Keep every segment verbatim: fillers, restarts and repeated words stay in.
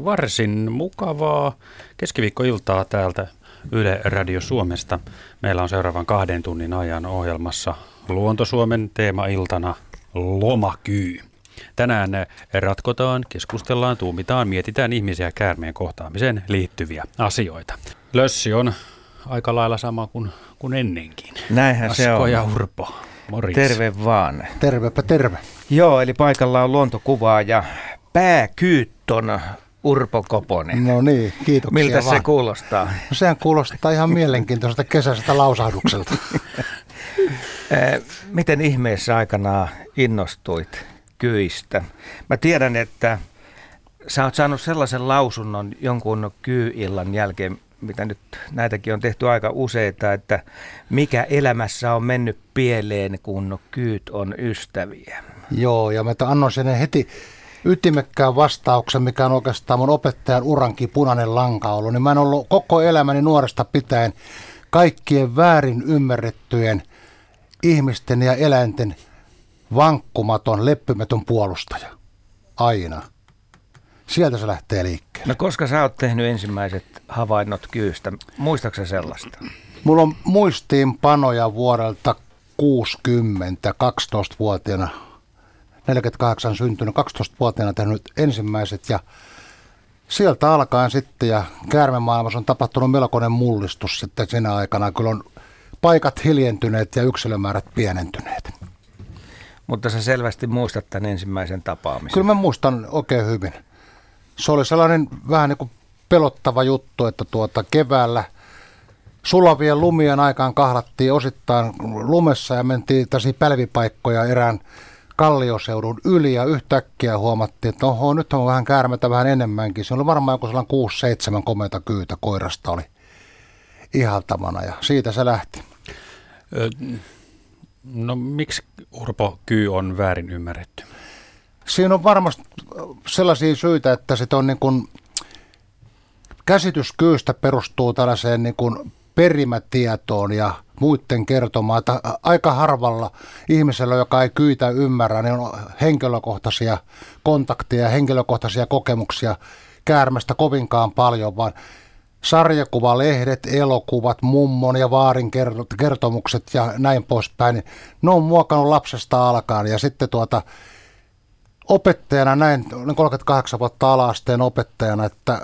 varsin mukavaa keskiviikkoiltaa täältä Yle Radio Suomesta. Meillä on seuraavan kahden tunnin ajan ohjelmassa Luonto-Suomen teemailtana lomakyy. Tänään ratkotaan, keskustellaan, tuumitaan, mietitään ihmisiä käärmeen kohtaamiseen liittyviä asioita. Lössi on aika lailla sama kuin, kuin ennenkin. Näinhän Asko se on. ja Urpo. Morjens. Terve vaan. Tervepä terve. Joo, eli paikalla on luontokuvaa ja pääkyytton Urpo Koponen. No niin, kiitoksia. Miltä vaan. se kuulostaa? No sehän kuulostaa ihan mielenkiintoiselta kesäisestä lausahdukselta. Miten ihmeessä aikanaan innostuit kyistä? Mä tiedän, että sä oot saanut sellaisen lausunnon jonkun kyy-illan jälkeen, mitä nyt näitäkin on tehty aika useita, että mikä elämässä on mennyt pieleen, kun kyyt on ystäviä. Joo, ja mä annoin sen heti ytimekkään vastauksen, mikä on oikeastaan mun opettajan urankin punainen lanka ollut. Niin mä en ollut koko elämäni nuoresta pitäen kaikkien väärin ymmärrettyjen ihmisten ja eläinten vankkumaton, leppymätön puolustaja. Aina. Sieltä se lähtee liikkeelle. No koska sä oot tehnyt ensimmäiset havainnot kyystä, muistaaksä sellaista? Mulla on muistiinpanoja vuodelta kuusikymmentä, kaksitoistavuotiaana, neljäkymmentäkahdeksan syntynyt, kaksitoistavuotiaana tehnyt ensimmäiset ja sieltä alkaen sitten ja käärmemaailmassa on tapahtunut melkoinen mullistus sitten siinä aikana. Kyllä on paikat hiljentyneet ja yksilömäärät pienentyneet. Mutta sä selvästi muistat tämän ensimmäisen tapaamisen. Kyllä mä muistan oikein hyvin. Se oli sellainen vähän niin kuin pelottava juttu, että tuota keväällä sulavien lumien aikaan kahlattiin osittain lumessa ja mentiin tällaisia pälvipaikkoja erään kallioseudun yli ja yhtäkkiä huomattiin, että oho, nyt on vähän käärmetä vähän enemmänkin. Se oli varmaan joku sellainen kuusi seitsemän komeata kyytä koirasta oli ihaltamana ja siitä se lähti. Ö, no miksi Urpo kyy on väärin ymmärretty? Siinä on varmasti sellaisia syitä, että sit on niin kuin, käsitys kyystä perustuu tällaiseen niin kuin perimätietoon ja muiden kertomaan, että aika harvalla ihmisellä, joka ei kyytä ymmärrä, niin on henkilökohtaisia kontakteja ja henkilökohtaisia kokemuksia käärmestä kovinkaan paljon, vaan sarjakuvalehdet, elokuvat, mummon ja vaarin kertomukset ja näin poispäin, niin ne on muokannut lapsesta alkaen ja sitten tuota opettajana näin, kolmekymmentäkahdeksan vuotta ala-asteen opettajana, että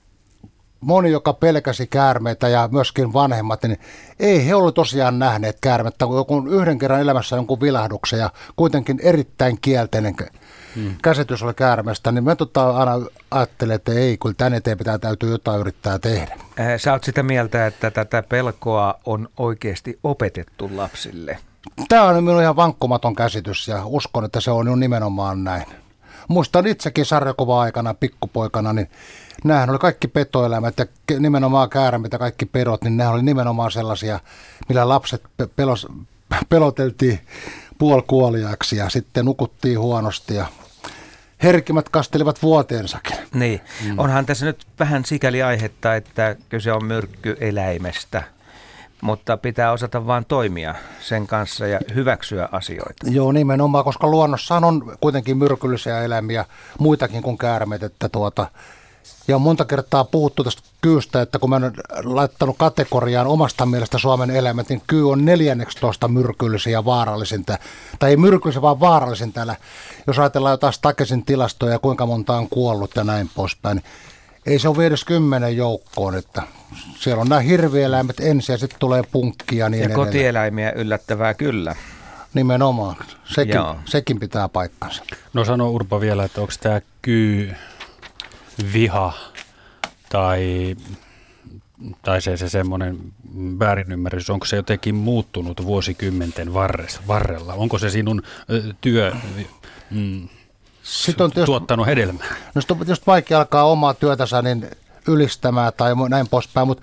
moni, joka pelkäsi käärmeitä ja myöskin vanhemmat, niin ei he ole tosiaan nähneet käärmettä, kun yhden kerran elämässä jonkun vilahduksen ja kuitenkin erittäin kielteinen hmm. käsitys oli käärmeestä, niin me tota aina ajattelen, että ei, kyllä tänne eteen pitää täytyy jotain yrittää tehdä. Sä oot sitä mieltä, että tätä pelkoa on oikeasti opetettu lapsille? Tämä on minun ihan vankkumaton käsitys ja uskon, että se on nimenomaan näin. Muistan itsekin sarjakuva-aikana pikkupoikana, niin nämähän oli kaikki petoelämät ja nimenomaan käärmeet ja kaikki pedot, niin nehän oli nimenomaan sellaisia, millä lapset pelos, peloteltiin puolikuoliaiksi ja sitten nukuttiin huonosti ja herkimät kastelivat vuoteensakin. Niin, mm. onhan tässä nyt vähän sikäli aihetta, että kyse on myrkkyeläimestä, mutta pitää osata vaan toimia sen kanssa ja hyväksyä asioita. Joo, nimenomaan, koska luonnossahan on kuitenkin myrkyllisiä eläimiä, muitakin kuin käärmeet, että tuota, ja on monta kertaa puhuttu tästä kyystä, että kun mä olen laittanut kategoriaan omasta mielestä Suomen eläimet, niin kyy on neljänneksitoista myrkyllisiä ja vaarallisinta, tai ei myrkyllisiä, vaan vaarallisin täällä. Jos ajatellaan jotain Stakesin tilastoja ja kuinka monta on kuollut ja näin poispäin, niin ei se ole edes kymmenen joukkoon, että siellä on nämä hirvieläimet ensin ja sitten tulee punkkia ja niin ja edelleen. kotieläimiä yllättävää kyllä. Nimenomaan, sekin, sekin pitää paikkansa. No sano Urpo vielä, että onko tämä kyy viha tai, tai se, se semmoinen väärinymmärrys, onko se jotenkin muuttunut vuosikymmenten varres, varrella? Onko se sinun ö, työ mm, on tietysti, tuottanut hedelmää? No sitten on tietysti vaikea alkaa omaa työtänsä niin ylistämään tai näin poispäin, mutta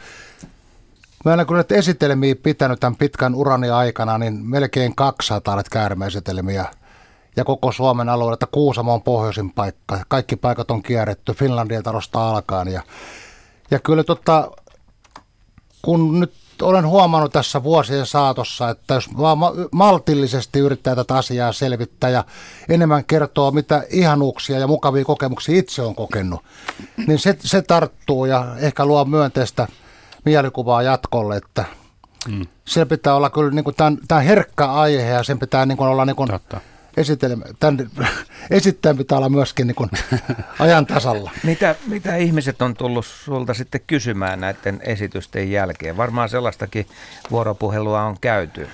mä olen kyllä esitelmiä pitänyt tämän pitkän urani aikana, niin melkein kaksisataa käärmeesitelmiä. Ja koko Suomen alueelta Kuusamo on pohjoisin paikka. Kaikki paikat on kierretty Finlandia talosta alkaen. Ja, ja kyllä tota, kun nyt olen huomannut tässä vuosien saatossa, että jos vaan maltillisesti yrittää tätä asiaa selvittää ja enemmän kertoo, mitä ihanuuksia ja mukavia kokemuksia itse on kokenut, niin se, se tarttuu ja ehkä luo myönteistä mielikuvaa jatkolle, että hmm. siellä pitää olla kyllä, niin kuin, tämä, on, tämä on herkkä aihe ja sen pitää niin kuin, olla niin kuin, Tämän esittäjän pitää olla myöskin niin kuin ajan tasalla. Mitä, mitä ihmiset on tullut sulta sitten kysymään näiden esitysten jälkeen? Varmaan sellaistakin vuoropuhelua on käyty.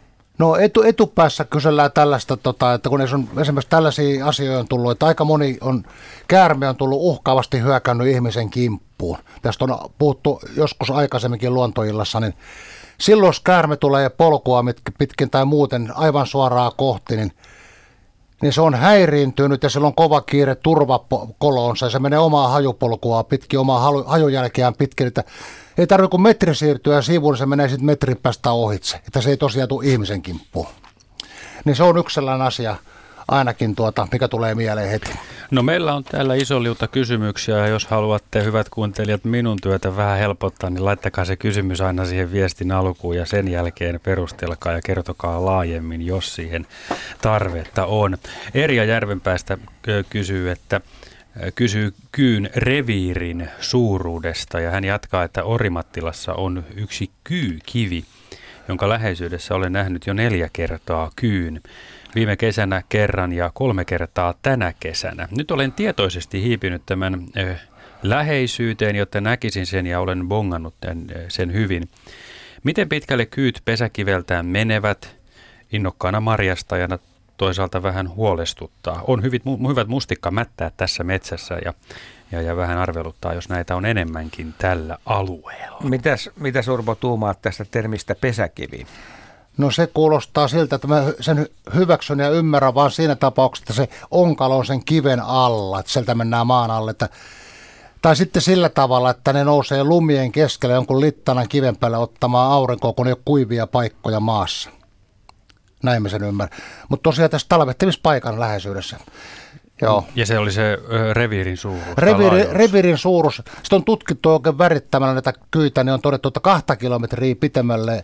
No etu, etupäässä kysellään tällaista, tota, että kun on esimerkiksi tällaisia asioita on tullut, että aika moni on, käärme on tullut uhkaavasti hyökännyt ihmisen kimppuun. Tästä on puhuttu joskus aikaisemminkin luontoillassa, niin silloin jos käärme tulee polkua pitkin tai muuten aivan suoraan kohti, niin niin se on häiriintynyt ja sillä on kova kiire turvakoloonsa ja se menee omaa hajupolkua pitkin, omaa hajujälkeään pitkin, että ei tarvitse kuin metri siirtyä sivuun, niin se menee sitten metrin päästä ohitse, että se ei tosiaan tule ihmisen kimppuun. Niin se on yksi sellainen asia ainakin, tuota, mikä tulee mieleen heti. No meillä on täällä iso liuta kysymyksiä ja jos haluatte, hyvät kuuntelijat, minun työtä vähän helpottaa, niin laittakaa se kysymys aina siihen viestin alkuun ja sen jälkeen perustelkaa ja kertokaa laajemmin, jos siihen tarvetta on. Erja Järvenpäästä kysyy, että kysyy kyyn reviirin suuruudesta ja hän jatkaa, että Orimattilassa on yksi kyykivi, jonka läheisyydessä olen nähnyt jo neljä kertaa kyyn. Viime kesänä kerran ja kolme kertaa tänä kesänä. Nyt olen tietoisesti hiipinyt tämän äh, läheisyyteen, jotta näkisin sen ja olen bongannut tämän, äh, sen hyvin. Miten pitkälle kyyt pesäkiveltään menevät? Innokkaana marjastajana toisaalta vähän huolestuttaa. On hyvit, mu, hyvät mustikkamättäät tässä metsässä ja, ja, ja vähän arveluttaa, jos näitä on enemmänkin tällä alueella. Mitäs, mitäs Urpo tuumaat tästä termistä pesäkivi? No se kuulostaa siltä, että mä sen hyväksyn ja ymmärrän vaan siinä tapauksessa, että se onkalo on sen kiven alla, että sieltä mennään maan alle. Että, tai sitten sillä tavalla, että ne nousee lumien keskellä jonkun littanan kiven päälle ottamaan aurinkoa, kun ei ole kuivia paikkoja maassa. Näin mä sen ymmärrän. Mutta tosiaan tässä talvehtimispaikan läheisyydessä. Joo. Ja se oli se ö, reviirin suuruus? Reviiri, reviirin suuruus. Sitten on tutkittu oikein värittämällä näitä kyitä, niin on todettu, että kahta kilometriä pitemmälle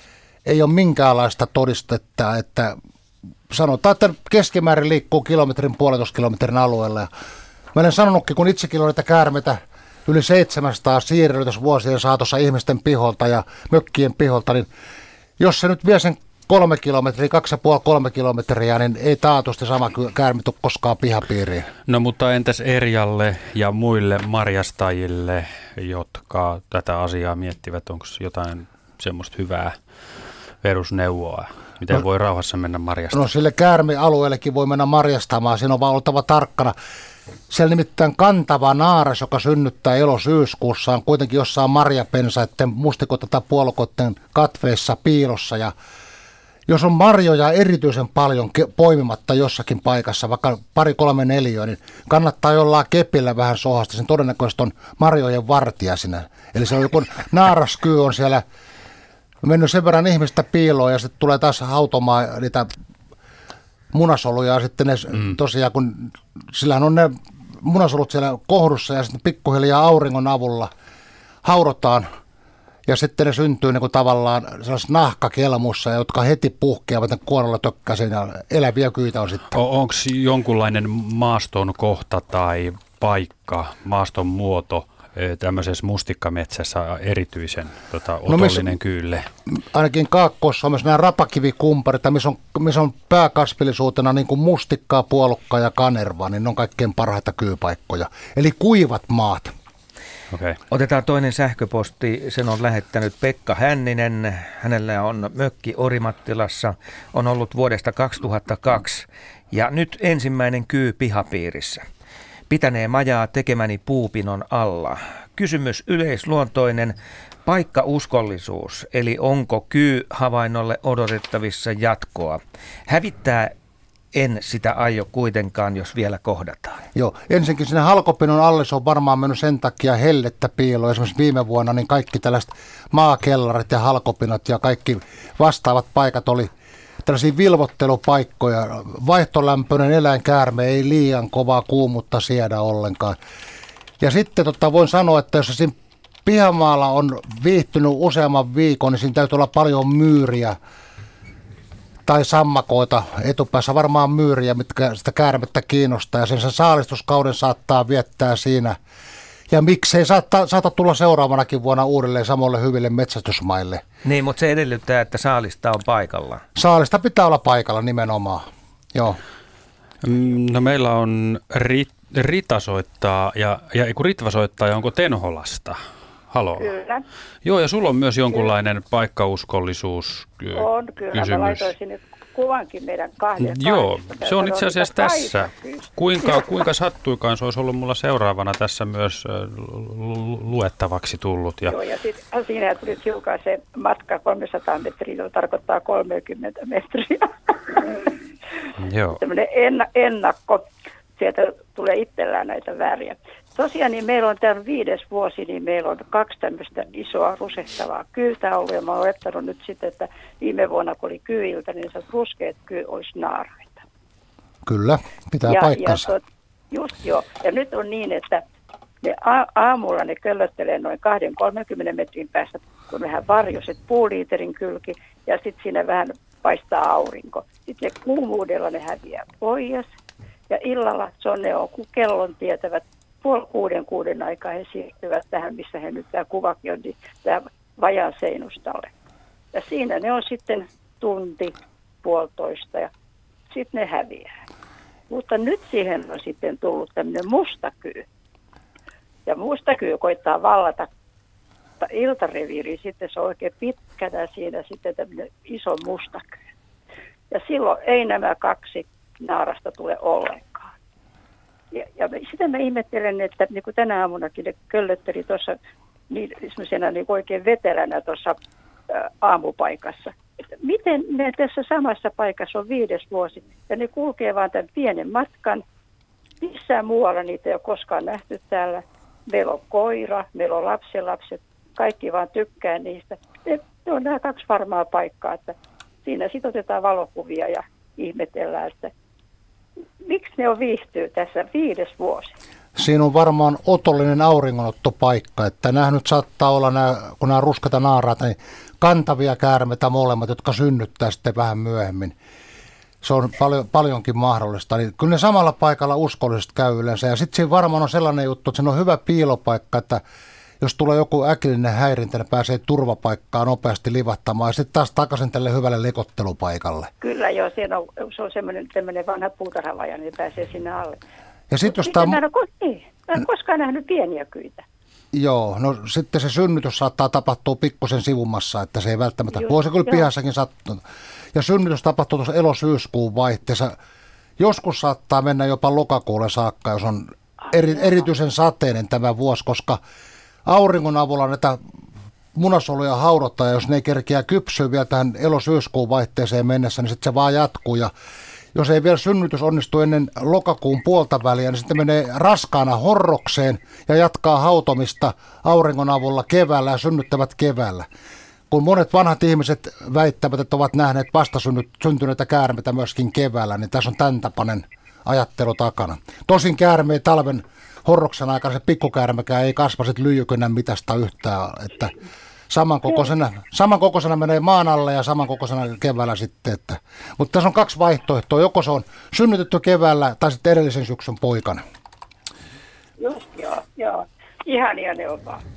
ei ole minkäänlaista todistetta, että sanotaan, että keskimäärin liikkuu kilometrin, puolentoista kilometrin alueella. Ja mä olen sanonutkin, kun itsekin on niitä käärmeitä yli seitsemänsataa siirrelyä tässä vuosien saatossa ihmisten piholta ja mökkien piholta, niin jos se nyt vie sen kolme kilometriä, kaksi ja puoli kolme kilometriä, niin ei taatusti sama käärme tule koskaan pihapiiriin. No mutta entäs Erjalle ja muille marjastajille, jotka tätä asiaa miettivät, onko jotain semmoista hyvää perusneuvoa, miten no, voi rauhassa mennä marjastamaan? No sille käärmealueellekin voi mennä marjastamaan, siinä on vaan oltava tarkkana. Siellä nimittäin kantava naaras, joka synnyttää elosyyskuussa, on kuitenkin jossain marjapensaiden, mustikoiden tai puolukoiden katveissa piilossa. Ja jos on marjoja erityisen paljon poimimatta jossakin paikassa, vaikka pari, kolme, neliöä, niin kannattaa jollain kepillä vähän sohasta. Sen todennäköisesti on marjojen vartija siinä. Eli se on joku naaraskyy on siellä mennyt sen verran ihmistä piiloon ja sitten tulee taas hautomaan niitä munasoluja ja sitten ne mm. tosiaan, kun sillähän on ne munasolut siellä kohdussa ja sitten pikkuhiljaa auringon avulla haudotaan ja sitten ne syntyy niin kuin tavallaan sellaisessa nahkakelmussa, jotka heti puhkeavat ne kuonolla tökkäisin ja eläviä kyitä on sitten. Onko jonkunlainen maaston kohta tai paikka, maaston muoto tämmöisessä mustikkametsässä erityisen tota, otollinen no, kyylle? Ainakin Kaakkoissa on myös nämä rapakivikumparit, missä on, missä on pääkasvillisuutena niin kuin mustikkaa, puolukkaa ja kanervaa, niin ne on kaikkein parhaita kyypaikkoja. Eli kuivat maat. Okay. Otetaan toinen sähköposti. Sen on lähettänyt Pekka Hänninen. Hänellä on mökki Orimattilassa. On ollut vuodesta kaksituhattakaksi ja nyt ensimmäinen kyy pihapiirissä. Pitänee majaa tekemäni puupinon alla. Kysymys yleisluontoinen. Paikkauskollisuus, eli onko kyy havainnolle odotettavissa jatkoa? Hävittää en sitä aio kuitenkaan, jos vielä kohdataan. Joo, ensinnäkin sinne halkopinon alle se on varmaan mennyt sen takia hellettä piiloon. Esimerkiksi viime vuonna niin kaikki tällaiset maakellarit ja halkopinot ja kaikki vastaavat paikat oli tällaisia vilvottelupaikkoja. Vaihtolämpöinen eläinkäärme ei liian kovaa kuumutta siedä ollenkaan. Ja sitten tota, voin sanoa, että jos siinä pihamaalla on viihtynyt useamman viikon, niin siinä täytyy olla paljon myyriä tai sammakoita. Etupäässä varmaan myyriä, mitkä sitä käärmettä kiinnostaa, ja sen, sen saalistuskauden saattaa viettää siinä. Ja miksei saata, saata tulla seuraavanakin vuonna uudelleen samoille hyville metsästysmaille. Niin, mutta se edellyttää, että saalista on paikalla. Saalista pitää olla paikalla nimenomaan, joo. No meillä on Rit, Rita soittaa, ja, ja kun Ritva soittaa, ja onko Tenholasta? Halo. Kyllä. Joo, ja sulla on myös jonkunlainen paikkauskollisuus kysymys. On, kyllä. Mä laitoin sinne kuvankin meidän kahden. Joo, se on itse asiassa tässä. Kuinka, kuinka sattuikaan, se olisi ollut mulla seuraavana tässä myös luettavaksi tullut. Ja... Joo, ja sitten siinä tuli hiukan se matka kolmesataa metriä, joka tarkoittaa kolmekymmentä metriä. Joo. Tämmöinen ennakko, sieltä tulee itsellään näitä väriä. Tosiaan niin meillä on tämän viides vuosi, niin meillä on kaksi tämmöistä isoa rusehtavaa kyytä ollut, ja mä olen olettanut nyt sitten, että viime vuonna kun oli kyiltä, niin se ruskeat kyy olisi naaraita. Kyllä, pitää ja, paikkansa. Ja tot, just joo, ja nyt on niin, että ne a- aamulla ne köllöttelee noin kaksikymmentä kolmekymmentä metrin päästä, kun vähän varjoiset puuliiterin kylki, ja sitten siinä vähän paistaa aurinko. Sitten ne kuumuudella ne häviää pois, ja illalla se on ne on, kun kellon tietävät, puoli kuuden kuuden aikaa he siirtyvät tähän, missä he nyt tämä kuvakin on, niin tämä vajaan seinustalle. Ja siinä ne on sitten tunti, puolitoista ja sitten ne häviää. Mutta nyt siihen on sitten tullut tämmöinen mustakyy. Ja mustakyy koittaa vallata iltareviiriä, sitten se on oikein pitkänä siinä sitten tämmöinen iso mustakyy. Ja silloin ei nämä kaksi naarasta tule ollenkaan. Ja, ja sitä mä ihmettelen, että niin kuin tänä aamunakin ne köllötteli tuossa niin, niin oikein vetelänä tuossa ä, aamupaikassa. Että miten ne tässä samassa paikassa on viides vuosi ja ne kulkee vaan tämän pienen matkan. Missään muualla niitä ei ole koskaan nähty täällä. Meillä on koira, meillä on lapsenlapset, kaikki vaan tykkää niistä. Ne, ne on nämä kaksi varmaa paikkaa, että siinä sitten otetaan valokuvia ja ihmetellään, että miksi ne on viihtyy tässä viides vuosi? Siinä on varmaan otollinen auringonottopaikka, että nämä nyt saattaa olla, nämä, kun nämä ruskeita naaraat, niin kantavia käärmeitä molemmat, jotka synnyttää sitten vähän myöhemmin. Se on paljon, paljonkin mahdollista. Niin kyllä ne samalla paikalla uskollisesti käy yleensä. Ja sitten siinä varmaan on sellainen juttu, että se on hyvä piilopaikka, että jos tulee joku äkillinen häirintä, ne pääsee turvapaikkaan nopeasti livahtamaan ja sitten taas takaisin tälle hyvälle lekottelupaikalle. Kyllä joo, siinä on, se on semmoinen, semmoinen vanha puutarhavaja, niin pääsee sinne alle. Ja sit, jos tämä... Mä en ole, niin, mä en koskaan nähnyt pieniä kyitä. Joo, no sitten se synnytys saattaa tapahtua pikkusen sivumassa, että se ei välttämättä, Just, voisi kyllä joo. pihassakin sattua. Ja synnytys tapahtuu tuossa elo-syyskuun vaihteessa. Joskus saattaa mennä jopa lokakuulle saakka, jos on eri, erityisen sateinen tämä vuosi, koska auringon avulla näitä munasoluja haudottaa, ja jos ne ei kerkeä kypsyä vielä tähän elo-syyskuun vaihteeseen mennessä, niin sitten se vaan jatkuu. Ja jos ei vielä synnytys onnistu ennen lokakuun puolta väliä, niin sitten menee raskaana horrokseen ja jatkaa hautomista auringon avulla keväällä ja synnyttävät keväällä. Kun monet vanhat ihmiset väittävät, että ovat nähneet vastasyntyneitä käärmeitä myöskin keväällä, niin tässä on tämän tapainen ajattelu takana. Tosin käärme talven horroksen aikana se pikkukäärmekään ei kasva sit lyijykynän mitasta yhtään, että samankokoisena, samankokoisena menee maan alle ja samankokoisena keväällä sitten. Että, mutta tässä on kaksi vaihtoehtoa, joko se on synnytetty keväällä tai sitten edellisen syksyn poikana. Just joo, joo. Ihania ne on vaan.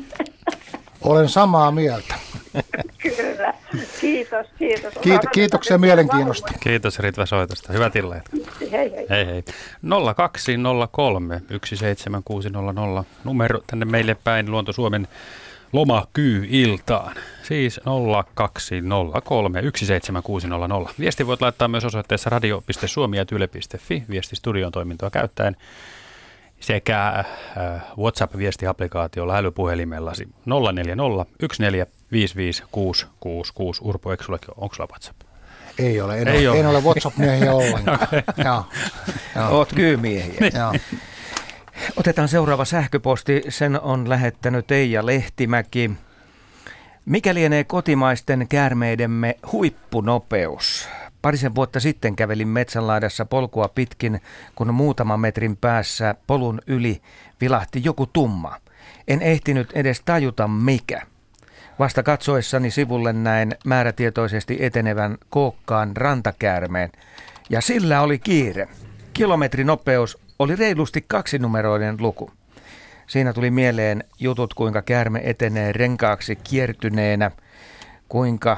Olen samaa mieltä. Kyllä. Kiitos, kiitos. Kiit, kiitoksia mielenkiinnosta. Kiitos Ritva soitosta. Hyvät illat. Hei hei. Hei hei. nolla kaksi nolla kolme yksi seitsemän kuusi nolla nolla numero tänne meille päin Luonto Suomen lomakyy-iltaan. Siis nolla kaksi nolla kolme yksi seitsemän kuusi nolla nolla. Viesti voit laittaa myös osoitteessa radio piste suomi ät yle piste fi viestistudion toimintoa käyttäen sekä äh, WhatsApp-viestiaplikaatiolla älypuhelimellasi nolla neljä nolla yksi neljä viisi viisi kuusi kuusi kuusi. Urpo, eikö sulla, onko sulla WhatsApp? Ei ole, en, Ei ole, ole. en ole WhatsApp-miehiä ollenkaan. Joo. Joo. Oot kyymiehiä. Joo. Otetaan seuraava sähköposti. Sen on lähettänyt Eija Lehtimäki. Mikä lienee kotimaisten käärmeidemme huippunopeus? Parisen vuotta sitten kävelin metsänlaidassa polkua pitkin, kun muutaman metrin päässä polun yli vilahti joku tumma. En ehtinyt edes tajuta mikä. Vasta katsoessani sivulle näin määrätietoisesti etenevän kookkaan rantakäärmeen, ja sillä oli kiire. Kilometrinopeus oli reilusti kaksinumeroinen luku. Siinä tuli mieleen jutut, kuinka käärme etenee renkaaksi kiertyneenä, kuinka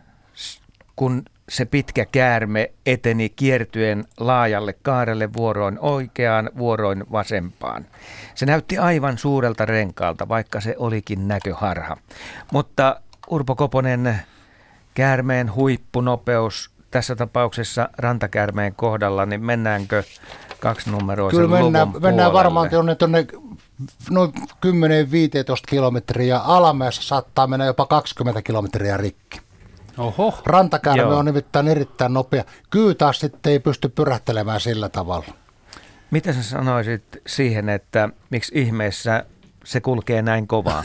kun se pitkä käärme eteni kiertyen laajalle kaarelle vuoroin oikeaan, vuoroin vasempaan. Se näytti aivan suurelta renkaalta, vaikka se olikin näköharha. Mutta Urpo Koponen, käärmeen huippunopeus tässä tapauksessa rantakäärmeen kohdalla, niin mennäänkö kaksinumeroisen Kyllä mennään, luvun mennään puolelle? varmaan tuonne, tuonne noin kymmenen viisitoista kilometriä. Alamäessä saattaa mennä jopa kaksikymmentä kilometriä rikki. Oho. Rantakäärme Joo. on nimittäin erittäin nopea. Kyy taas sitten ei pysty pyrähtelemään sillä tavalla. Mitä sä sanoisit siihen, että miksi ihmeessä se kulkee näin kovaa?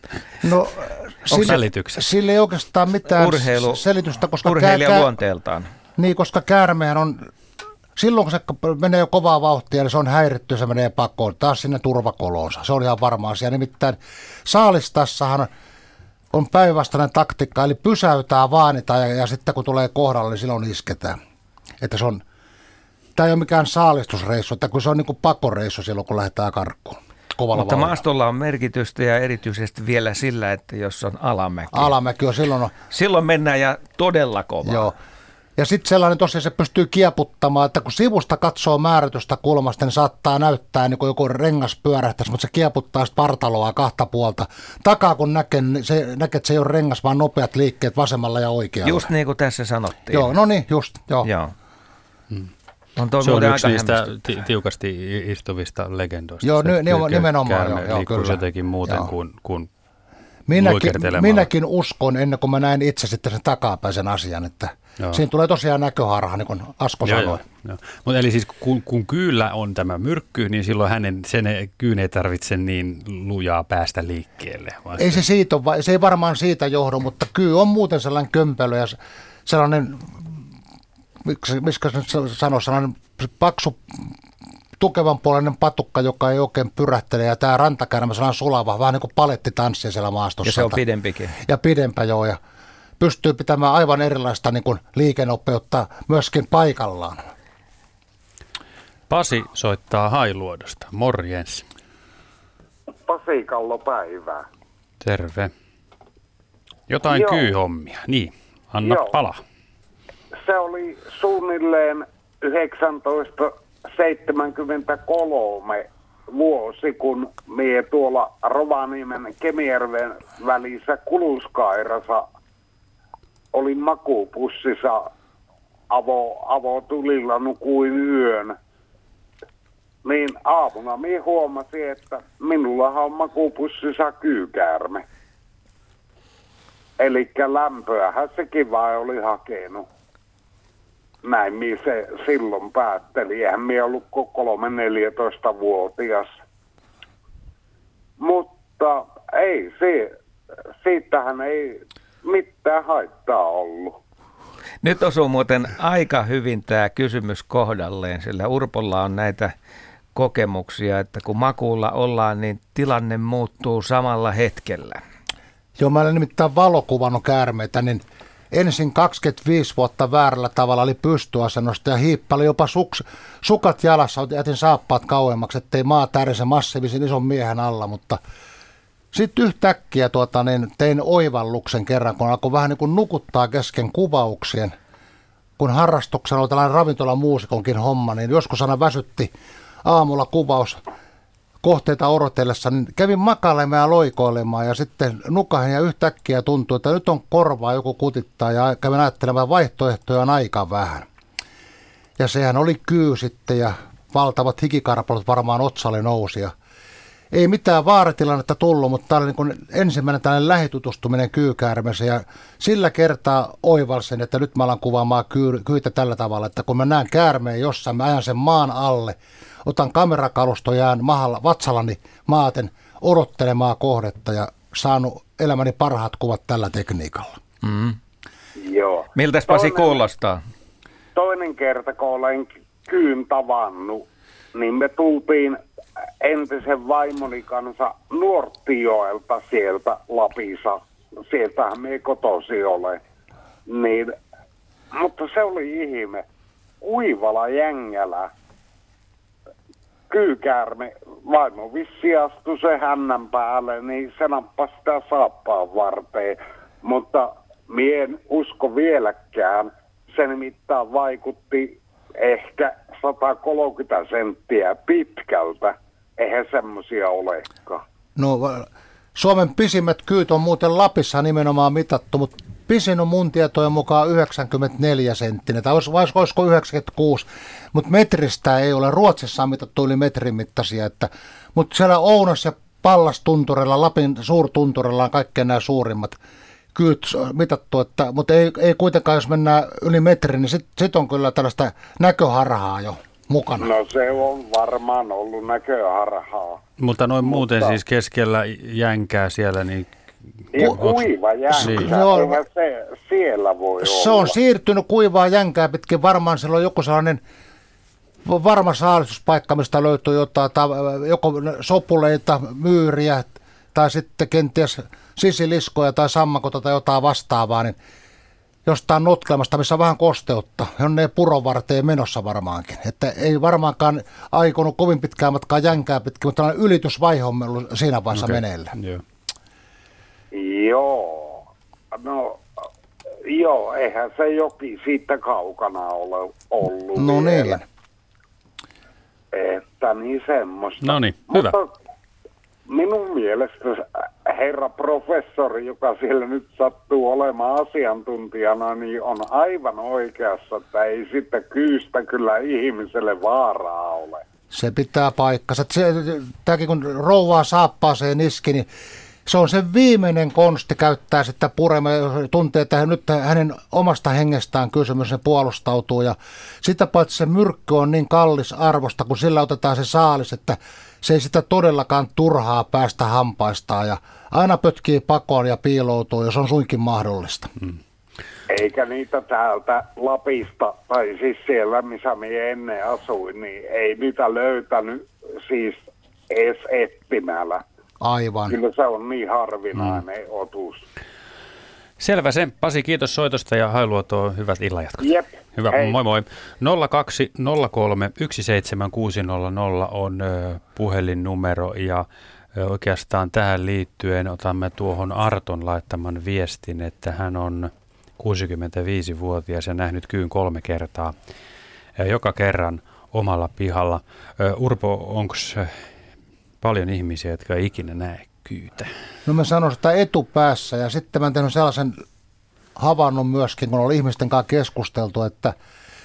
No, sille, selityksessä? sille ei oikeastaan mitään Urheilu, selitystä, koska, urheilija kää, luonteeltaan. niin, koska käärmehän on, silloin kun se menee jo kovaa vauhtia, niin se on häiritty, se menee pakoon, taas sinne turvakoloonsa. Se on ihan varma asia. Nimittäin saalistassahan on päinvastainen taktiikka, eli pysäytää, vaanitaan ja, ja sitten kun tulee kohdalle, niin silloin isketään. Että se on, tämä ei ole mikään saalistusreissu, että kun se on niin kuin pakoreissu silloin, kun lähdetään karkuun. Kovalla Mutta vauhdilla. maastolla on merkitystä ja erityisesti vielä sillä, että jos on alamäki. Alamäki on silloin. On, Silloin mennään ja todella kovaa. joo. Ja sitten sellainen tosiaan se pystyy kieputtamaan, että kun sivusta katsoo määrätystä kulmasta, niin saattaa näyttää niin kuin joku rengas pyörähtäisi, mutta se kieputtaa sitten partaloa kahta puolta. Takaa kun näkee, niin se, näkee, että se ei ole rengas, vaan nopeat liikkeet vasemmalla ja oikealla. Just niin kuin tässä sanottiin. Joo, no niin, just, joo. Joo. Hmm. On toi Se on muuten yksi aika niistä hämmästyttävää. ti- tiukasti istuvista legendoista. Joo, Se ny- ky- nimenomaan, käärme joo, joo, liikkuisi kyllä. jotenkin muuten Joo. kuin, kuin Minäkin, luikertelemalla. minäkin uskon, ennen kuin mä näin itse sitten sen takapäisen asian, että Joo. siinä tulee tosiaan näköharha, niin kuin Asko Joo, sanoi. joo, joo. Mutta eli siis kun, kun kyyllä on tämä myrkky, niin silloin hänen sen kyyn ei tarvitse niin lujaa päästä liikkeelle. vaan Ei se siitä ole, va- se ei varmaan siitä johdu, mutta kyy on muuten sellainen kömpelö ja sellainen, miksi, miksi se nyt sanoo, sellainen paksu tukevanpuoleinen patukka, joka ei oikein pyrähtele, ja tämä rantakäärme sellainen sulava, vähän niin kuin palettitanssia siellä maastossa. Ja se on pidempikin. Ja pidempä joo, ja pystyy pitämään aivan erilaista niin kuin liikenopeutta myöskin paikallaan. Pasi soittaa Hailuodosta. Morjens. Pasi Kallo-päivää. Terve. Jotain Joo. kyyhommia. Niin, anna Joo. pala. Se oli suunnilleen yhdeksäntoistasataseitsemänkymmentäkolme vuosi, kun mie tuolla Rovaniemen Kemijärven välissä Kuluskairassa olin makuupussissa avo, avotulilla, nukuin yön. Niin aamuna mie huomasin, että minullahan on makuupussissa kyykäärme. Elikkä lämpöähän sekin vai oli hakenut. Näin mie se silloin päätteli. Eihän mie ollut kolme neljätoista-vuotias. Mutta ei se, siitähän ei mitään haittaa ollut. Nyt osuu muuten aika hyvin tämä kysymys kohdalleen, sillä Urpolla on näitä kokemuksia, että kun makuulla ollaan, niin tilanne muuttuu samalla hetkellä. Joo, mä olen nimittäin valokuvannut käärmeitä, niin ensin kaksikymmentäviisi vuotta väärällä tavalla oli pystyasennosta ja hiippaili jopa suks, sukat jalassa, jätin saappaat kauemmaksi, ettei maa tärise massiivisen ison miehen alla, mutta sitten yhtäkkiä tuota, niin tein oivalluksen kerran, kun alkoi vähän niin kuin nukuttaa kesken kuvauksien, kun harrastuksena oli tällainen ravintolamuusikonkin homma, niin joskus aina väsytti aamulla kuvaus kohteita odotellessa, niin kävin makailemaan ja loikoilemaan ja sitten nukahin ja yhtäkkiä tuntui, että nyt on korvaa joku kutittaa ja kävin ajattelemaan vaihtoehtoja on aika vähän. Ja sehän oli kyy sitten ja valtavat hikikarpalot varmaan otsalle nousi ja ei mitään vaaratilannetta tullut, mutta tämä oli niin kuin ensimmäinen tällainen lähitutustuminen kyykäärmeeseen ja sillä kertaa oivalsin, että nyt mä alan kuvaamaan kyy, kyytä tällä tavalla, että kun mä näen käärmeen jossain, mä ajan sen maan alle, otan kamerakalusto, jään mahalla, vatsallani maaten odottelemaan kohdetta ja saanut elämäni parhaat kuvat tällä tekniikalla. Mm. Joo. Miltäs Pasi Toinen- kuulostaa? Toinen kerta, kun olen kyyn tavannut, niin me tultiin entisen vaimoni kanssa Nuorttijoelta sieltä Lapissa. Sieltähän me kotosi ole. Niin, mutta se oli ihme. Kuivalla jängällä. Kyykäärme, vaimo vissi astui se hännän päälle, niin se nappasi sitä saappaan varteen. Mutta mie en usko vieläkään. Se nimittäin vaikutti ehkä sata kolmekymmentä senttiä pitkältä. Eihän semmoisia olekaan. No, Suomen pisimmät kyyt on muuten Lapissa nimenomaan mitattu, mutta pisin on mun tietojen mukaan yhdeksänkymmentäneljä senttinen, tai olisiko yhdeksänkymmentäkuusi, mutta metristä ei ole. Ruotsissa on mitattu yli metrin mittaisia, että, mutta siellä Ounassa ja Pallastunturilla, Lapin suurtunturilla on kaikkein nämä suurimmat kyyt mitattu, että, mutta ei, ei kuitenkaan, jos mennään yli metrin, niin sitten sit on kyllä tällaista näköharhaa jo mukana. No se on varmaan ollut näköharhaa. Mutta noin Mutta, muuten siis keskellä jänkää siellä, niin ja kuiva jänkää, Se on- eihän se siellä voi Se olla. on siirtynyt kuivaa jänkää pitkin. Varmaan siellä on joku sellainen varma saalistuspaikka, mistä löytyy jotain, ta- joko sopuleita, myyriä tai sitten kenties sisiliskoja tai sammakota tai jotain vastaavaa, niin jostain notkelemasta, missä on vähän kosteutta. Jonne puron varteen menossa varmaankin. Että ei varmaankaan aikonut kovin pitkään matkaa jänkää pitkin, mutta tällainen ylitysvaihe on ollut siinä vaiheessa Okei, meneillä. joo. Joo, no joo, eihän se joki siitä kaukana ole ollut No vielä. niin. Että niin semmoista. No niin, hyvä. Mutta minun mielestä herra professori, joka siellä nyt sattuu olemaan asiantuntijana, niin on aivan oikeassa, että ei sitä kyystä kyllä ihmiselle vaaraa ole. Se pitää paikkansa. Se, tämäkin kun rouvaa saappaaseen iski, niin se on se viimeinen konsti käyttää sitä puremaa, tuntee, että nyt hänen omasta hengestään kysymys, se puolustautuu. Ja sitä paitsi se myrkky on niin kallis arvosta, kun sillä otetaan se saalis, että se ei sitä todellakaan turhaa päästä hampaistaan. Ja aina pötkii pakoon ja piiloutuu, jos on suinkin mahdollista. Mm. Eikä niitä täältä Lapista, tai siis siellä, missä minä ennen asuin, niin ei niitä löytänyt siis edes etsimällä. Aivan. Kyllä se on niin harvinainen mm. otus. Selvä se. Pasi, kiitos soitosta ja Hailuotoa. Hyvät illanjatkot. Jep. Hyvä, Hei. moi moi. nolla kaksi nolla kolme yksi seitsemän kuusi nolla nolla on ö, puhelinnumero ja ö, oikeastaan tähän liittyen otamme tuohon Arton laittaman viestin, että hän on kuusikymmentäviisivuotias ja nähnyt kyyn kolme kertaa, ja joka kerran omalla pihalla. Ö, Urpo, onko paljon ihmisiä, jotka ei ikinä näe kyytä? No mä sanon sitä etupäässä ja sitten mä oon tehnyt sellaisen havainnon myöskin, kun oli ihmisten kanssa keskusteltu, että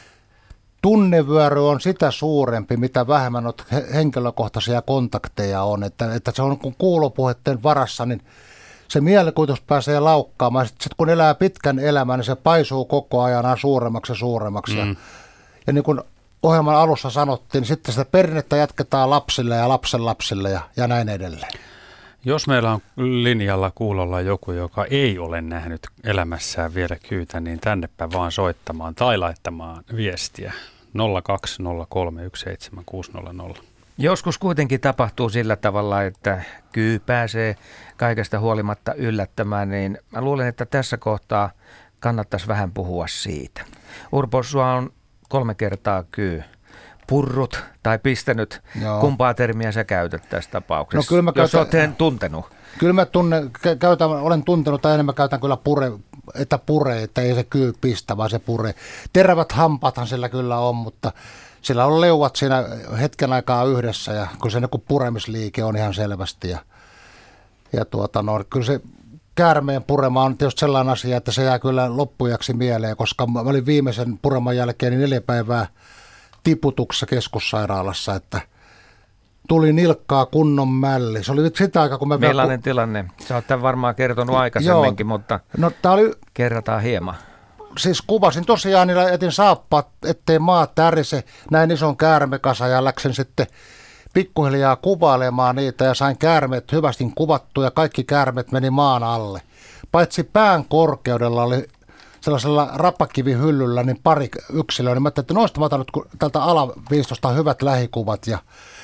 tunnevyöry on sitä suurempi, mitä vähemmän henkilökohtaisia kontakteja on. Että, että se on kun kuulopuheiden varassa, niin se mielikuvitus pääsee laukkaamaan. Sitten sit kun elää pitkän elämän, niin se paisuu koko ajan suuremmaksi ja suuremmaksi. Mm. Ja, ja niin kuin ohjelman alussa sanottiin, niin sitten sitä perinnettä jatketaan lapsille ja lapsenlapsille ja, ja näin edelleen. Jos meillä on linjalla kuulolla joku, joka ei ole nähnyt elämässään vielä kyytä, niin tännepä vaan soittamaan tai laittamaan viestiä nolla kaksi nolla kolme yksi seitsemän kuusi nolla nolla. Joskus kuitenkin tapahtuu sillä tavalla, että kyy pääsee kaikesta huolimatta yllättämään, niin mä luulen, että tässä kohtaa kannattaisi vähän puhua siitä. Urpo, sua on kolme kertaa kyy purrut tai pistänyt. Joo. Kumpaa termiä sä käytät tässä tapauksessa, no, kyllä mä jos käytän, olet tuntenut? Kyllä mä tunne, käytän, olen tuntenut tai enemmän käytän kyllä pure, että pure, että ei se kyy pistä, vaan se pure. Terävät hampaathan sillä kyllä on, mutta sillä on leuat siinä hetken aikaa yhdessä ja kyllä se niin puremisliike on ihan selvästi. Ja, ja tuota, no, kyllä se käärmeen purema on tietysti sellainen asia, että se jää kyllä loppujaksi mieleen, koska mä olin viimeisen pureman jälkeen niin neljä päivää tiputuksessa keskussairaalassa, että tuli nilkkaa kunnon mälli. Se oli sitä aikaa, kun mä... Millainen ku... tilanne? Sä oot tämän varmaan kertonut aikaisemminkin, Joo. mutta no, tää oli... kerrataan hieman. Siis kuvasin tosiaan, niin etin saappaat, ettei maa tärise näin ison käärmekasa ja läksin sitten pikkuhiljaa kuvailemaan niitä ja sain käärmeet hyvästi kuvattua ja kaikki käärmeet meni maan alle. Paitsi pään korkeudella oli sellaisella rappakivihyllyllä niin pari yksilöä, niin mä ajattelin, että noista mä otan nyt tältä alaviistosta hyvät lähikuvat ja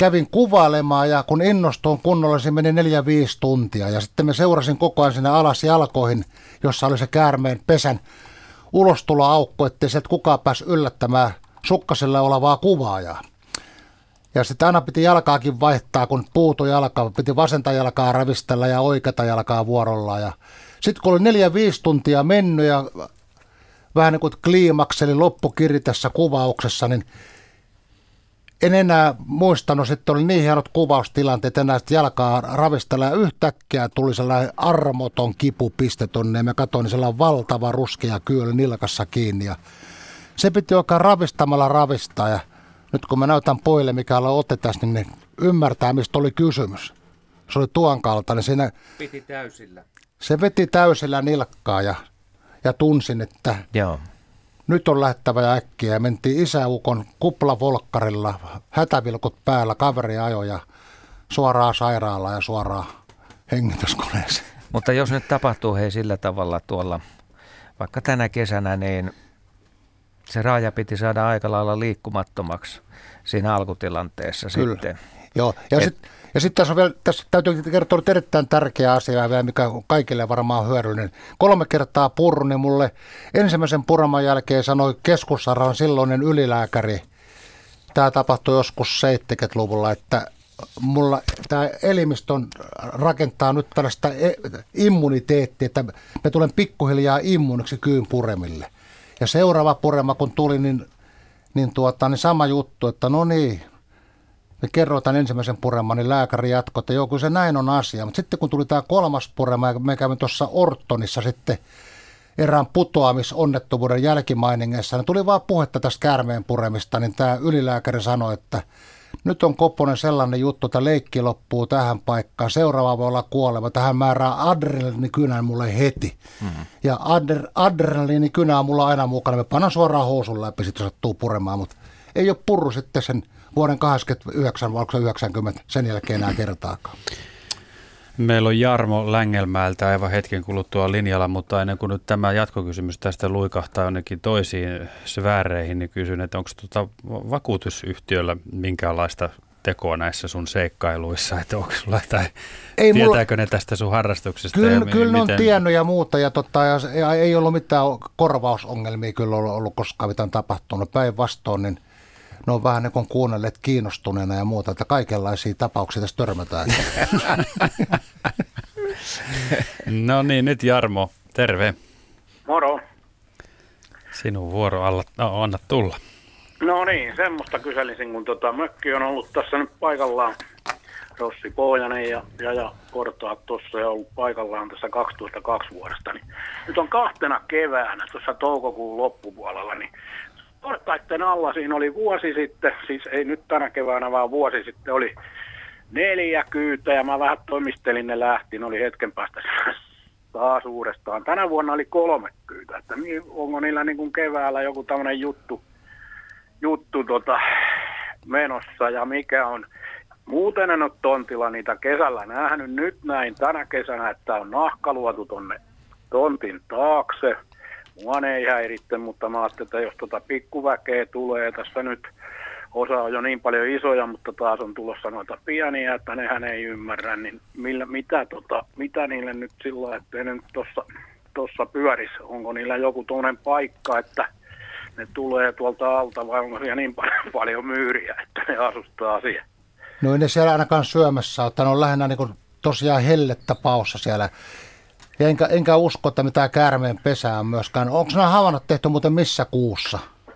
kävin kuvailemaan ja kun innostuin kunnolla, se meni neljä viisi tuntia. Ja sitten me seurasin koko ajan sinne alas jalkoihin, jossa oli se käärmeen pesän ulostuloaukko, ettei sieltä kukaan pääsi yllättämään sukkasella olevaa kuvaajaa. Ja sitten aina piti jalkaakin vaihtaa, kun puutui jalkaa, piti vasenta jalkaa ravistella ja oikeata jalkaa vuorollaan. Ja sitten kun oli neljä viisi tuntia mennyt ja vähän niin kuin kliimaksi, eli loppukiri tässä kuvauksessa, niin en enää muistanut, sitten oli niin hienot kuvaustilanteet, enää sitten jalkaa ravistella ja yhtäkkiä tuli sellainen armoton kipupiste tonne ja mä katsoin, niin sellainen valtava ruskea kyy oli nilkassa kiinni ja se piti oikein ravistamalla ravistaa ja nyt kun mä näytän poille, mikä on ote tässä, niin ne ymmärtää, mistä oli kysymys. Se oli tuon kaltainen. Siinä piti täysillä. Se veti täysillä nilkkaa ja, ja tunsin, että Joo. nyt on lähdettävä ja äkkiä. Mentiin isäukon kuplavolkkarilla, hätävilkut päällä, kaveri ajoi ja suoraan sairaalaan ja suoraan hengityskoneeseen. Mutta jos nyt tapahtuu hei sillä tavalla tuolla, vaikka tänä kesänä, niin se raaja piti saada aika lailla liikkumattomaksi siinä alkutilanteessa. Kyllä. Sitten. Joo, ja Et... sitten ja sit tässä, on vielä, tässä täytyy kertoa nyt erittäin tärkeä asia, vielä, mikä on kaikille varmaan hyödyllinen. Kolme kertaa purru, niin mulle ensimmäisen puraman jälkeen sanoi keskussairaalan silloinen ylilääkäri, tämä tapahtui joskus seitsemänkymmentäluvulla, että mulla tämä elimistö rakentaa nyt tällaista immuniteettia, että me tulen pikkuhiljaa immuuniksi kyyn puremille. Ja seuraava purema, kun tuli, niin, niin, tuota, niin sama juttu, että no niin, me kerroin tämän ensimmäisen pureman, niin lääkäri jatkoi, että joo, kyllä se näin on asia. Mutta sitten kun tuli tämä kolmas purema, ja me kävin tuossa Ortonissa sitten erään putoamisonnettomuuden jälkimainingeissa, niin tuli vaan puhetta tästä käärmeen puremista, niin tämä ylilääkäri sanoi, että nyt on Kopponen sellainen juttu, että leikki loppuu tähän paikkaan, seuraava voi olla kuolema, tähän määrää adrenaliinikynän mulle heti. Mm-hmm. Ja adre, adrenaliinikynä on mulla aina mukana, me pannaan suoraan housun läpi, sitten sattuu puremaan, mutta ei ole purru sitten sen vuoden kahdeksankymmentäyhdeksän vai yhdeksänkymmentä sen jälkeen enää kertaakaan. Meillä on Jarmo Längelmäeltä aivan hetken kuluttua linjalla, mutta ennen kuin nyt tämä jatkokysymys tästä luikahtaa jonnekin toisiin sfääreihin, niin kysyn, että onko tuota vakuutusyhtiöllä minkäänlaista tekoa näissä sun seikkailuissa, että onko sulla tai ei tietääkö mulla... ne tästä sun harrastuksesta? Kyllä, ja kyllä miten... ne on tiennyt ja muuta, ja, tota, ja ei ollut mitään korvausongelmia kyllä ollut, ollut koskaan mitään tapahtunut. Päinvastoin, niin ne on vähän niin kuin kuunnelleet kiinnostuneena ja muuta, että kaikenlaisia tapauksia tässä törmätään. No niin, nyt Jarmo, terve. Moro. Sinun vuoro, alla, no, anna tulla. No niin, semmoista kyselisin, kun tota, mökki on ollut tässä nyt paikallaan. Rossi Pohjanen ja, ja, ja Kortaat tuossa ja ollut paikallaan tässä kaksituhattakaksi vuodesta. Niin nyt on kahtena keväänä tuossa toukokuun loppupuolella, niin Kortaitten alla siinä oli vuosi sitten, siis ei nyt tänä keväänä, vaan vuosi sitten oli neljä kyytä ja mä vähän toimistelin, ne lähti, ne oli hetken päästä taas uudestaan. Tänä vuonna oli kolme kyytä, että niin, onko niillä niin kuin keväällä joku tämmöinen juttu, juttu tota, menossa ja mikä on. Muuten en ole tontilla niitä kesällä nähnyt, nyt näin tänä kesänä, että on nahka luotu tonne tontin taakse. Mua ne ei häiritte, mutta mä ajattelin, että jos tota pikkuväkeä tulee, tässä nyt osa on jo niin paljon isoja, mutta taas on tulossa noita pieniä, että nehän ei ymmärrä, niin millä, mitä, tota, mitä niille nyt sillä, että ne nyt tossa, tossa pyörisi, onko niillä joku tuollainen paikka, että ne tulee tuolta alta vai onko siellä niin paljon, paljon myyriä, että ne asustaa siellä? No ei ne siellä ainakaan syömässä, että ne on lähinnä niin kuin tosiaan hellettä paossa siellä. Ja enkä, enkä usko, että mitään käärmeen pesää on myöskään. Onko nämä havainnot tehty muuten missä kuussa?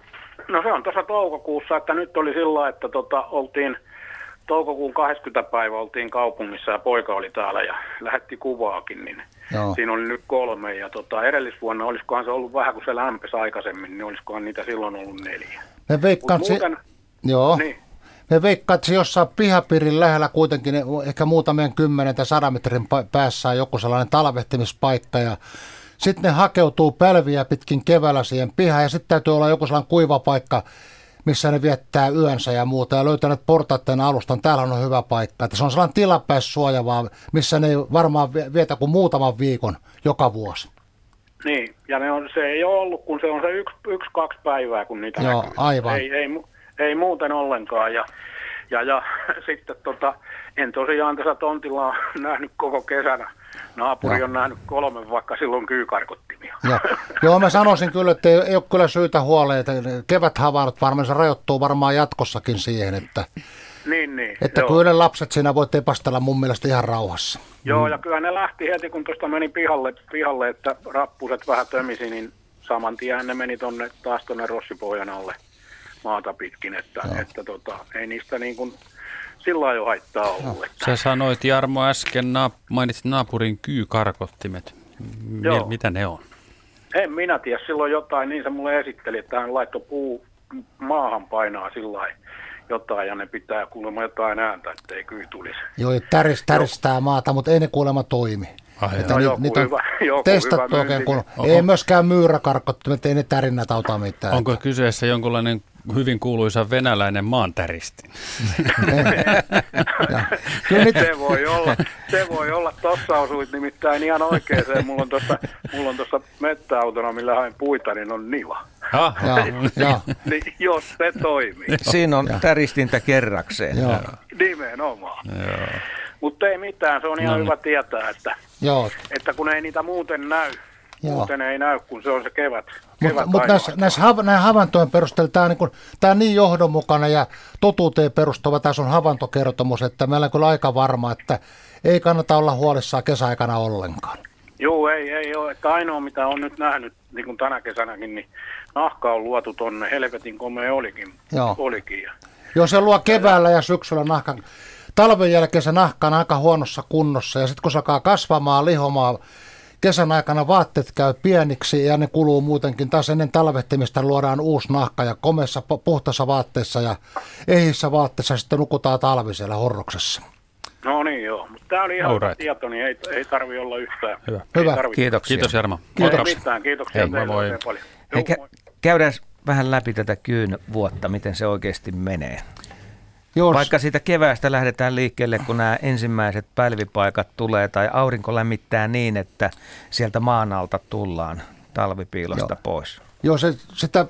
No se on tuossa toukokuussa, että nyt oli sillä, että tota, oltiin toukokuun kahdeskymmenes päivä oltiin kaupungissa ja poika oli täällä ja lähetti kuvaakin, niin joo. Siinä oli nyt kolme. Ja tota, edellisvuonna olisikohan se ollut vähän, kun se lämpesi aikaisemmin, niin olisikohan niitä silloin ollut neljä. Me veikkaan, muuten, se... Joo. Niin. Me veikkaan, että se jossain pihapiirin lähellä kuitenkin ehkä muutamien kymmenen tai sadan metrin päässä on joku sellainen talvehtimispaikka ja sitten ne hakeutuu pälviä pitkin keväällä siihen pihaan ja sitten täytyy olla joku sellainen kuiva paikka, missä ne viettää yönsä ja muuta ja löytää ne portaiden alustan. Täällä on hyvä paikka. Että se on sellainen tilapäissuoja vaan, missä ne ei varmaan vietä kuin muutaman viikon joka vuosi. Niin, ja ne on, se ei ole ollut, kun se on se yksi, yksi kaksi päivää, kun niitä joo, näkyy. Aivan. Ei, ei, ei muuten ollenkaan. Ja Ja, ja sitten tota, en tosiaan tässä tontilla nähnyt koko kesänä. Naapuri Joo. on nähnyt kolmen, vaikka silloin kyykarkottimia. Joo. Joo, mä sanoisin kyllä, että ei, ei ole kyllä syytä huoleen, että keväthavainnot varmaan se rajoittuu varmaan jatkossakin siihen, että, Niin, niin. että joo. kyllä ne lapset siinä voi tepastella mun mielestä ihan rauhassa. Joo, ja kyllä ne lähti heti, kun tuosta meni pihalle, pihalle, että rappuset vähän tömisi, niin saman tien ne meni tonne, taas tuonne Rossipohjan alle maata pitkin, että, että tota, ei niistä niin kuin sillä lailla haittaa ollut. Että. Sä sanoit, Jarmo, äsken, naap- mainitsit naapurin kyykarkottimet. M- Joo. Mitä ne on? En minä tiedä, silloin jotain, niin se mulle esitteli, että hän laittoi puu maahan painaa sillä lailla jotain, ja ne pitää kuulemma jotain ääntä, ettei kyy tulisi. Joo, täris, täristää maata, mutta ei ne kuulemma toimi. Ai, Että No ni- joku niitä on hyvä- joku testattu hyvä oikein, kun myynti. ei myöskään myyräkarkottimet, ei ne tärinnät auta mitään. Onko kyseessä jonkunlainen hyvin kuuluisa venäläinen maantäristin? Ja, kyllä niitä, Se voi olla, se voi olla. Tossa osuit nimittäin ihan oikeeseen. Mulla on tuossa, mulla on tuossa mettäautona, millä hain puita, niin on niva. Ah, joo, joo, Niin jos se toimii. Siinä on täristintä kerrakseen. joo, Nimenomaan. joo. Mutta ei mitään, se on ihan No niin. hyvä tietää, että, joo. että kun ei niitä muuten näy, Joo. muuten ei näy, kun se on se kevät. Mutta kevät mut näissä, näissä hava, näin havaintojen perusteella tämä on, niin kuin, tää on niin johdonmukainen ja totuuteen perustuva tämä sun havaintokertomus, että meillä on kyllä aika varma, että ei kannata olla huolissaan kesäaikana ollenkaan. Joo, ei, ei ole. Että ainoa, mitä on nyt nähnyt, niin kuin tänä kesänäkin, niin nahka on luotu tonne. Helvetin komea olikin. Joo. olikin. Ja Jos se luo keväällä ja syksyllä nahkan, talven jälkeen se nahka on aika huonossa kunnossa ja sitten kun se alkaa kasvamaan, lihomaan, kesän aikana vaatteet käy pieniksi ja ne kuluu muutenkin. Taas ennen talvehtimista luodaan uusi nahka ja komeassa puhtaassa vaatteessa ja ehissä vaatteessa sitten nukutaan talvisella horroksessa. No niin, joo. Mutta tämä oli ihan All hyvä right. tieto, niin ei, ei tarvi olla yhtään. Hyvä. Ei Hyvä. tarvitse. Kiitoksia. Kiitos, Jarmo. Ei Moikka. mitään, kiitoksia Hei, teille moi moi. oikein paljon. Hei, Joo, kä- moi. käydään vähän läpi tätä kyyn vuotta, miten se oikeasti menee. Jos, Vaikka siitä keväästä lähdetään liikkeelle, kun nämä ensimmäiset pälvipaikat tulee tai aurinko lämmittää niin, että sieltä maan alta tullaan talvipiilosta Joo. pois. jos se, sitä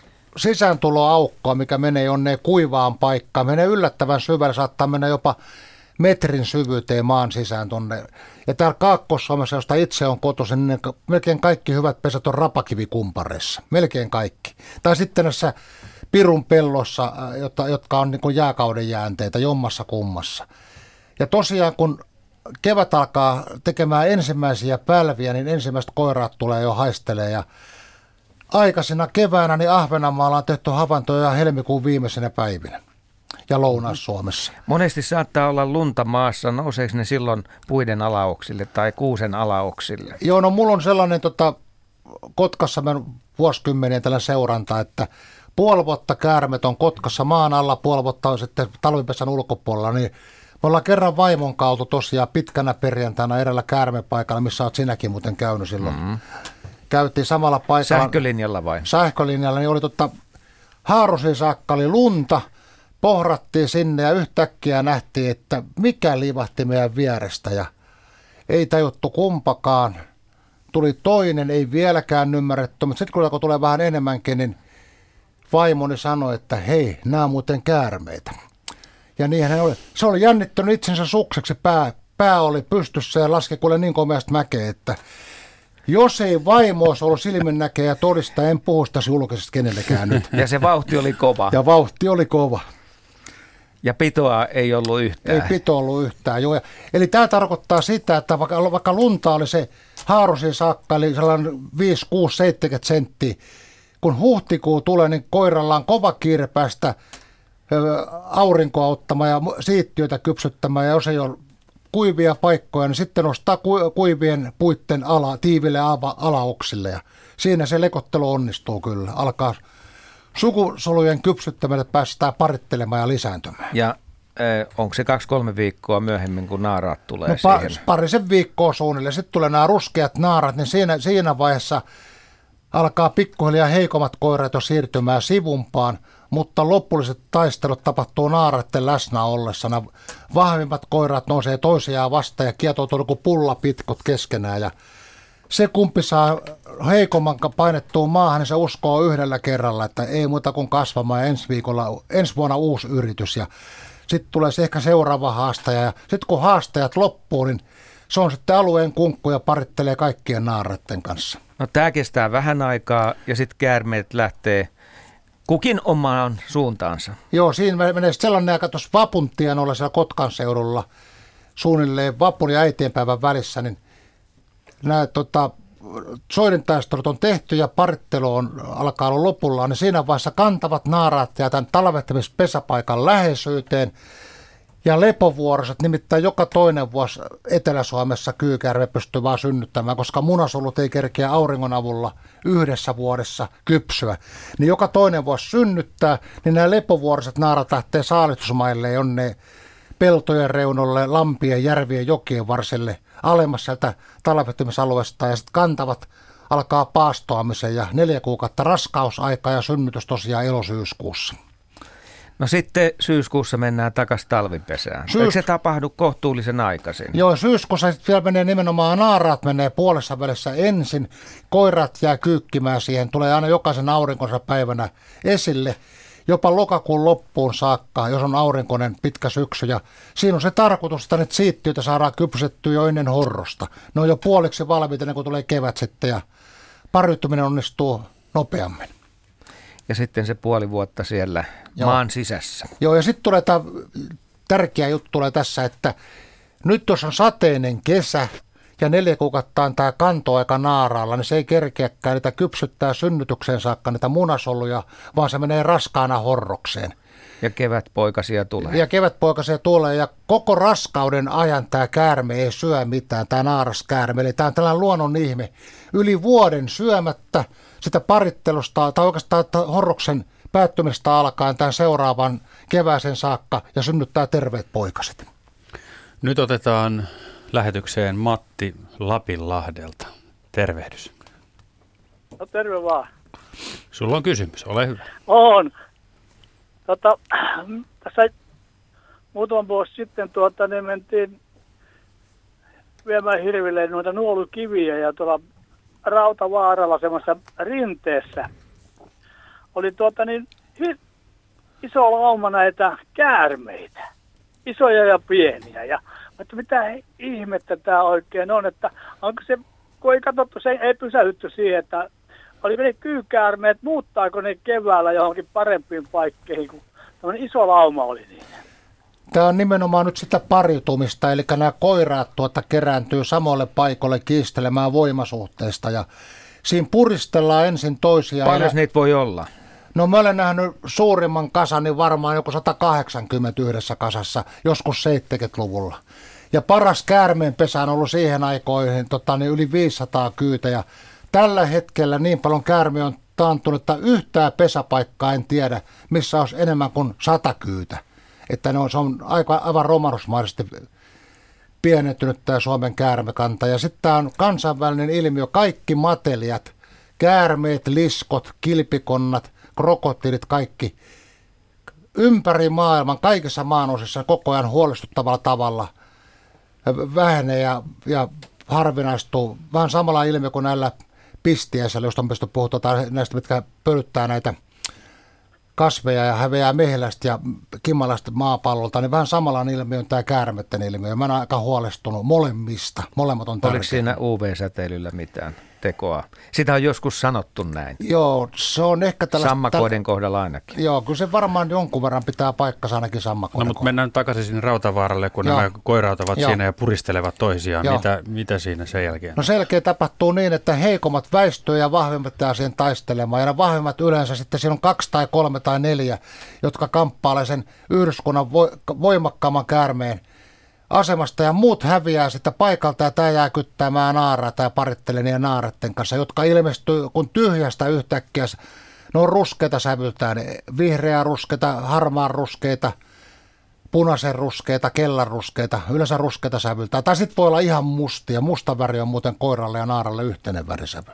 sisääntuloaukkoa, mikä menee jonne kuivaan paikkaan, menee yllättävän syvälle, saattaa mennä jopa metrin syvyyteen maan sisään tonne. Ja täällä Kaakkois-Suomessa, josta itse on kotoisin, niin melkein kaikki hyvät pesät on rapakivikumpareissa. Melkein kaikki. Tai sitten näissä Pirun pellossa, jotka, jotka on niin kuin jääkauden jäänteitä jommassa kummassa. Ja tosiaan, kun kevät alkaa tekemään ensimmäisiä pälviä, niin ensimmäiset koiraat tulee jo haistelee. Ja aikaisena keväänä niin Ahvenanmaalla on tehty havaintoja helmikuun viimeisenä päivinä. Ja Lounais-Suomessa. Monesti saattaa olla lunta maassa, nouseeko ne silloin puiden alaoksille tai kuusen alaoksille? Joo, no mulla on sellainen tota, Kotkassa mä vuosikymmenien tällä seuranta, että puoli vuotta käärmet on Kotkassa maan alla, puoli vuotta on sitten talvipesän ulkopuolella, niin me ollaan kerran vaimon kautta tosiaan pitkänä perjantaina erällä käärmepaikalla, missä olet sinäkin muuten käynyt silloin. Mm-hmm. Käytiin samalla paikalla. Sähkölinjalla vai? Sähkölinjalla, niin oli totta, Haarusiin saakka oli lunta, pohrattiin sinne ja yhtäkkiä nähtiin, että mikä livahti meidän vierestä ja ei tajuttu kumpakaan. Tuli toinen, ei vieläkään ymmärretty, mutta sitten kun tulee vähän enemmänkin, niin vaimoni sanoi, että hei, nämä on muuten käärmeitä. Ja niinhän hän oli. Se oli jännittänyt itsensä sukseksi, pää, pää oli pystyssä ja laski kuule niin komeasta mäkeä, että jos ei vaimo olisi ollut silminnäkejä ja todista, en puhu sitä julkisesti kenellekään nyt. Ja se vauhti oli kova. Ja vauhti oli kova. Ja pitoa ei ollut yhtään. Ei pito ollut yhtään, joo. Eli tämä tarkoittaa sitä, että vaikka, vaikka lunta oli se Haarusin saakka, eli sellainen viisi, kuusi, seitsemänkymmentä senttiä, kun huhtikuu tulee, niin koiralla on kova kiire päästä ö, aurinkoa ottamaan ja siittiöitä kypsyttämään, ja jos ei ole kuivia paikkoja, niin sitten nostaa ku, kuivien puitten ala, tiiville ala, alaoksille, ja siinä se lekottelu onnistuu kyllä. Alkaa sukusolujen kypsyttämällä päästään parittelemaan ja lisääntymään. Ja äh, onko se kaksi-kolme viikkoa myöhemmin, kun naaraat tulee No pa- siihen? parisen viikkoa suunnilleen. Sitten tulee nämä ruskeat naarat, niin siinä, siinä vaiheessa alkaa pikkuhiljaa heikommat koirat jo siirtymään sivumpaan, mutta lopulliset taistelut tapahtuu naaraiden läsnä ollessa. Nämä vahvimmat koirat nousee toisiaan vastaan ja kietoutuu kuin pullapitkot keskenään. Ja se kumpi saa heikomman painettua maahan, niin se uskoo yhdellä kerralla, että ei muuta kuin kasvamaan ja ensi, viikolla, ensi vuonna uusi yritys. Ja sitten tulee se ehkä seuraava haastaja ja sitten kun haastajat loppuu, niin se on sitten alueen kunkku ja parittelee kaikkien naaraiden kanssa. No tämä kestää vähän aikaa ja sitten käärmeet lähtee kukin omaan suuntaansa. Joo, siinä menee sellainen aika tuossa Vapun tienoilla siellä Kotkan seudulla, suunnilleen Vapun ja äitienpäivän välissä, niin nämä tota, soidintaistelut on tehty ja parittelu on, alkaa olla lopullaan, niin siinä vaiheessa kantavat naaraat ja tämän talvehtamispesäpaikan läheisyyteen ja lepovuoroset, nimittäin joka toinen vuosi Etelä-Suomessa kyykäärme pystyy vaan synnyttämään, koska munasolut ei kerkeä auringon avulla yhdessä vuodessa kypsyä. Niin joka toinen vuosi synnyttää, niin nämä lepovuoroset naarat lähtee saalistusmaille jonne peltojen reunolle, lampien, järvien, jokien varsille alemmas sieltä talvehtimisalueesta ja sitten kantavat alkaa paastoamisen ja neljä kuukautta raskausaika ja synnytys tosiaan elosyyskuussa. No sitten syyskuussa mennään takaisin talvipesään. Syys... Eikö se tapahdu kohtuullisen aikaisin? Joo, syyskuussa sitten vielä menee nimenomaan naaraat menee puolessa välissä ensin. Koirat jää kyykkimään siihen, tulee aina jokaisen aurinkonsa päivänä esille. Jopa lokakuun loppuun saakka, jos on aurinkoinen pitkä syksy. Ja siinä on se tarkoitus, että nyt siittiöitä saadaan kypsytettyä jo ennen horrosta. Ne on jo puoliksi valmiita, ennen kuin tulee kevät sitten ja pariutuminen onnistuu nopeammin. Ja sitten se puoli vuotta siellä Joo. maan sisässä. Joo, ja sitten tulee tämä tärkeä juttu tulee tässä, että nyt jos on sateinen kesä ja neljä kuukautta on tämä kantoaika naaraalla, niin se ei kerkeäkään niitä kypsyttää synnytykseen saakka niitä munasoluja, vaan se menee raskaana horrokseen. Ja kevätpoikasia tulee. Ja kevätpoikasia tulee ja koko raskauden ajan tämä käärme ei syö mitään, tämä naaraskäärme. Eli tämä on tällainen luonnon ihme. Yli vuoden syömättä sitä parittelusta tai oikeastaan horroksen päättymistä alkaen tämän seuraavan kevääsen saakka ja synnyttää terveet poikaset. Nyt otetaan lähetykseen Matti Lapinlahdelta. Tervehdys. No terve vaan. Sulla on kysymys, ole hyvä. On. Tota, tässä muutaman vuosi sitten tuota, niin mentiin viemään hirville noita nuolukiviä ja tuolla Rautavaaralla semmoisessa rinteessä oli tuota niin hi- iso lauma näitä käärmeitä. Isoja ja pieniä. Ja mutta mitä ihmettä tämä oikein on, että onko se, kun ei katsottu, se ei pysähdytty siihen, että oli ne kyykäärmeet, muuttaako ne keväällä johonkin parempiin paikkeihin, kun tämmöinen iso lauma oli niin. Tämä on nimenomaan nyt sitä pariutumista, eli nämä koiraat tuota kerääntyy samoille paikoille kiistelemään voimasuhteista ja siinä puristellaan ensin toisiaan. Paljon niitä voi olla? No mä olen nähnyt suurimman kasan, niin varmaan joku sata kahdeksankymmentä yhdessä kasassa, joskus seitsemänkymmentäluvulla. Ja paras käärmeenpesä on ollut siihen aikoihin tota, niin yli viisisataa kyytä ja tällä hetkellä niin paljon käärme on taantunut, että yhtään pesäpaikkaa en tiedä, missä olisi enemmän kuin sata kyytä. Että ne on, se on aika, aivan romahdusmaisesti pienentynyt tämä Suomen käärmekanta. Ja sitten tämä on kansainvälinen ilmiö, kaikki matelijat, käärmeet, liskot, kilpikonnat, krokotiilit, kaikki ympäri maailman, kaikissa maanosissa koko ajan huolestuttavalla tavalla vähenee ja, ja harvinaistuu. Vähän samalla ilmiö kuin näillä pistiäisillä, josta on pysty puhutaan näistä, mitkä pölyttää näitä kasveja ja häveää mehiläistä ja kimalaista maapallolta, niin vähän samalla ilmiö on tämä käärmetten ilmiö. Mä oon aika huolestunut molemmista. Molemmat on tärkeitä. Oliko siinä U V-säteilyllä mitään tekoa? Sitä on joskus sanottu näin. Joo, se on ehkä tällaista... Sammakoiden kohdalla ainakin. Joo, kyllä se varmaan jonkun verran pitää paikkansa ainakin sammakoiden. No, mutta mennään takaisin sinne Rautavaaralle, kun Joo. nämä koiraat ovat Joo. siinä ja puristelevat toisiaan. Mitä, mitä siinä sen jälkeen? No selkeä tapahtuu niin, että heikommat väistyy ja vahvimmat jää siihen taistelemaan. Ja ne vahvimmat yleensä sitten siinä on kaksi tai kolme tai neljä, jotka kamppailee sen yhdyskunnan voimakkaamman käärmeen asemasta ja muut häviää sitten paikalta ja tämä jää kyttämään naaraa tai parittelee niiden naaratten kanssa, jotka ilmestyy kun tyhjästä yhtäkkiä. Ne on ruskeita sävyltään, vihreää ruskeita, harmaan ruskeita, punaisen ruskeita, kellan ruskeita, yleensä ruskeita sävyltään. Tai sitten voi olla ihan mustia. Musta väri on muuten koiralle ja naaralle yhteinen värisävy.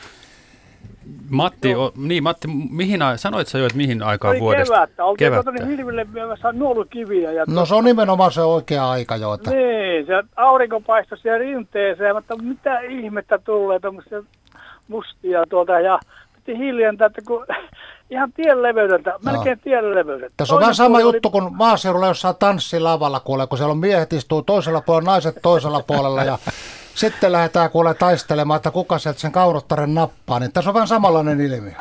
Matti, o, niin Matti, mihin, sanoit sä jo, että mihin aikaan oli vuodesta? Kevättä. Oltiin tuota hirville viemässä nuolukiviä. Ja no se on nimenomaan se oikea aika jo. Että... Niin, se aurinko paistoi siellä rinteeseen, mutta mitä ihmettä tulee tämmöisiä mustia tuolta. Ja piti hiljentää, että kun ihan tien leveydeltä, melkein tien leveydeltä. Tässä on vähän sama juttu kuin maaseudulla jossain tanssilavalla, kuule, kun siellä on miehet istuu toisella puolella, naiset toisella puolella ja sitten lähdetään kuule taistelemaan, että kuka sieltä sen kaunottaren nappaa, niin tässä on vähän samanlainen ilmiö.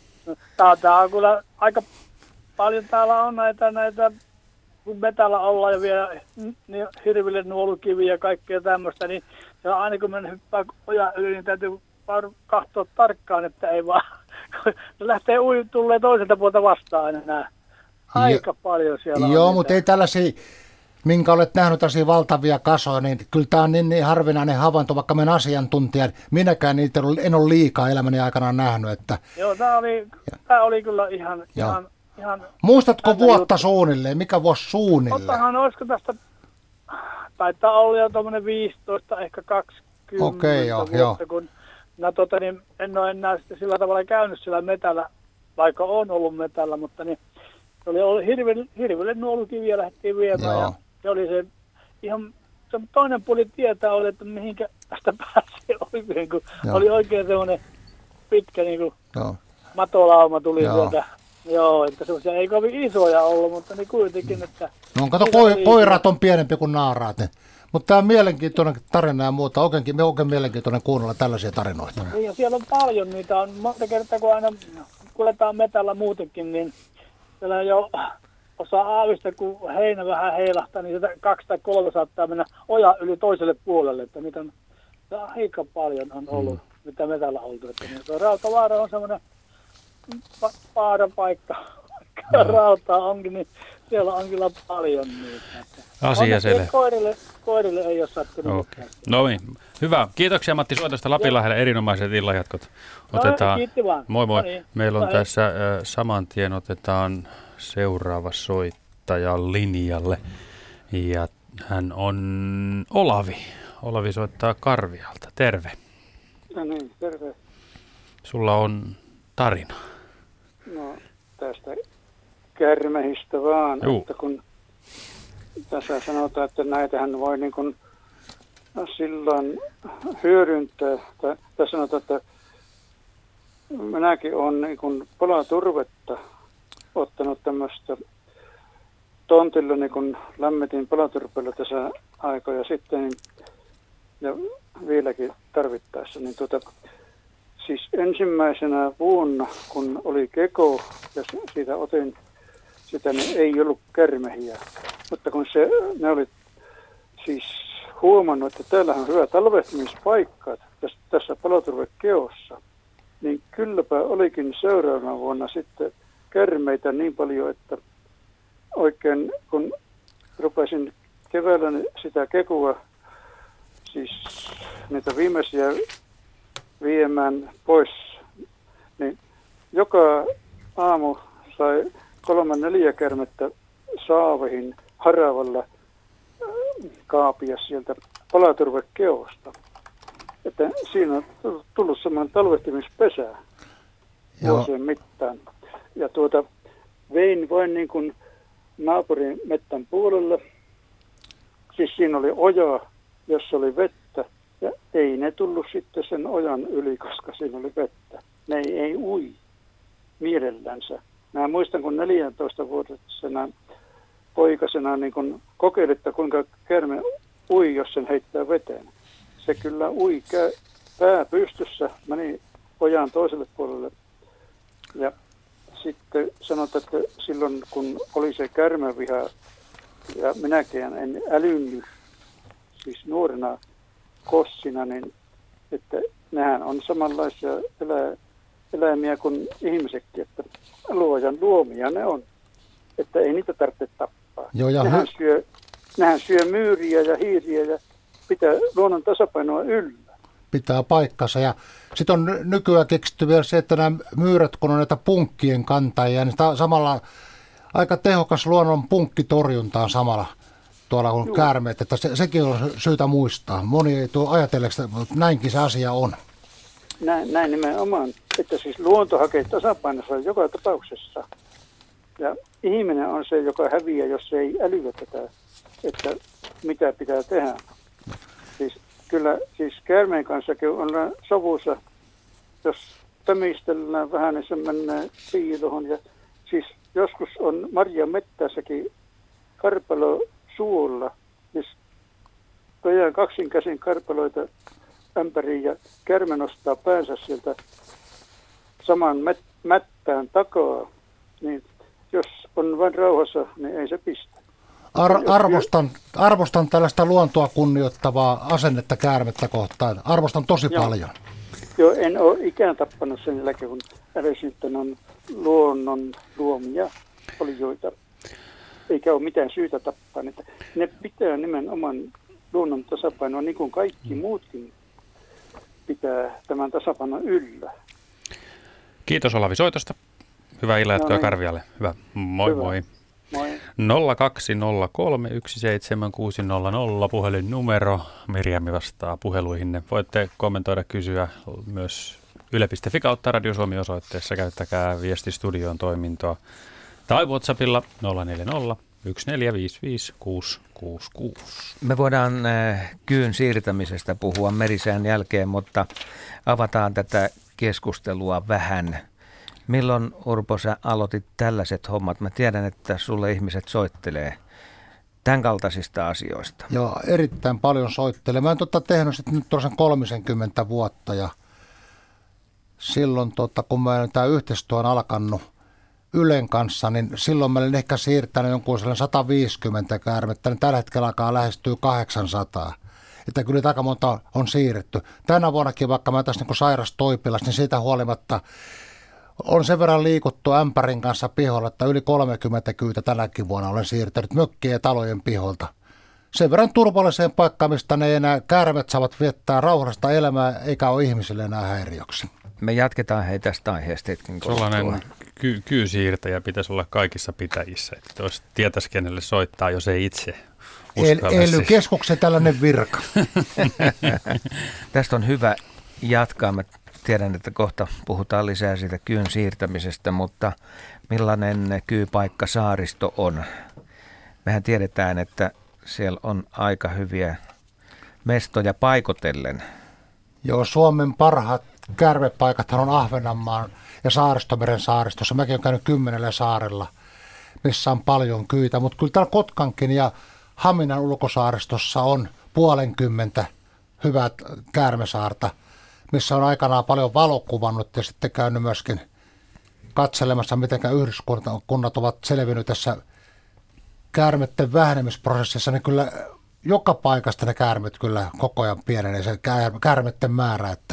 Tämä on kyllä aika paljon täällä on näitä, näitä kun me täällä ollaan ja vielä niin hirville nuolukiviä ja kaikkea tämmöistä, niin ja aina kun mennään hyppää ojan yli, niin täytyy katsoa tarkkaan, että ei vaan, se lähtee ui, tulee toiselta puolta vastaan aina nämä. Aika jo, paljon siellä on. Joo, mutta ei tällaisia, minkä olet nähnyt tällaisia valtavia kasoja, niin kyllä tämä on niin, niin harvinainen havainto, vaikka minä asiantuntijan, minäkään niitä en ole liikaa elämäni aikana nähnyt. Että... Joo, tämä oli, tämä oli kyllä ihan... ihan Ihan muistatko vuotta juttu. Suunnilleen? Mikä vuosi suunnilleen? Ottahan, olisiko tästä, taitaa olla jo tuommoinen viisitoista, ehkä kaksikymmentä okay, joo, vuotta, joo. kun mä, tota, niin, en ole enää sitten sillä tavalla käynyt sillä metällä, vaikka on ollut metällä, mutta niin, se oli, oli hirveelle, hirveelle nuolukiviä lähdettiin viemään joo. Ja se oli se ihan, se toinen puoli tietää oli, että mihinkä tästä pääsee oikein, kun joo. Oli oikein semmoinen pitkä niin kuin joo. matolauma tuli joo. Sieltä. Joo, että semmoisia ei kovin isoja ollut, mutta niin kuitenkin, että... No kato, koi, koirat on pienempi kuin naaraat. Mutta tämä on mielenkiintoinen tarina ja muuta. Oikeinkin me oikein mielenkiintoinen kuunnella tällaisia tarinoita. Niin, ja siellä on paljon niitä. On monta kertaa, kun aina kuljetaan metällä muutenkin, niin siellä jo osaa aavista, kun heinä vähän heilahtaa, niin sitä kaksi tai kolme saattaa mennä oja yli toiselle puolelle. Että mitä on, aika paljon on ollut, mm. mitä metällä on oltu. Että niin, Rautavaara on semmoinen... Pa- paarapaikka, no. Rautaa onkin, niin siellä on kyllä paljon niitä. Asia selvä. Koirille, koirille ei ole sattunut. Okay. No niin, hyvä. Kiitoksia Matti soitosta Lapinlahdelle, erinomaiset illanjatkot. Otetaan, no, kiitti vaan. Moi moi. No niin. Meillä on no, tässä äh, saman tien otetaan seuraava soittaja linjalle. Ja hän on Olavi. Olavi soittaa Karvialta. Terve. No niin, terve. Sulla on tarina. No tästä kärmehistä vaan, Juu. Että kun tässä sanotaan, että näitähän voi niin kuin silloin hyödyntää, tai tässä sanotaan, että minäkin olen niin kuin palaturvetta ottanut tämmöistä tontilla, niin kun lämmitin palaturpeella tässä aikoja sitten ja vieläkin tarvittaessa, niin tuota siis ensimmäisenä vuonna, kun oli keko ja siitä otin sitä, niin ei ollut kärmehiä. Mutta kun se, ne oli siis huomannut, että täällä on hyvä talvehtimispaikka tässä, tässä paloturvekeossa, niin kylläpä olikin seuraavana vuonna sitten kärmeitä niin paljon, että oikein kun rupesin keväällä sitä kekua, siis niitä viimeisiä viemään pois, niin joka aamu sai kolme neljä kärmettä saaveihin haravalla kaapia sieltä palaturvekeosta. Että siinä on tullut semmoinen talvehtimispesä vuosien mittaan. Ja tuota, vein vain niin kuin naapurin mettän puolelle. Siis siinä oli oja, jossa oli vettä. Ja ei ne tullut sitten sen ojan yli, koska siinä oli vettä. Ne ei, ei ui mielellänsä. Mä muistan, kun neljätoistavuotisena poikasena niin kun kokeilin, että kuinka käärme ui, jos sen heittää veteen. Se kyllä ui pää pystyssä, meni ojan toiselle puolelle. Ja sitten sanotaan, että silloin kun oli se käärmeviha, ja minäkin en älynnyt, siis nuorena kossina, niin että nehän on samanlaisia elä, eläimiä kuin ihmisetkin, että luojan luomia ne on, että ei niitä tarvitse tappaa. Joo, ja nehän, hy- syö, nehän syö myyriä ja hiiriä ja pitää luonnon tasapainoa yllä. Pitää paikkansa. Ja sitten on nykyään keksitty vielä se, että nämä myyrät, kun on näitä punkkien kantajia, niin sitä samalla aika tehokas luonnon punkkitorjunta on samalla tuolla kuin käärmeet, että se, sekin on syytä muistaa. Moni ei tuo ajatelleeksi, mutta näinkin se asia on. Näin, näin nimenomaan, että siis luonto hakee tasapainossa joka tapauksessa. Ja ihminen on se, joka häviää, jos se ei älyä tätä, että mitä pitää tehdä. Siis kyllä, siis käärmeen kanssakin on sovussa, jos pömistellään vähän, niin se menee piiloon. Ja siis joskus on marjan mettässäkin karpalo suolla, siis tojaan kaksin käsin karpaloita ämpäriin ja kärme nostaa päänsä sieltä saman mät- mättään takaa, niin jos on vain rauhassa, niin ei se pistä. Ar- arvostan, arvostan tällaista luontoa kunnioittavaa asennetta käärmettä kohtaan. Arvostan tosi Joo. paljon. Joo, en ole ikään tappanut sen jälkeen, kun älysin, että ne on luonnon luomia olioita. Eikä ole mitään syytä tappaa niitä. Ne pitää nimenomaan luonnon tasapainoa, niin kuin kaikki muutkin pitää tämän tasapainon yllä. Kiitos Olavi soitosta. Hyvää illanjatkoa No niin. Karvialle. Hyvä. Moi Hyvä. moi. Moi. nolla kaksi nolla kolme yksi seitsemän kuusi nolla nolla puhelinnumero. Mirjami vastaa puheluihinne. Voitte kommentoida, kysyä myös yle piste fi kautta Radio Suomi -osoitteessa. Käyttäkää viestistudioon toimintoa. Tai WhatsAppilla nolla neljä nolla yksi neljä viisi viisi kuusi kuusi kuusi. Me voidaan äh, kyyn siirtämisestä puhua merisään jälkeen, mutta avataan tätä keskustelua vähän. Milloin, Urpo, sä aloitit tällaiset hommat? Mä tiedän, että sulle ihmiset soittelee tämän kaltaisista asioista. Joo, erittäin paljon soittelee. Mä oon tota tehnyt sitten nyt tuollaisen kolmekymmentä vuotta ja silloin tota, kun mä tämä yhteistyö on alkanut Ylen kanssa, niin silloin mä olin ehkä siirtänyt jonkun sellainen sata viisikymmentä käärmettä, niin tällä hetkellä alkaa lähestyä kahdeksansataa. Että kyllä aika monta on siirretty. Tänä vuonnakin, vaikka mä tässä niin sairas toipilas, niin siitä huolimatta on sen verran liikuttu ämpärin kanssa piholla, että yli kolmekymmentä kyytä tänäkin vuonna olen siirtänyt mökkien ja talojen piholta. Sen verran turvalliseen paikkaan, mistä ne enää käärmet saavat viettää rauhallista elämää, eikä ole ihmisille enää häiriöksi. Me jatketaan hei tästä aiheesta hetken Sellainen ky- kyysiirtäjä pitäisi olla kaikissa pitäjissä, että jos tietäisi kenelle soittaa, jos ei itse uskalla. El- Ely-keskuksen tällainen virka. Tästä on hyvä jatkaa. Mä tiedän, että kohta puhutaan lisää siitä kyyn siirtämisestä, mutta millainen kyypaikka saaristo on? Mehän tiedetään, että siellä on aika hyviä mestoja paikotellen. Joo, Suomen parhaat käärmepaikathan on Ahvenanmaan ja Saaristomeren saaristossa. Mäkin olen käynyt kymmenellä saarella, missä on paljon kyitä, mutta kyllä täällä Kotkankin ja Haminan ulkosaaristossa on puolenkymmentä hyvät käärmesaarta, missä on aikanaan paljon valokuvannut ja sitten käynyt myöskin katselemassa, miten yhdyskunnat ovat selvinnyt tässä käärmeiden vähenemisprosessissa, niin kyllä joka paikasta ne käärmet kyllä koko ajan pienenee, se käärmeiden määrä, että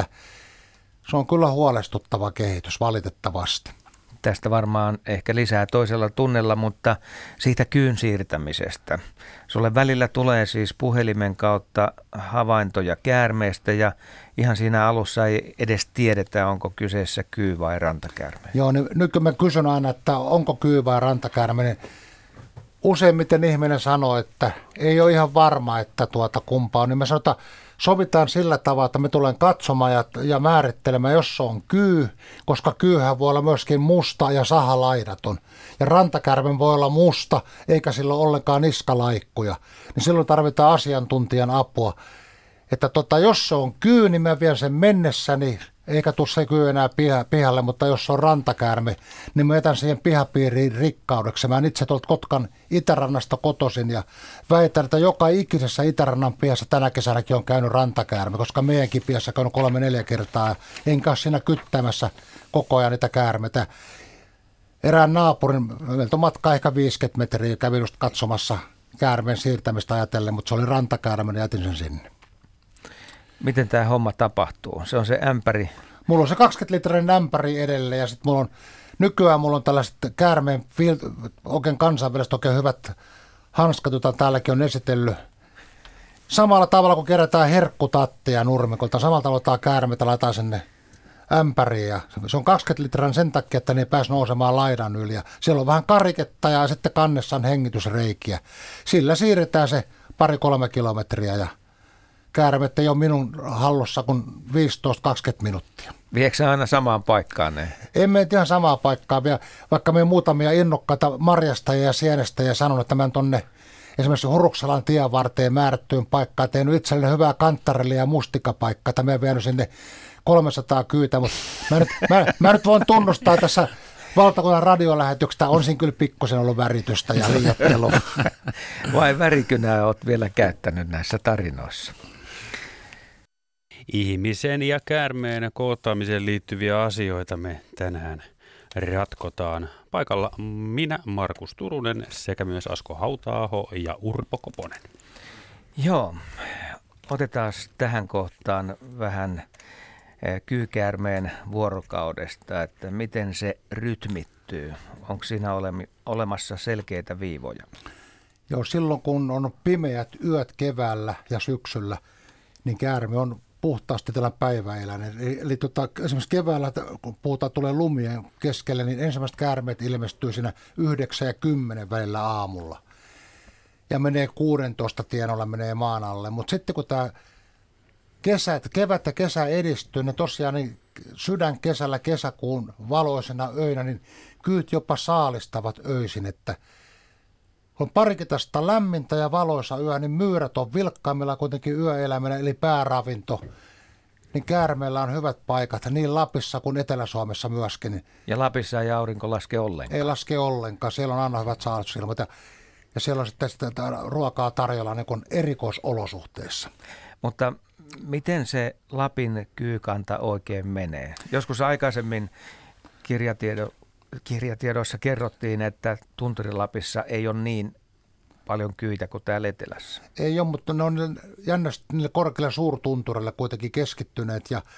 se on kyllä huolestuttava kehitys valitettavasti. Tästä varmaan ehkä lisää toisella tunnella, mutta siitä kyyn siirtämisestä. Sulle välillä tulee siis puhelimen kautta havaintoja käärmeestä ja ihan siinä alussa ei edes tiedetä, onko kyseessä kyy vai rantakäärme. Joo, niin nyt kun mä kysyn aina, että onko kyy vai rantakäärme, niin useimmiten ihminen sanoo, että ei ole ihan varma, että tuota kumpaa on. Niin me sanotaan, sovitaan sillä tavalla, että me tulen katsomaan ja, ja määrittelemään, jos se on kyy, koska kyyhän voi olla myöskin musta ja sahalaidaton. Ja rantakärmen voi olla musta, eikä sillä ole ollenkaan niskalaikkuja. Niin silloin tarvitaan asiantuntijan apua. Että tota, jos se on kyy, niin mä vien sen mennessäni, eikä tule se kyy enää pihalle, mutta jos se on rantakäärme, niin mä jätän siihen pihapiiriin rikkaudeksi. Mä itse tuolta Kotkan itärannasta kotoisin ja väitän, että joka ikisessä itärannan pihassa tänä kesänäkin on käynyt rantakäärme, koska meidänkin pihassa käynyt kolme neljä kertaa, enkä ole siinä kyttämässä koko ajan niitä käärmeitä. Erään naapurin, meiltä on matka ehkä viisikymmentä metriä, kävin just katsomassa käärmeen siirtämistä ajatellen, mutta se oli rantakäärme ja jätin sen sinne. Miten tämä homma tapahtuu? Se on se ämpäri. Mulla on se kaksikymmentä litran ämpäri edelleen ja sitten mulla on, nykyään mulla on tällaiset käärmeen, oikein kansainväliset oikein hyvät hanskat, joita täälläkin on esitellyt. Samalla tavalla kun kerätään herkkutatteja nurmikolta, samalla tavalla otetaan käärmeitä, laitetaan sinne ämpäriin. Ja se on kaksikymmentä litran sen takia, että ne ei pääse nousemaan laidan yli. Ja siellä on vähän kariketta ja sitten kannessa on hengitysreikiä. Sillä siirretään se pari-kolme kilometriä ja käärmet ei ole minun hallussa kuin viisitoista kaksikymmentä minuuttia. Viekö aina samaan paikkaan ne? Emme ihan samaa paikkaa vielä, vaikka me muutamia innokkaita marjastajia ja sienestäjiä sanon, että mä en tonne esimerkiksi Huruksalan tien varteen määrättyyn paikkaan tehnyt itselleni hyvää kanttarellia ja mustikapaikkaa, että mä en vienyt sinne kolmesataa kyytä, mutta mä nyt, mä, mä nyt voin tunnustaa tässä valtakunnan radiolähetyksestä, on siinä kyllä pikkusen ollut väritystä ja liioittelua. Vai värikynää olet vielä käyttänyt näissä tarinoissa? Ihmisen ja käärmeen kohtaamiseen liittyviä asioita me tänään ratkotaan. Paikalla minä, Markus Turunen, sekä myös Asko Hauta-aho ja Urpo Koponen. Joo, otetaan tähän kohtaan vähän kyykäärmeen vuorokaudesta, että miten se rytmittyy. Onko siinä ole, olemassa selkeitä viivoja? Joo, silloin kun on pimeät yöt keväällä ja syksyllä, niin käärme on puhtaasti tällainen päiväeläinen. Eli, eli tota, esimerkiksi keväällä, kun puhutaan tulee lumien keskelle, niin ensimmäiset käärmeet ilmestyy siinä yhdeksän ja kymmenen välillä aamulla. Ja menee kuusitoista tienolla menee maan alle. Mutta sitten kun tämä kesä, kevät ja kesä edistyy, niin tosiaan niin sydän kesällä kesäkuun valoisena öinä, niin kyyt jopa saalistavat öisin, että on parikymmentä lämmintä ja valoisa yö, niin myyrät on vilkkaimmilla kuitenkin yöelämänä, eli pääravinto. Niin käärmeillä on hyvät paikat, niin Lapissa kuin Etelä-Suomessa myöskin. Ja Lapissa ei aurinko laske ollenkaan? Ei laske ollenkaan, siellä on aina hyvät saalistusilmat ja, ja siellä on sitten sitä ruokaa tarjolla niin kuin erikoisolosuhteissa. Mutta miten se Lapin kyykanta oikein menee? Joskus aikaisemmin kirjatiedo Kirjatiedoissa kerrottiin, että Tunturi-Lapissa ei ole niin paljon kyitä kuin täällä etelässä. Ei ole, mutta ne on jännästi niille korkeille suurtunturille kuitenkin keskittyneet. Ja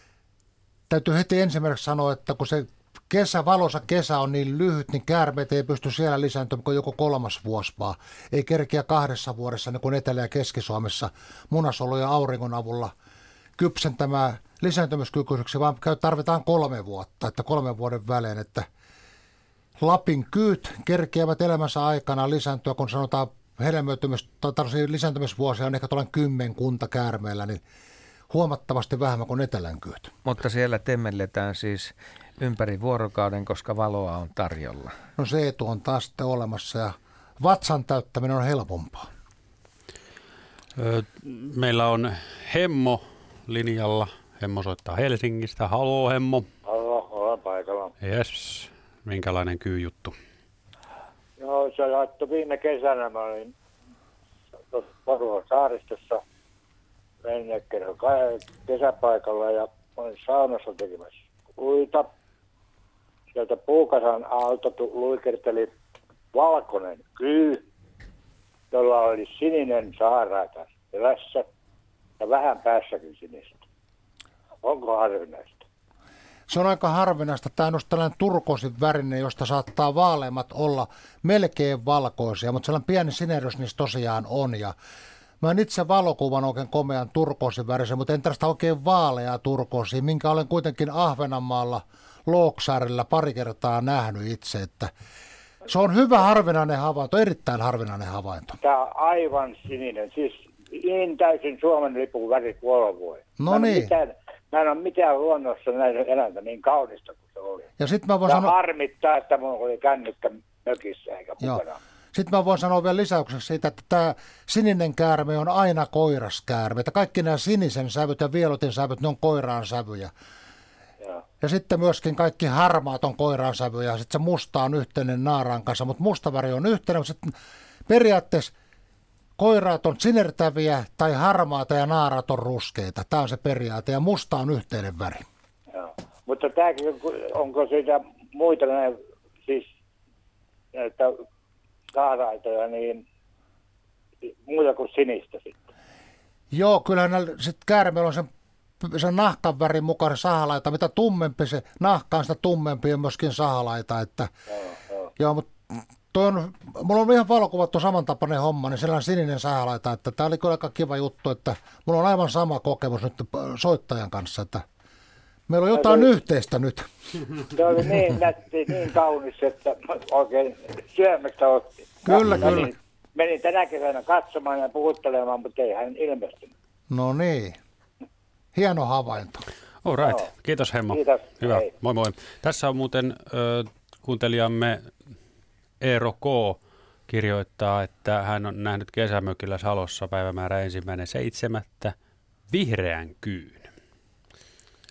täytyy heti ensimmäiseksi sanoa, että kun se kesä, valoisa kesä on niin lyhyt, niin käärmeet ei pysty siellä lisääntymään kuin joku kolmas vuosi vaan. Ei kerkeä kahdessa vuodessa, niin kuin Etelä- ja Keski-Suomessa munasolu ja auringon avulla kypsentämään lisääntymiskykyiseksi, vaan tarvitaan kolme vuotta, että kolmen vuoden välein, että Lapin kyyt kerkeävät elämänsä aikana lisääntyä, kun sanotaan hedelmöitymys, tai lisääntymisvuosia on ehkä tuollainen kymmenkunta käärmeellä, niin huomattavasti vähemmän kuin etelän kyyt. Mutta siellä temmelletään siis ympäri vuorokauden, koska valoa on tarjolla. No se etu on taas sitten olemassa ja vatsan täyttäminen on helpompaa. Öö, meillä on Hemmo linjalla. Hemmo soittaa Helsingistä. Haloo Hemmo. Haloo, olen paikalla. Jes. Minkälainen kyyjuttu? Joo, se laittoi viime kesänä. Mä olin tuossa Porvoon saaristossa Vennekerron kesäpaikalla ja olin saunassa tekemässä uita. Sieltä puukasan alta luikerteli valkoinen kyy, jolla oli sininen saaraita perässä ja vähän päässäkin sinistä. Onko harvinaista? Se on aika harvinaista. Tämä on tällainen turkoosin värinen, josta saattaa vaaleimmat olla melkein valkoisia, mutta sellainen pieni sinerys niissä tosiaan on. Ja mä en itse valokuvan oikein komean turkoosin värisen, mutta en tästä oikein vaaleaa turkoosia, minkä olen kuitenkin Ahvenanmaalla Looksaarella pari kertaa nähnyt itse. Että se on hyvä harvinainen havainto, erittäin harvinainen havainto. Tämä on aivan sininen, siis niin täysin Suomen lipun väri kuolla voi. No niin. Mitään, mä en ole mitään luonnossa näin eläintä niin kaunista kuin se oli. Ja sit mä voin Tämä sanoa... harmittaa, että mulla oli kännykkä mökissä eikä mukana. Sitten mä voin sanoa vielä lisäykseksi siitä, että tämä sininen käärme on aina koiraskäärme. Että kaikki nämä sinisen sävyt ja violetin sävyt, ne on koiraan sävyjä. Ja. ja sitten myöskin kaikki harmaat on koiraan sävyjä. Sitten se musta on yhteinen naaraan kanssa, mutta musta väri on yhteinen. Mutta sitten periaatteessa koiraat on sinertäviä tai harmaata ja naaraat on ruskeita. Tämä on se periaate ja musta on yhteinen väri. Joo. Mutta tämäkin, onko siitä muita näin, siis näitä saaraitoja, niin muuta kuin sinistä sitten? Joo, kyllähän sitten käärmeellä on sen, sen nahkan värin mukaan se sahalaita. Mitä tummempi se nahka on, sitä tummempi on myöskin sahalaita. Että, joo, joo. joo, mutta toi on, mulla on ihan valokuvattu samantapainen homma, niin sellainen sininen sahalaita. Että tämä oli kyllä aika kiva juttu, että mulla on aivan sama kokemus nyt soittajan kanssa, että meillä on jotain oli, yhteistä nyt. Se oli niin nätti, niin kaunis, että oikein syömästä otti. Kyllä, menin, kyllä. Menin tänä kesänä katsomaan ja puhuttelemaan, mutta ei hän ilmestynyt. No niin. Hieno havainto. All right. No. Kiitos Hemmo. Kiitos. Hyvä. Hei. Moi moi. Tässä on muuten ö, kuuntelijamme Eero K. kirjoittaa, että hän on nähnyt kesämökillä Salossa päivämäärä ensimmäinen seitsemättä vihreän kyyn.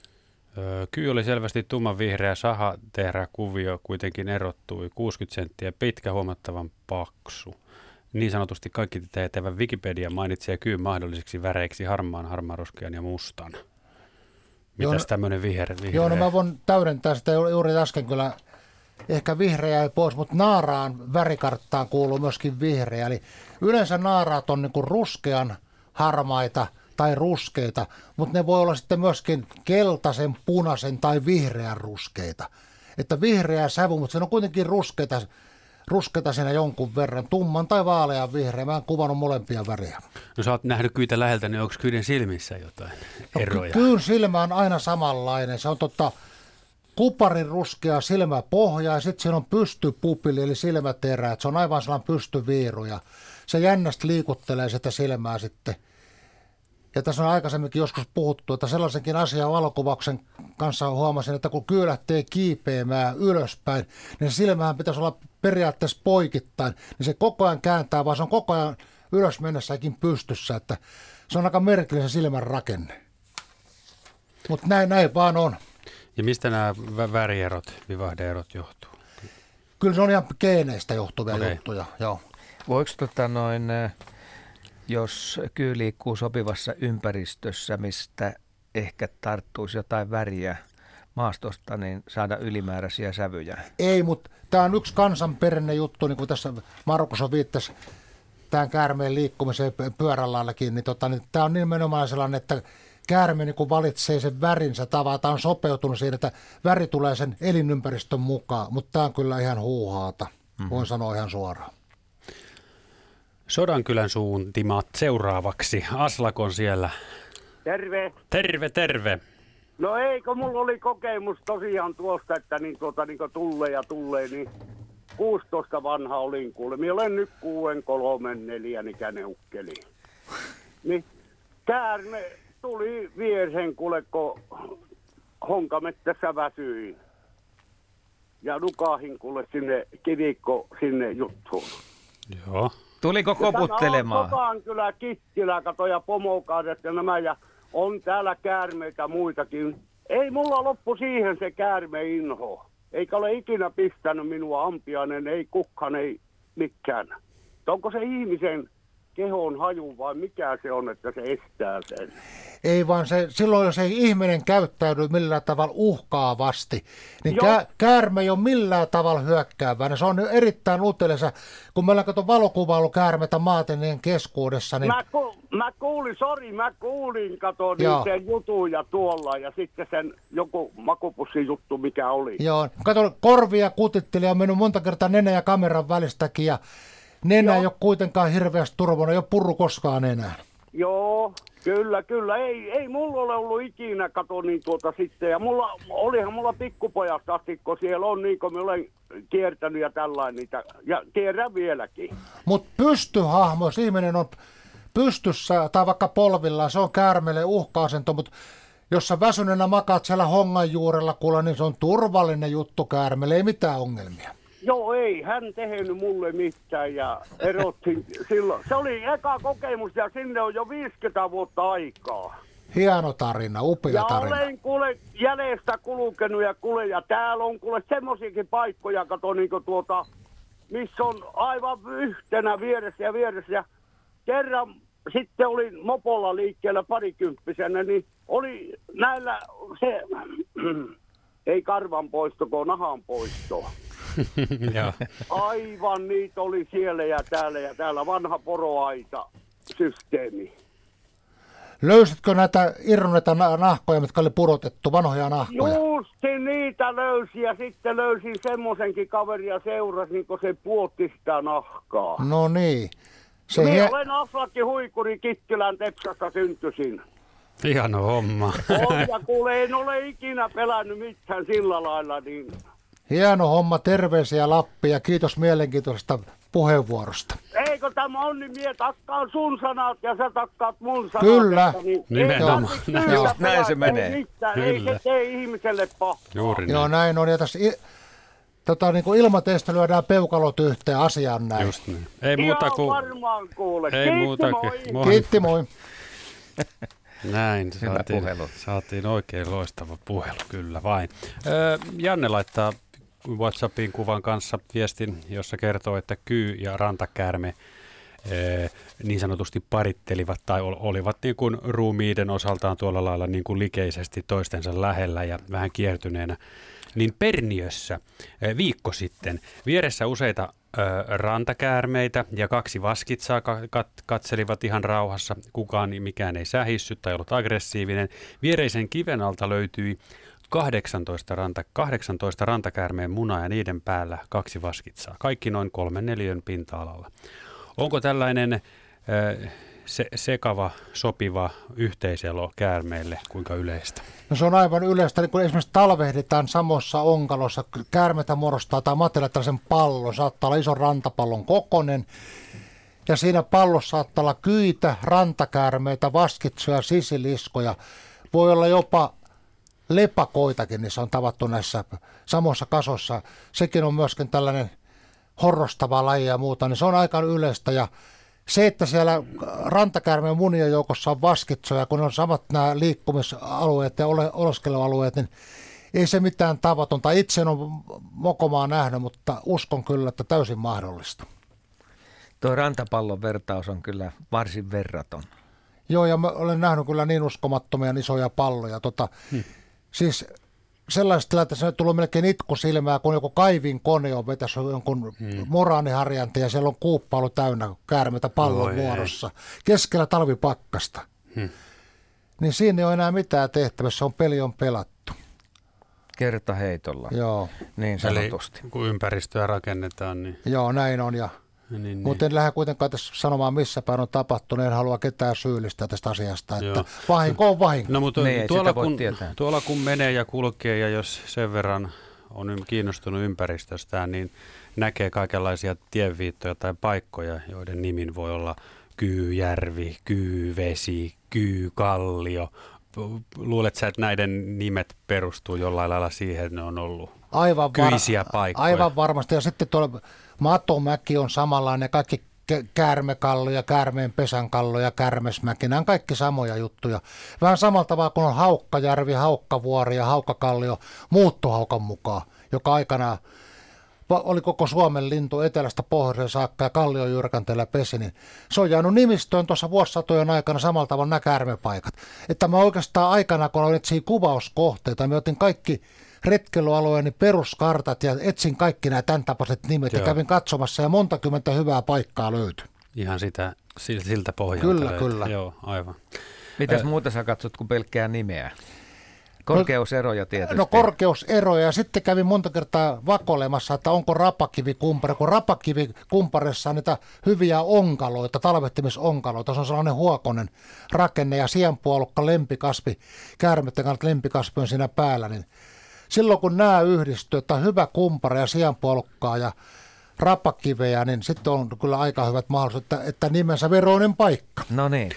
Öö, Kyy oli selvästi tummanvihreä, sahateräkuvio kuitenkin erottui, kuusikymmentä senttiä pitkä, huomattavan paksu. Niin sanotusti kaikki tietävän Wikipedia mainitsee kyyn mahdollisiksi väreiksi harmaan, harmaaroskean ja mustan. Mitäs tämmöinen vihreä, vihreä? Joo, no mä voin täydentää sitä juuri äsken kyllä. Ehkä vihreä ei pois, mutta naaraan värikarttaan kuuluu myöskin vihreä. Eli yleensä naaraat on niin kuin ruskean harmaita tai ruskeita, mutta ne voi olla sitten myöskin keltaisen, punaisen tai vihreän ruskeita. Että vihreä sävy, mutta se on kuitenkin ruskeita, ruskeita siinä jonkun verran, tumman tai vaalean vihreä. Mä oon kuvannut molempia väriä. No sä oot nähnyt kyitä läheltä, niin onko kyiden silmissä jotain eroja? No, kyyn silmä on aina samanlainen. Se on totta kuparin ruskea silmäpohja ja sitten siinä on pystypupili eli silmäterä. Se on aivan sellainen pystyviiru ja se jännästi liikuttelee sitä silmää sitten. Ja tässä on aikaisemminkin joskus puhuttu, että sellaisenkin asian valokuvauksen kanssa huomasin, että kun kyy lähtee kiipeämään ylöspäin, niin se silmähän pitäisi olla periaatteessa poikittain, niin se koko ajan kääntää, vaan se on koko ajan ylös mennessäkin pystyssä, että se on aika merkillinen silmän rakenne. Mutta näin, näin vaan on. Ja mistä nämä vä- värierot, vivahdeerot johtuu? Kyllä se on ihan geeneistä johtuvia Okei. juttuja, joo. Voiko tota noin, jos kyy liikkuu sopivassa ympäristössä, mistä ehkä tarttuisi jotain väriä maastosta, niin saada ylimääräisiä sävyjä? Ei, mutta tämä on yksi kansanperinne juttu, niin kuin tässä Markus on viittasi tämän käärmeen liikkumiseen pyörälläkin, niin, tota, niin tämä on nimenomaan sellainen, että käärme niin kun valitsee sen värinsä tavallaan, tämä on sopeutunut siihen, että väri tulee sen elinympäristön mukaan, mutta tämä on kyllä ihan huuhaata, mm-hmm. voin sanoa ihan suoraan. Sodankylän suuntimat seuraavaksi. Aslak on siellä. Terve. Terve, terve. No eikö, mulla oli kokemus tosiaan tuosta, että niin tuota niin tulee ja tulee, niin kuusitoista vanha olin kuule. Minä olen nyt kuuden, kolmen, neljän ikäinen ukkeli. Niin käärme tuli viereen kuule, kun honkamettässä väsyin. Ja nukahin kuule sinne kivikko sinne juttuun. Joo. Tuliko koputtelemaan? Tämä on kyllä Kittilä, kato, ja Pomokaadet ja nämä, ja on täällä käärmeitä muitakin. Ei mulla loppu siihen se käärmeinho. Eikä ole ikinä pistänyt minua ampiainen, ei kukkan, ei mikään. Onko se ihmisen kehon haju vai mikä se on, että se estää sen? Ei vaan se, silloin jos ei ihminen käyttäydy millään tavalla uhkaavasti, niin kä- käärme ei ole millään tavalla hyökkäävää. Se on erittäin utelias. Kun meillä on kato valokuvailu käärmeitä maatenien keskuudessa, niin... Mä, ku, mä kuulin, sori, mä kuulin, kato, niin sen jutuja tuolla ja sitten sen joku makupussin juttu, mikä oli. Joo, kato, korvia kutitteli ja on mennyt monta kertaa nenä ja kameran välistäkin ja nenä ei ole kuitenkaan hirveästi turvonnut, ei ole purru koskaan enää. Joo, kyllä, kyllä. Ei, ei mulla ole ollut ikinä, kato niin tuota sitten. Ja mulla, olihan mulla pikkupojasta asti, kun siellä on niin kuin mä olen kiertänyt ja tällainen niitä. Ja kierrän vieläkin. Mutta pystyhahmo, jos ihminen on pystyssä tai vaikka polvillaan, se on käärmeelle uhka-asento, mutta jos sä väsyneenä makaat siellä hongan juurella kuulla, niin se on turvallinen juttu käärmeelle, ei mitään ongelmia. Joo, ei hän tehnyt mulle mitään ja erottiin silloin. Se oli eka kokemus ja sinne on jo viisikymmentä vuotta aikaa. Hieno tarina, upea ja tarina. Ja olen kuule jäljestä kulkenut ja kuule ja täällä on kuule semmosiakin paikkoja, kato niinku tuota, missä on aivan yhtenä vieressä ja vieressä. Ja kerran sitten olin mopolla liikkeellä parikymppisenä, niin oli näillä se, ei karvan poisto, kun nahan poisto. Aivan niitä oli siellä ja täällä ja täällä vanha poroaita systeemi. Löysitkö näitä irroneita nahkoja, mitkä oli pudotettu, vanhoja nahkoja? Justi niitä löysin ja sitten löysin semmoisenkin kaveria seurasi, niin kun se puotti sitä nahkaa. No niin. Se Minä hie... olen Aslakki Huikuri Kittilän Tepsasta syntyisin. Hieno homma. On ja kuule, en ole ikinä pelännyt mitään sillä lailla, niin... Hieno homma, terveisiä Lappi ja kiitos mielenkiintoisesta puheenvuorosta. Eikö tämä on, niin mie takkaan sun sanat ja sä takkaat mun sanat. Kyllä. Niin nimenomaan. Just näin se menee. Ei se tee ihmiselle pahaa. Juuri Joo, niin. näin on. Ja tässä i... tota, niin kuin ilmateistä lyödään peukalot yhteen, asiaan näin. Just niin. Ei muuta kuin... varmaan kuule. Ei Kiitti, muuta moi. kuin... Kiitti, moi. Näin, Hyvä saatiin, puhelu. saatiin oikein loistava puhelu, kyllä vain. Öö, Janne laittaa WhatsAppin kuvan kanssa viestin, jossa kertoo, että kyy ja rantakäärme öö, niin sanotusti parittelivat tai olivat niin kuin ruumiiden osaltaan tuolla lailla niin kuin likeisesti toistensa lähellä ja vähän kiertyneenä. Niin Perniössä öö, viikko sitten vieressä useita Ö, rantakäärmeitä ja kaksi vaskitsaa kat- katselivat ihan rauhassa. Kukaan mikään ei sähissyt tai ollut aggressiivinen. Viereisen kiven alta löytyi kahdeksantoista, ranta, kahdeksantoista rantakäärmeen munaa ja niiden päällä kaksi vaskitsaa. Kaikki noin kolmen neliön pinta-alalla. Onko tällainen ö, se, sekava, sopiva yhteiselo käärmeille kuinka yleistä? No se on aivan yleistä, niin kun esimerkiksi talvehditaan samoissa onkaloissa, käärmeitä muodostaa tai matella tällaisen pallon, saattaa olla ison rantapallon kokoinen, ja siinä pallossa saattaa olla kyitä, rantakäärmeitä, vaskitsuja, sisiliskoja, voi olla jopa lepakoitakin, niissä on tavattu näissä samoissa kasoissa, sekin on myöskin tällainen horrostava laji ja muuta, niin se on aika yleistä, ja se, että siellä rantakäärmeen munien joukossa on vaskitsoja, kun on samat nämä liikkumisalueet ja ole, oleskelualueet, niin ei se mitään tavatonta. Itse en ole mokomaa nähnyt, mutta uskon kyllä, että täysin mahdollista. Tuo rantapallon vertaus on kyllä varsin verraton. Joo, ja mä olen nähnyt kyllä niin uskomattomia isoja palloja. Tota, hmm. Siis sellaisessa tilanteessa on tullut melkein itku silmää, kun joku kaivin kone on vetänyt jonkun hmm. moraaniharjanta ja siellä on kuuppailu täynnä käärmeitä pallon muodossa keskellä talvipakkasta. Hmm. Niin siinä ei ole enää mitään tehtävissä, on peli on pelattu. Kertaheitolla. Joo. Niin sanotusti. Eli kun ympäristöä rakennetaan, niin... Joo, näin on. Ja niin, niin. Mutta en lähde kuitenkaan tässä sanomaan, missä päin on tapahtunut. En halua ketään syyllistää tästä asiasta. Että Joo. vahinko on vahinko. No, mutta niin, tuolla, kun, tuolla kun menee ja kulkee ja jos sen verran on kiinnostunut ympäristöstään, niin näkee kaikenlaisia tienviittoja tai paikkoja, joiden nimin voi olla Kyyjärvi, Kyyvesi, Kyykallio. Luulet sä, että näiden nimet perustuu jollain lailla siihen, että ne on ollut aivan kyisiä paikkoja? Aivan varmasti. Ja sitten tuolla Matomäki on samanlainen, kaikki käärmekalloja, käärmeen pesänkalloja, kärmesmäki, nämä on kaikki samoja juttuja. Vähän samalla tavalla kuin on Haukkajärvi, Haukkavuori ja Haukkakallio muuttohaukan mukaan, joka aikanaan oli koko Suomen lintu etelästä pohjoiseen saakka ja Kallion jyrkänteellä pesi, niin se on jäänyt nimistöön tuossa vuosisatojen aikana samalla tavalla nämä käärmepaikat. Että mä oikeastaan aikana, kun aloin etsiä kuvauskohteita, mä otin kaikki retkeilyalueeni peruskartat ja etsin kaikki nämä tämän tapaiset nimet. Joo. Ja kävin katsomassa ja monta kymmentä hyvää paikkaa löytyi. Ihan sitä, siltä pohjalta Kyllä, löytyi. kyllä. Joo, aivan. Mitäs muuta sä katsot kuin pelkkää nimeä? Korkeuseroja tietysti. No korkeuseroja ja sitten kävin monta kertaa vakoilemassa, että onko rapakivikumpare, kun rapakivikumparessa on niitä hyviä onkaloita, talvehtimisonkaloita, se on sellainen huokonen rakenne ja sienpuolukka, lempikasvi, käärmeiden kannalta lempikasvi on siinä päällä, niin silloin kun nämä yhdistyy, että on hyvä kumpare ja sienpuolukkaa ja rapakiveä, niin sitten on kyllä aika hyvät mahdollisuudet, että, että nimensä veroinen paikka. No niin.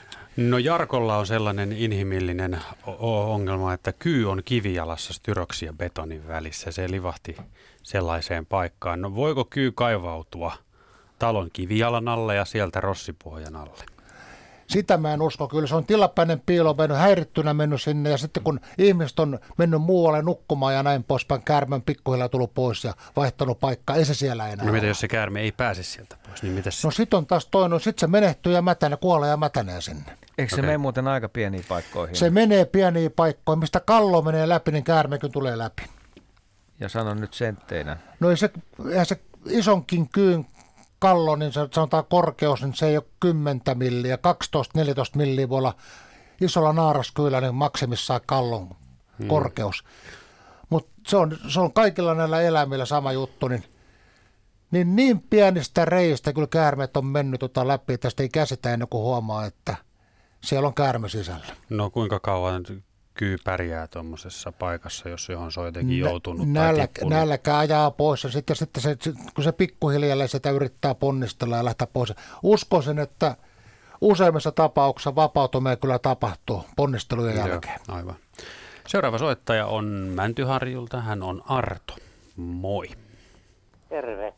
No Jarkolla on sellainen inhimillinen ongelma, että kyy on kivijalassa styroksi ja betonin välissä. Se livahti sellaiseen paikkaan. No voiko kyy kaivautua talon kivijalan alle ja sieltä rossipohjan alle? Sitä mä en usko. Kyllä se on tilapäinen piilo mennyt, häirittynä mennyt sinne ja sitten kun ihmiset on mennyt muualle nukkumaan ja näin poispäin, käärmeen pikkuhiljaa tullut pois ja vaihtanut paikkaa, ei se siellä enää No mitä ole. jos se käärme ei pääse sieltä pois, niin mitäs? No sit on taas toinen, sit se menehtyy ja mätänee, kuolee ja mätänee sinne. Eikö se Okei. mene muuten aika pieniin paikkoihin? Se menee pieniin paikkoihin, mistä kallo menee läpi, niin käärmekin tulee läpi. Ja sanon nyt sentteinä. No ei se, eihän se isonkin kyyn kallo, niin se sanotaan korkeus, niin se ei ole kymmentä milliä, kaksitoista neljätoista milliä voi olla isolla naaraskyillä, niin maksimissaan kallon hmm. korkeus. Mutta se on, se on kaikilla näillä eläimillä sama juttu, niin niin, niin pienistä reistä kyllä käärmeet on mennyt tota läpi, että sitä ei käsitä ennen kuin huomaa, että siellä on käärme sisällä. No kuinka kauan kyy pärjää tuommoisessa paikassa, jos johon se on jotenkin joutunut Nälkä, tai tippunut? nälkä ajaa pois ja sitten, sitten se, kun se pikkuhiljaa sitä yrittää ponnistella ja lähteä pois. Uskoisin, että useimmissa tapauksissa vapautuminen kyllä tapahtuu ponnistelujen jälkeen. Joo, aivan. Seuraava soittaja on Mäntyharjulta. Hän on Arto. Moi. Terve.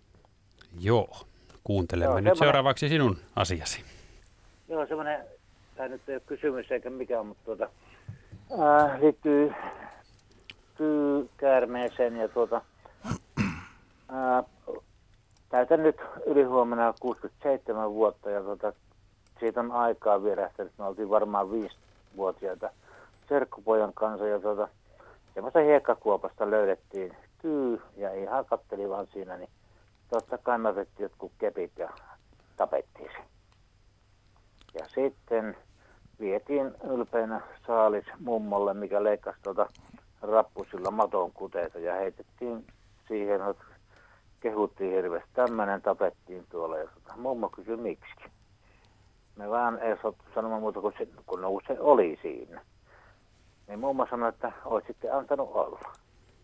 Joo, kuuntelemme Joo, nyt semmoinen- seuraavaksi sinun asiasi. Joo, semmoinen tämä nyt ei ole kysymys eikä mikään, mutta tuota, ää, liittyy kyykäärmeeseen ja tuota, ää, täytän nyt ylihuomenna kuusikymmentäseitsemän vuotta ja tuota, siitä on aikaa vierähtänyt. Me oltiin varmaan viisivuotiaita serkkupojan kanssa ja tuota, semmoista hiekkakuopasta löydettiin kyy ja ei hakatteli vaan siinä, niin totta kai me otettiin jotkut kepit ja tapettiin se. Ja sitten vietiin ylpeänä saalis mummolle, mikä leikkasi tuota rappusilla maton kuteita ja heitettiin siihen, että kehuttiin hirveästi. Tämmöinen tapettiin tuolla ja tuota, mummo kysyi miksi. Me vaan ei saatu sanomaan muuta kuin se, kun se oli siinä. Niin mummo sanoi, että olet sitten antanut olla.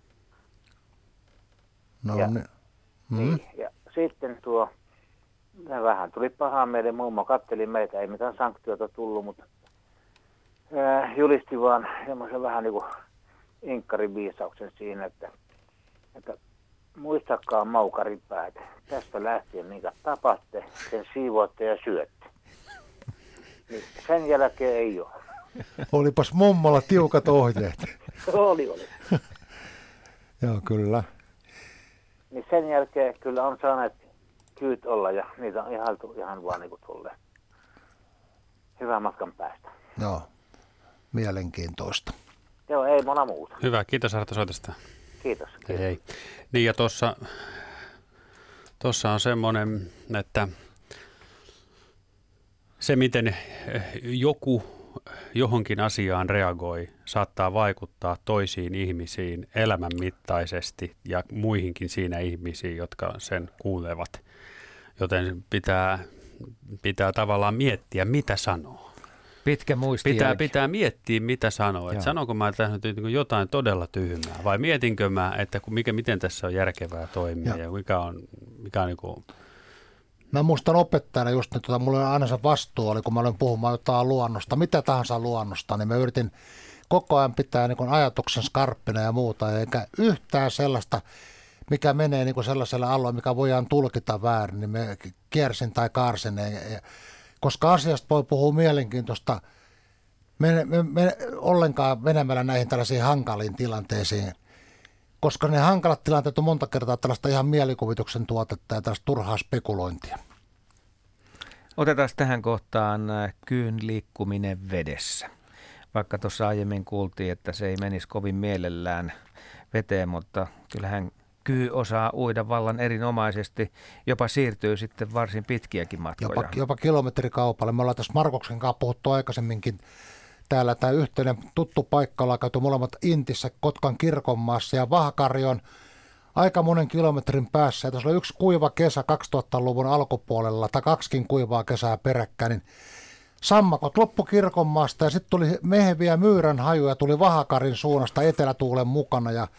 No ja, niin. Mm. niin. Ja sitten tuo, vähän tuli pahaa meille, mummo katteli meitä, ei mitään sanktiota tullut, mutta ää, julisti vaan semmoisen vähän niin kuin inkkarin viisauksen siinä, että, että muistakaa maukaripäät. Tästä lähtien, minkä tapatte, sen siivoatte ja syötte. Niin sen jälkeen ei ole. Olipas mummolla tiukat ohjeet. oli, oli. Joo, kyllä. Niin sen jälkeen kyllä on saaneet kyyt olla ja niitä on ihailtu ihan vaan niin kuin tulleen. Hyvän matkan päästä. Joo, mielenkiintoista. Joo, ei mona muuta. Hyvä, kiitos Arto soitosta. Kiitos. kiitos. Ei. Niin ja tuossa tuossa on semmoinen, että se miten joku johonkin asiaan reagoi, saattaa vaikuttaa toisiin ihmisiin elämänmittaisesti ja muihinkin siinä ihmisiin, jotka sen kuulevat. Joten pitää, pitää tavallaan miettiä, mitä sanoo. Pitkä muisti. Pitää, pitää miettiä, mitä sanoo. Että sanonko mä tässä nyt jotain todella tyhmää vai mietinkö mä, että mikä, miten tässä on järkevää toimia ja, ja mikä on, mikä on niin kuin... Mä muistan opettajana just, että tota, mulla aina se vastuu oli, kun mä olin puhumaan jotain luonnosta, mitä tahansa luonnosta, niin mä yritin koko ajan pitää niin kuin ajatuksen skarppina ja muuta, eikä yhtään sellaista, mikä menee niin kuin sellaiselle alueelle, mikä voidaan tulkita väärin, niin me kiersin tai kaarsin. Koska asiasta voi puhua mielenkiintoista me, me, me, ollenkaan menemällä näihin tällaisiin hankaliin tilanteisiin, koska ne hankalat tilanteet on monta kertaa tällaista ihan mielikuvituksen tuotetta ja tällaista turhaa spekulointia. Otetaan tähän kohtaan kyyn liikkuminen vedessä. Vaikka tuossa aiemmin kuultiin, että se ei menisi kovin mielellään veteen, mutta kyllähän kyy osaa uida vallan erinomaisesti, jopa siirtyy sitten varsin pitkiäkin matkoja. Jopa, jopa kilometrikaupalle. Me ollaan tässä Markuksen kanssa puhuttu aikaisemminkin. Täällä tämä yhteinen tuttu paikka, ollaan käyty molemmat Intissä, Kotkan kirkonmaassa ja Vahakari on aika monen kilometrin päässä. Ja tuossa oli yksi kuiva kesä kaksituhattaluvun alkupuolella, tai kaksikin kuivaa kesää peräkkäin, niin sammakot loppu kirkonmaasta ja sitten tuli meheviä myyrän hajuja, tuli Vahakarin suunnasta etelätuulen mukana ja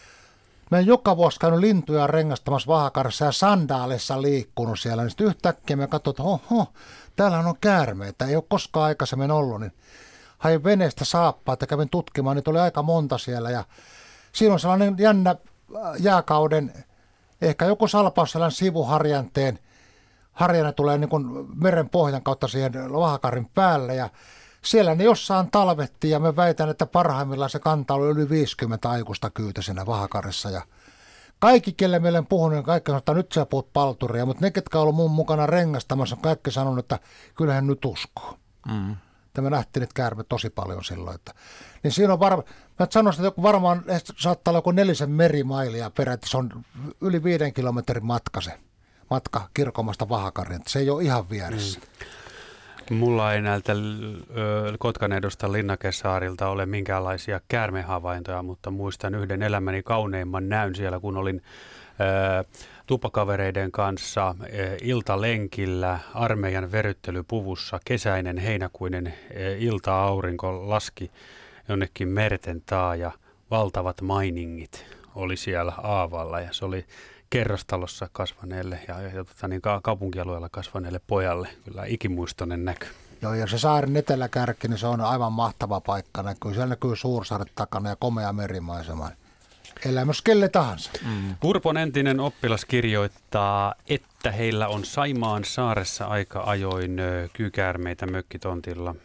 mä en joka vuosi käynyt lintuja rengastamassa Vahakarissa ja sandaalissa liikkunut siellä, niin sitten yhtäkkiä me katsoin, että oho, täällähän on käärmeitä, ei ole koskaan aikaisemmin ollut, niin hain veneestä saappaat ja kävin tutkimaan, niitä oli aika monta siellä ja siinä on sellainen jännä jääkauden, ehkä joku salpaus sellainen sivuharjanteen, harjanne tulee niin kuin meren pohjan kautta siihen Vahakarin päälle ja siellä ne jossain talvettiin ja me väitän, että parhaimmillaan se kanta oli yli viisikymmentä aikuista kyytä siinä Vahakarissa. Ja kaikki, kelle meille on puhunut, niin kaikki sanoo, että nyt sä puhut palturia, mutta ne, ketkä on ollut mun mukana rengastamassa, on kaikki sanonut, että kyllähän nyt uskoo. Mm. Tämä nähtiin nyt käärme tosi paljon silloin. Että, niin siinä on varmaan, mä sanoisin, että joku varmaan saattaa olla joku nelisen merimailia peräti, se on yli viiden kilometrin matka se matka Kirkomasta Vahakariin, se ei ole ihan vieressä. Mm. Mulla ei näiltä Kotkan edustan Linnakesaarilta ole minkäänlaisia käärmehavaintoja, mutta muistan yhden elämäni kauneimman näyn siellä, kun olin ää, tupakavereiden kanssa ää, iltalenkillä armeijan verryttelypuvussa. Kesäinen heinäkuinen ää, ilta-aurinko laski jonnekin merten taa ja valtavat mainingit oli siellä aavalla ja se oli kerrostalossa kasvaneelle ja, ja tota, niin kaupunkialueella kasvaneelle pojalle kyllä ikimuistoinen näky. Joo, ja se saaren eteläkärki, niin se on aivan mahtava paikka. Näkyy. Siellä näkyy Suursaaret takana ja komea merimaisema. Elämys kelle tahansa. Mm. Urpon entinen oppilas kirjoittaa, että heillä on Saimaan saaressa aika ajoin kyykäärmeitä mökkitontilla.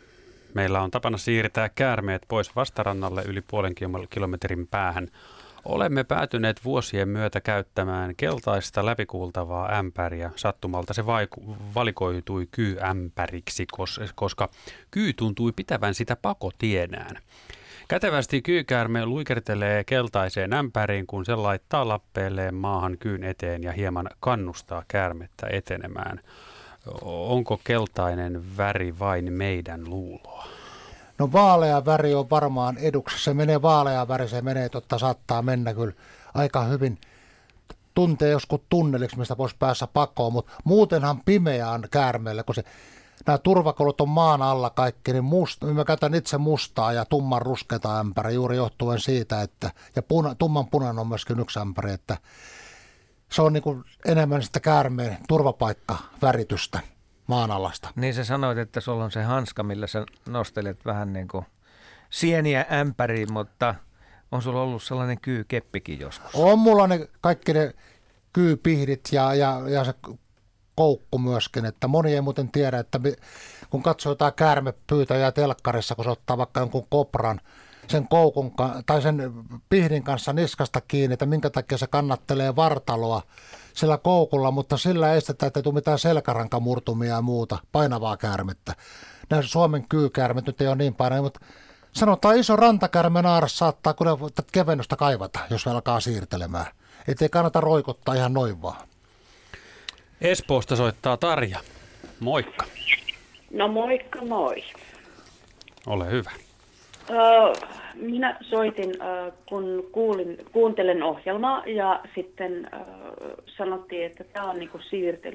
Meillä on tapana siirtää käärmeet pois vastarannalle yli puolen kilometrin päähän. Olemme päätyneet vuosien myötä käyttämään keltaista läpikuultavaa ämpäriä. Sattumalta se vaiku- valikoitui kyyämpäriksi, koska kyy tuntui pitävän sitä pakotienään. Kätevästi kyykäärme luikertelee keltaiseen ämpäriin, kun se laittaa lappeelleen maahan kyyn eteen ja hieman kannustaa käärmettä etenemään. Onko keltainen väri vain meidän luuloa? No vaalea väri on varmaan eduksi. Se menee vaalea väri, se menee, totta saattaa mennä kyllä aika hyvin. Tuntee joskus tunneliksi, mistä voisi päässä pakoon, mutta muutenhan pimeään käärmeelle, kun se, nämä turvakolut on maan alla kaikki, niin musta, mä käytän itse mustaa ja tumman ruskeata ämpäriä juuri johtuen siitä, että, ja puna, tumman punainen on myöskin yksi ämpäri, että se on niin kuin enemmän sitä käärmeen turvapaikkaväritystä maanalasta. Niin sä sanoit, että sulla on se hanska, millä sä nostelet vähän niin kuin sieniä ämpäriin, mutta on sulla ollut sellainen kyykeppikin joskus? On mulla ne kaikki ne kyypihdit ja, ja, ja se koukku myöskin, että moni ei muuten tiedä, että kun katsoo jotain käärmepyytäjää telkkarissa, kun se ottaa vaikka jonkun kopran sen koukun tai sen pihdin kanssa niskasta kiinni, että minkä takia se kannattelee vartaloa sillä koukulla, mutta sillä estetään, että ei tule mitään selkärankamurtumia ja muuta painavaa käärmettä. Nämä Suomen kyykäärmet nyt ei ole niin painavia, mutta sanotaan iso rantakärme naaras saattaa kyllä kevennystä kaivata, jos se alkaa siirtelemään. Että ei kannata roikottaa ihan noin vaan. Espoosta soittaa Tarja. Moikka. No moikka moi. Ole hyvä. Öö, minä soitin, öö, kun kuulin, kuuntelen ohjelmaa ja sitten öö, sanottiin, että tämä on niinku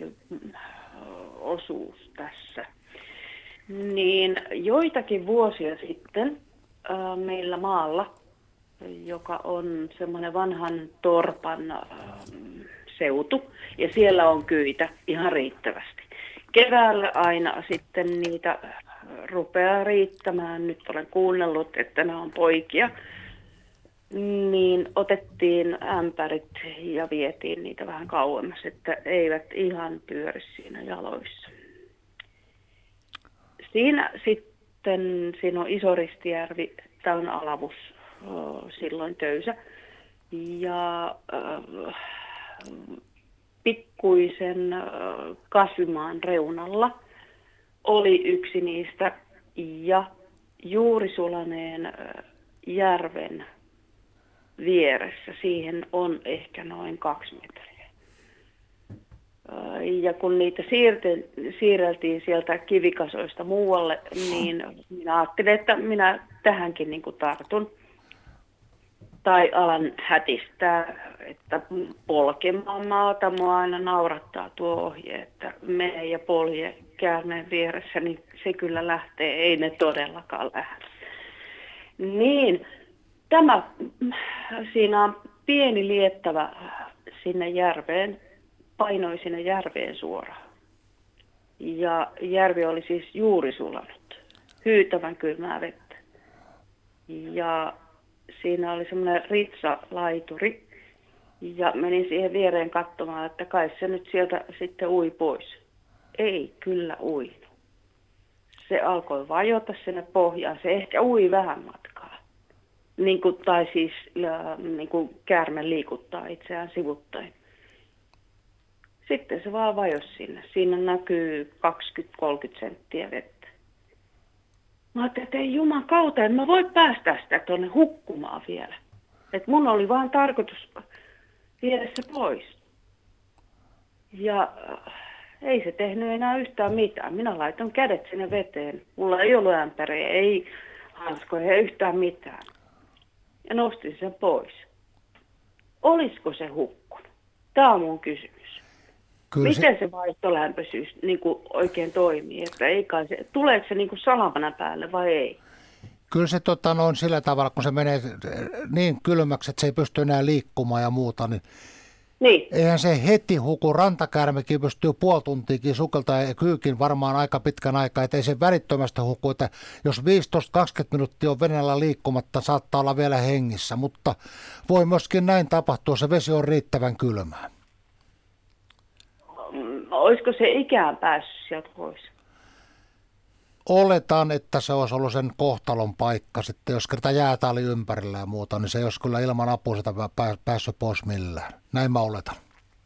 siirtelyosuus tässä. Niin joitakin vuosia sitten öö, meillä maalla, joka on semmoinen vanhan torpan öö, seutu, ja siellä on kyitä ihan riittävästi. Keväällä aina sitten niitä rupeaa riittämään, nyt olen kuunnellut, että ne on poikia, niin otettiin ämpärit ja vietiin niitä vähän kauemmas, että eivät ihan pyöri siinä jaloissa. Siinä sitten, siinä on Isoristijärvi, tämä on Alavus, silloin töysä, ja äh, pikkuisen kasvimaan reunalla oli yksi niistä ja juuri sulaneen järven vieressä, siihen on ehkä noin kaksi metriä. Ja kun niitä siirte, siirreltiin sieltä kivikasoista muualle, niin minä ajattelin, että minä tähänkin niin kuin tartun. Tai alan hätistää, että polkemaan maata mua aina naurattaa tuo ohje, että mene ja polje käärmeen vieressä, niin se kyllä lähtee, ei ne todellakaan lähde. Niin, tämä, siinä on pieni liettävä sinne järveen, painoi sinne järveen suoraan. Ja järvi oli siis juuri sulanut, hyytävän kylmää vettä. Ja siinä oli semmoinen ritsalaituri ja menin siihen viereen katsomaan, että kai se nyt sieltä sitten ui pois. Ei kyllä uinut. Se alkoi vajota sinne pohjaan. Se ehkä ui vähän matkaa. Niin kuin, tai siis niin kuin käärme liikuttaa itseään sivuttain. Sitten se vaan vajosi sinne. Siinä näkyy kaksikymmentä kolmekymmentä senttiä vettä. Mä ajattelin, että ei juman kautta, en mä voi päästä sitä tuonne hukkumaan vielä. Että mun oli vaan tarkoitus viedä se pois. Ja äh, ei se tehnyt enää yhtään mitään. Minä laitan kädet sinne veteen. Mulla ei ollut ämpäriä, ei hanskoja, ei yhtään mitään. Ja nostin sen pois. Olisiko se hukkunut? Tämä on mun kysymys. Kyllä miten se, se vaihtolämpöisyys niin kuin oikein toimii? Että ei kai se, tuleeko se niin kuin salamana päälle vai ei? Kyllä se tota, noin sillä tavalla, kun se menee niin kylmäksi, että se ei pysty enää liikkumaan ja muuta, niin, niin. Eihän se heti huku. Rantakäärmekin pystyy puoli tuntiakin sukeltaa ja kyykin varmaan aika pitkän aikaa, että ei se välittömästi huku, että jos viisitoista kaksikymmentä minuuttia on veneellä liikkumatta, saattaa olla vielä hengissä, mutta voi myöskin näin tapahtua, se vesi on riittävän kylmää. Olisiko se ikään päässyt sieltä pois? oletan, että se olisi ollut sen kohtalon paikka sitten, jos kerta jäätä oli ympärillä ja muuta, niin se ei olisi kyllä ilman apua sitä päässyt pois millään. Näin mä oletan.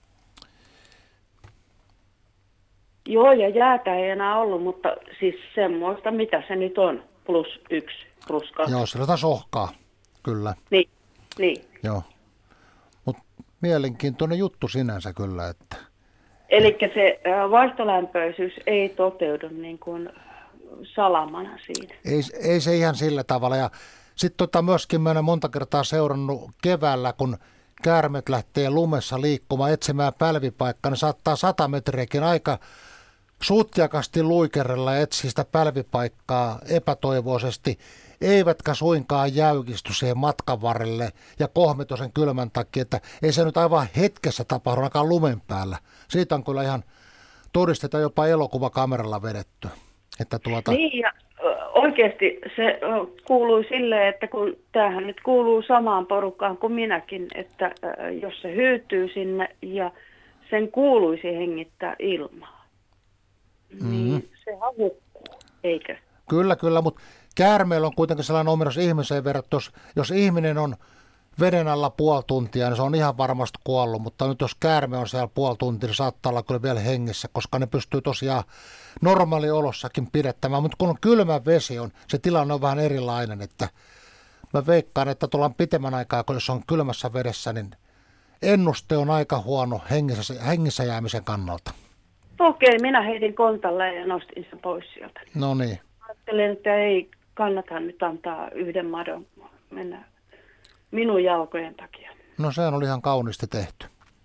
Joo, ja jäätä ei enää ollut, mutta siis semmoista, mitä se nyt on, plus yksi, plus kaksi. Joo, sillä sohkaa, kyllä. Niin, niin. Joo, mutta mielenkiintoinen juttu sinänsä kyllä, että... Eli se vaihtolämpöisyys ei toteudu niin kuin salamana siinä. Ei, ei se ihan sillä tavalla. Ja sitten tota myöskin mä olen monta kertaa seurannut keväällä, kun käärmet lähtee lumessa liikkumaan etsimään pälvipaikkaa, niin saattaa sata metriäkin aika sutjakasti luikerella ja etsiä sitä pälvipaikkaa epätoivoisesti, eivätkä suinkaan jäykisty siihen matkan varrelle ja kohmetu sen kylmän takia, että ei se nyt aivan hetkessä tapahdu ainakaan lumen päällä. Siitä on kyllä ihan todistetaan jopa elokuvakameralla vedetty. Että tuota... Niin, ja oikeasti se kuului silleen, että kun tämähän nyt kuuluu samaan porukkaan kuin minäkin, että jos se hyytyy sinne ja sen kuuluisi hengittää ilmaa, mm. niin se hukkuu, eikö? Kyllä, kyllä, mutta käärmeellä on kuitenkin sellainen ominaisuus ihmiseen verrattuna, jos, jos ihminen on veden alla puoli tuntia, niin se on ihan varmasti kuollut, mutta nyt jos käärme on siellä puoli tuntia, niin saattaa olla kyllä vielä hengissä, koska ne pystyy tosiaan normaaliolossakin pidettämään, mutta kun on kylmä vesi, on, se tilanne on vähän erilainen, että mä veikkaan, että tullaan pitemmän aikaa, kun jos on kylmässä vedessä, niin ennuste on aika huono hengissä, hengissä jäämisen kannalta. Okei, minä heitin kontalle ja nostin sen pois sieltä. No niin. Ajattelin, että ei kannata nyt antaa yhden madon mennä minun jalkojen takia. No se oli ihan kauniisti tehty.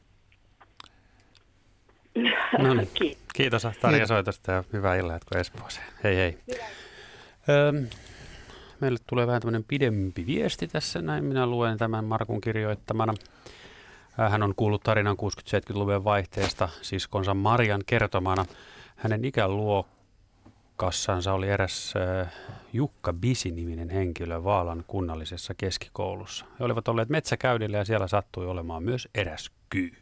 No niin. Kiitos Tarja soitosta ja hyvää illan jatkoa Espooseen. Hei hei. Öö, meille tulee vähän tämmöinen pidempi viesti tässä, näin minä luen tämän Markun kirjoittamana. Hän on kuullut tarinan kuusikymmentä-seitsemänkymmentäluvujen vaihteesta siskonsa Marian kertomana. Hänen ikäluokassansa oli eräs äh, Jukka Bisi-niminen henkilö Vaalan kunnallisessa keskikoulussa. He olivat olleet metsäkäydillä ja siellä sattui olemaan myös eräs kyy.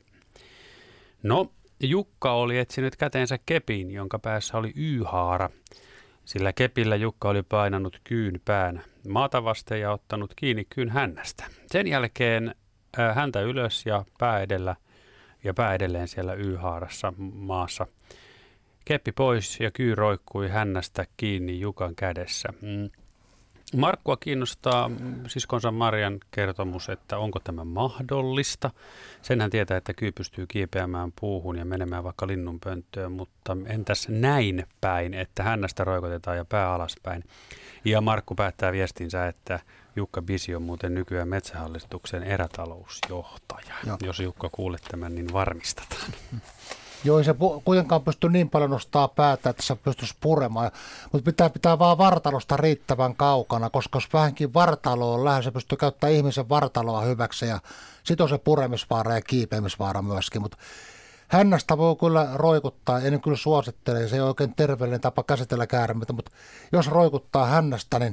No, Jukka oli etsinyt käteensä kepin, jonka päässä oli Y-haara. Sillä kepillä Jukka oli painanut kyyn pään maata vasten ja ottanut kiinni kyyn hännästä. Sen jälkeen äh, häntä ylös ja pää edellä ja pää edelleen siellä Y-haarassa maassa. Keppi pois ja kyy roikkui hännästä kiinni Jukan kädessä. Mm. Markkua kiinnostaa siskonsa Marian kertomus, että onko tämä mahdollista. Sen hän tietää, että kyy pystyy kiipeämään puuhun ja menemään vaikka linnunpönttöön, mutta entäs näin päin, että hännästä roikotetaan ja pää alaspäin. Ja Markku päättää viestinsä, että Jukka Bisi on muuten nykyään Metsähallituksen erätalousjohtaja. Joo. Jos Jukka kuulet tämän, niin varmistetaan. Joo, ei se kuitenkaan pysty niin paljon nostaa päätä, että se pystyisi puremaan, mutta pitää pitää vaan vartalosta riittävän kaukana, koska jos vähänkin vartalo on lähellä, se pystyy käyttämään ihmisen vartaloa hyväksi ja sit on se puremisvaara ja kiipeämisvaara myöskin, mutta hännästä voi kyllä roikuttaa, en kyllä suosittele, se ei ole oikein terveellinen tapa käsitellä käärmeitä, mutta jos roikuttaa hännästä, niin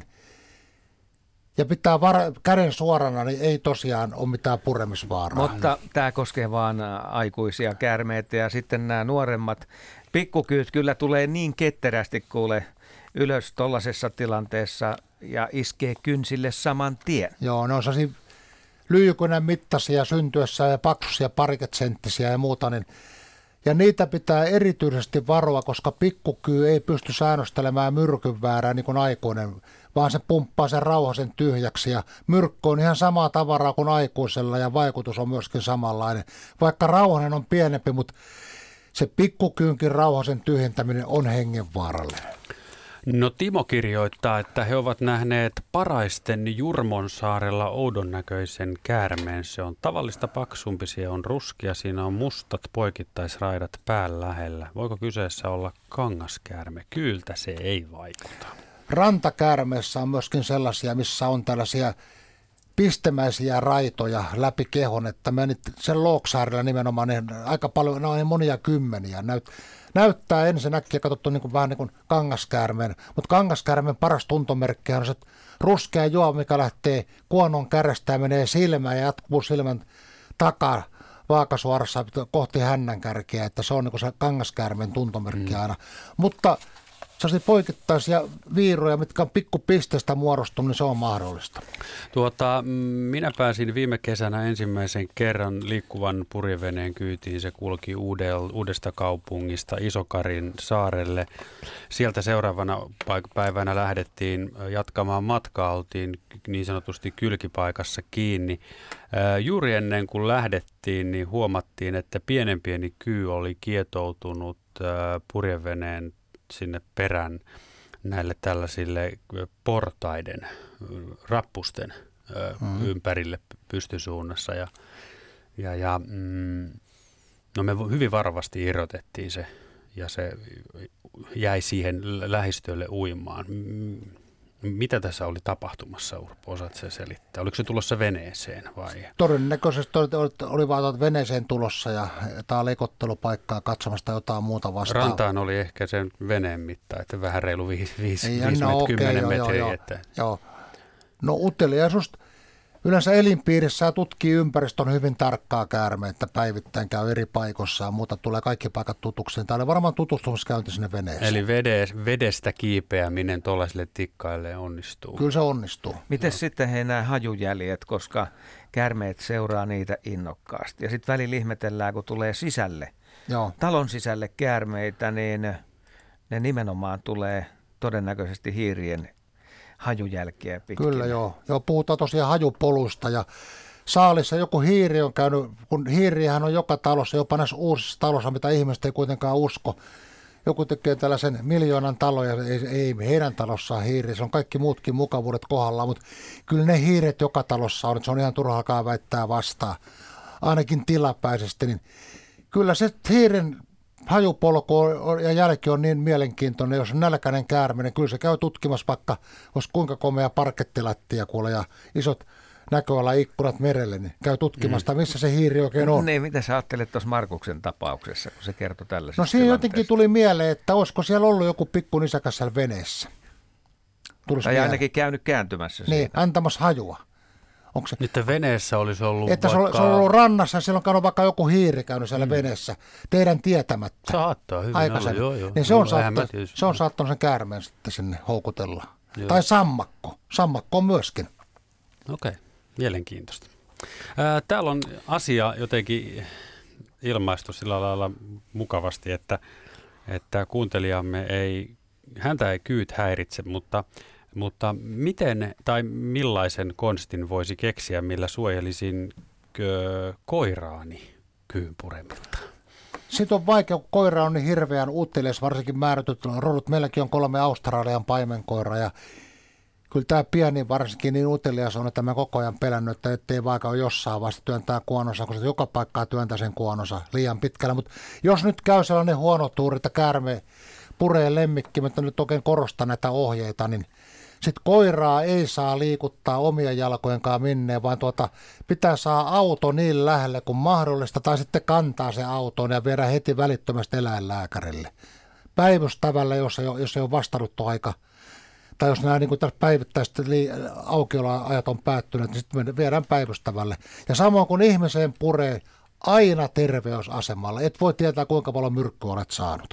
ja pitää var- käden suorana, niin ei tosiaan ole mitään puremisvaaraa. Mutta tämä koskee vaan aikuisia käärmeitä ja sitten nämä nuoremmat pikkukyyt kyllä tulee niin ketterästi kuule ylös tuollaisessa tilanteessa ja iskee kynsille saman tien. Joo, ne on sellaisia lyijykynän mittaisia syntyessä ja paksuisia parikymmentä ja muuta, niin ja niitä pitää erityisesti varoa, koska pikkukyy ei pysty säännöstelemään myrkyn väärää niin kuin aikuinen, vaan se pumppaa sen rauhasen tyhjäksi. Ja myrkky on ihan samaa tavaraa kuin aikuisella ja vaikutus on myöskin samanlainen. Vaikka rauhanen on pienempi, mutta se pikkukyynkin rauhasen tyhjentäminen on hengenvaarallinen. No Timo kirjoittaa, että he ovat nähneet Paraisten Jurmonsaarella oudon näköisen käärmeen. Se on tavallista paksumpi, se on ruskea, siinä on mustat poikittaisraidat pään lähellä. Voiko kyseessä olla kangaskäärme? Kyyltä se ei vaikuta. Rantakäärmeessä on myöskin sellaisia, missä on tällaisia pistemäisiä raitoja läpi kehon, että me nyt sen Looksaarilla nimenomaan niin aika paljon, ne on monia kymmeniä. Näyt, näyttää ensin äkkiä katsottu niin kuin, vähän niin kuin kangaskäärmeen, mutta kangaskäärmeen paras tuntomerkki on se ruskea juo, mikä lähtee kuonon kädestä ja menee silmään ja jatkuu silmän takaa vaakasuorassa kohti hännän kärkeä, että se on niin kuin se kangaskäärmeen tuntomerkki aina. Mm. Mutta sellaisia poikittaisia viiroja, mitkä on pikkupisteestä muodostunut, niin se on mahdollista. Tuota, minä pääsin viime kesänä ensimmäisen kerran liikkuvan purjeveneen kyytiin. Se kulki Uudesta kaupungista Isokarin saarelle. Sieltä seuraavana päivänä lähdettiin jatkamaan matkaa, oltiin niin sanotusti kylkipaikassa kiinni. Juuri ennen kuin lähdettiin, niin huomattiin, että pienen pieni kyy oli kietoutunut purjeveneen sinne perän näille tällaisille portaiden, rappusten mm. ympärille pystysuunnassa. Ja, ja, ja mm, no me hyvin varovasti irrotettiin se ja se jäi siihen lähistölle uimaan. Mitä tässä oli tapahtumassa, Urpo? Osaat se selittää? Oliko se tulossa veneeseen vai? Todennäköisesti oli, oli vaan veneeseen tulossa ja tämä lekottelupaikkaa katsomasta jotain muuta vastaan. Rantaan oli ehkä sen veneen mitta, että vähän reilu viisi, viisi, Ei, viisi no, met, okay, kymmenen joo, metriä. Joo, että... joo. No uteliaisuus yleensä elinpiirissä tutkii ympäristön hyvin tarkkaa käärme, että päivittäin käy eri paikoissa ja muuta tulee kaikki paikat tutuksi. Tämä oli varmaan tutustumiskäynti sinne veneeseen. Eli vedestä kiipeäminen tuollaisille tikkaille onnistuu. Kyllä se onnistuu. Miten no. sitten he nämä hajujäljet, koska käärmeet seuraa niitä innokkaasti. Ja sitten välillä ihmetellään, kun tulee sisälle, Joo. talon sisälle käärmeitä, niin ne nimenomaan tulee todennäköisesti hiirien hajujälkeä pitkin. Kyllä joo. joo. Puhutaan tosiaan hajupolusta ja saalissa joku hiiri on käynyt, kun hiiriähän on joka talossa, jopa näissä uusissa talossa, mitä ihmiset ei kuitenkaan usko. Joku tekee tällaisen miljoonan taloja, ei, ei heidän talossaan hiiri, se on kaikki muutkin mukavuudet kohdallaan, mutta kyllä ne hiiret joka talossa on, että se on ihan turha alkaa väittää vastaan, ainakin tilapäisesti, niin kyllä se hiiren hajupolku ja jälki on niin mielenkiintoinen, jos on nälkäinen käärme, niin kyllä se käy tutkimassa vaikka, olisi kuinka komea parkettilattia kuule ja isot näköalaikkunat merelle, niin käy tutkimasta, mm. missä se hiiri oikein on. Niin, mitä sä ajattelet tuossa Markuksen tapauksessa, kun se kertoi tällaisesta No siinä jotenkin tuli mieleen, että olisiko siellä ollut joku pikku nisäkäs siellä veneessä. Tulisi tai mieleen. Ainakin käynyt kääntymässä niin, siinä. Antamassa hajua. Onko se, nyt veneessä olisi ollut että vaikka... se on ollut rannassa ja siellä on käynyt vaikka joku hiiri käynyt siellä mm. veneessä, teidän tietämättä. Saattaa hyvin olla, joo, joo. Niin se on, saattanut, se on saattanut sen käärmeen sitten sinne houkutella. Joo. Tai sammakko. Sammakko on myöskin. Okei, okay. Mielenkiintoista. Ää, täällä on asia jotenkin ilmaistu sillä lailla mukavasti, että, että kuuntelijamme ei, häntä ei kyyt häiritse, mutta... Mutta miten tai millaisen konstin voisi keksiä, millä suojelisin kö, koiraani kyyn puremilta? Sitten on vaikea, kun koira on niin hirveän utelias, varsinkin määrätyt rodut. Meilläkin on kolme Australian paimenkoiraa ja kyllä tämä pieni varsinkin niin utelias on, että mä koko ajan pelännyt, että ettei vaikka ole jossain vasta työntää kuononsa, kun se joka paikkaa työntää sen kuononsa liian pitkällä. Mutta jos nyt käy sellainen huono tuuri, että käärme puree lemmikki, mutta nyt oikein korostan näitä ohjeita, niin sitten koiraa ei saa liikuttaa omia jalkojenkaan minneen, vaan tuota, pitää saa auto niin lähelle kuin mahdollista, tai sitten kantaa se autoon ja viedä heti välittömästi eläinlääkärille. Päivystävällä, jos ei ole, jos ei ole vastaanottoaika, tai jos nämä niin kuin päivittäiset aukioloajat on päättyneet, niin sitten me viedään päivystävälle. Ja samoin kuin ihmiseen puree, aina terveysasemalla. Et voi tietää, kuinka paljon myrkkyä olet saanut.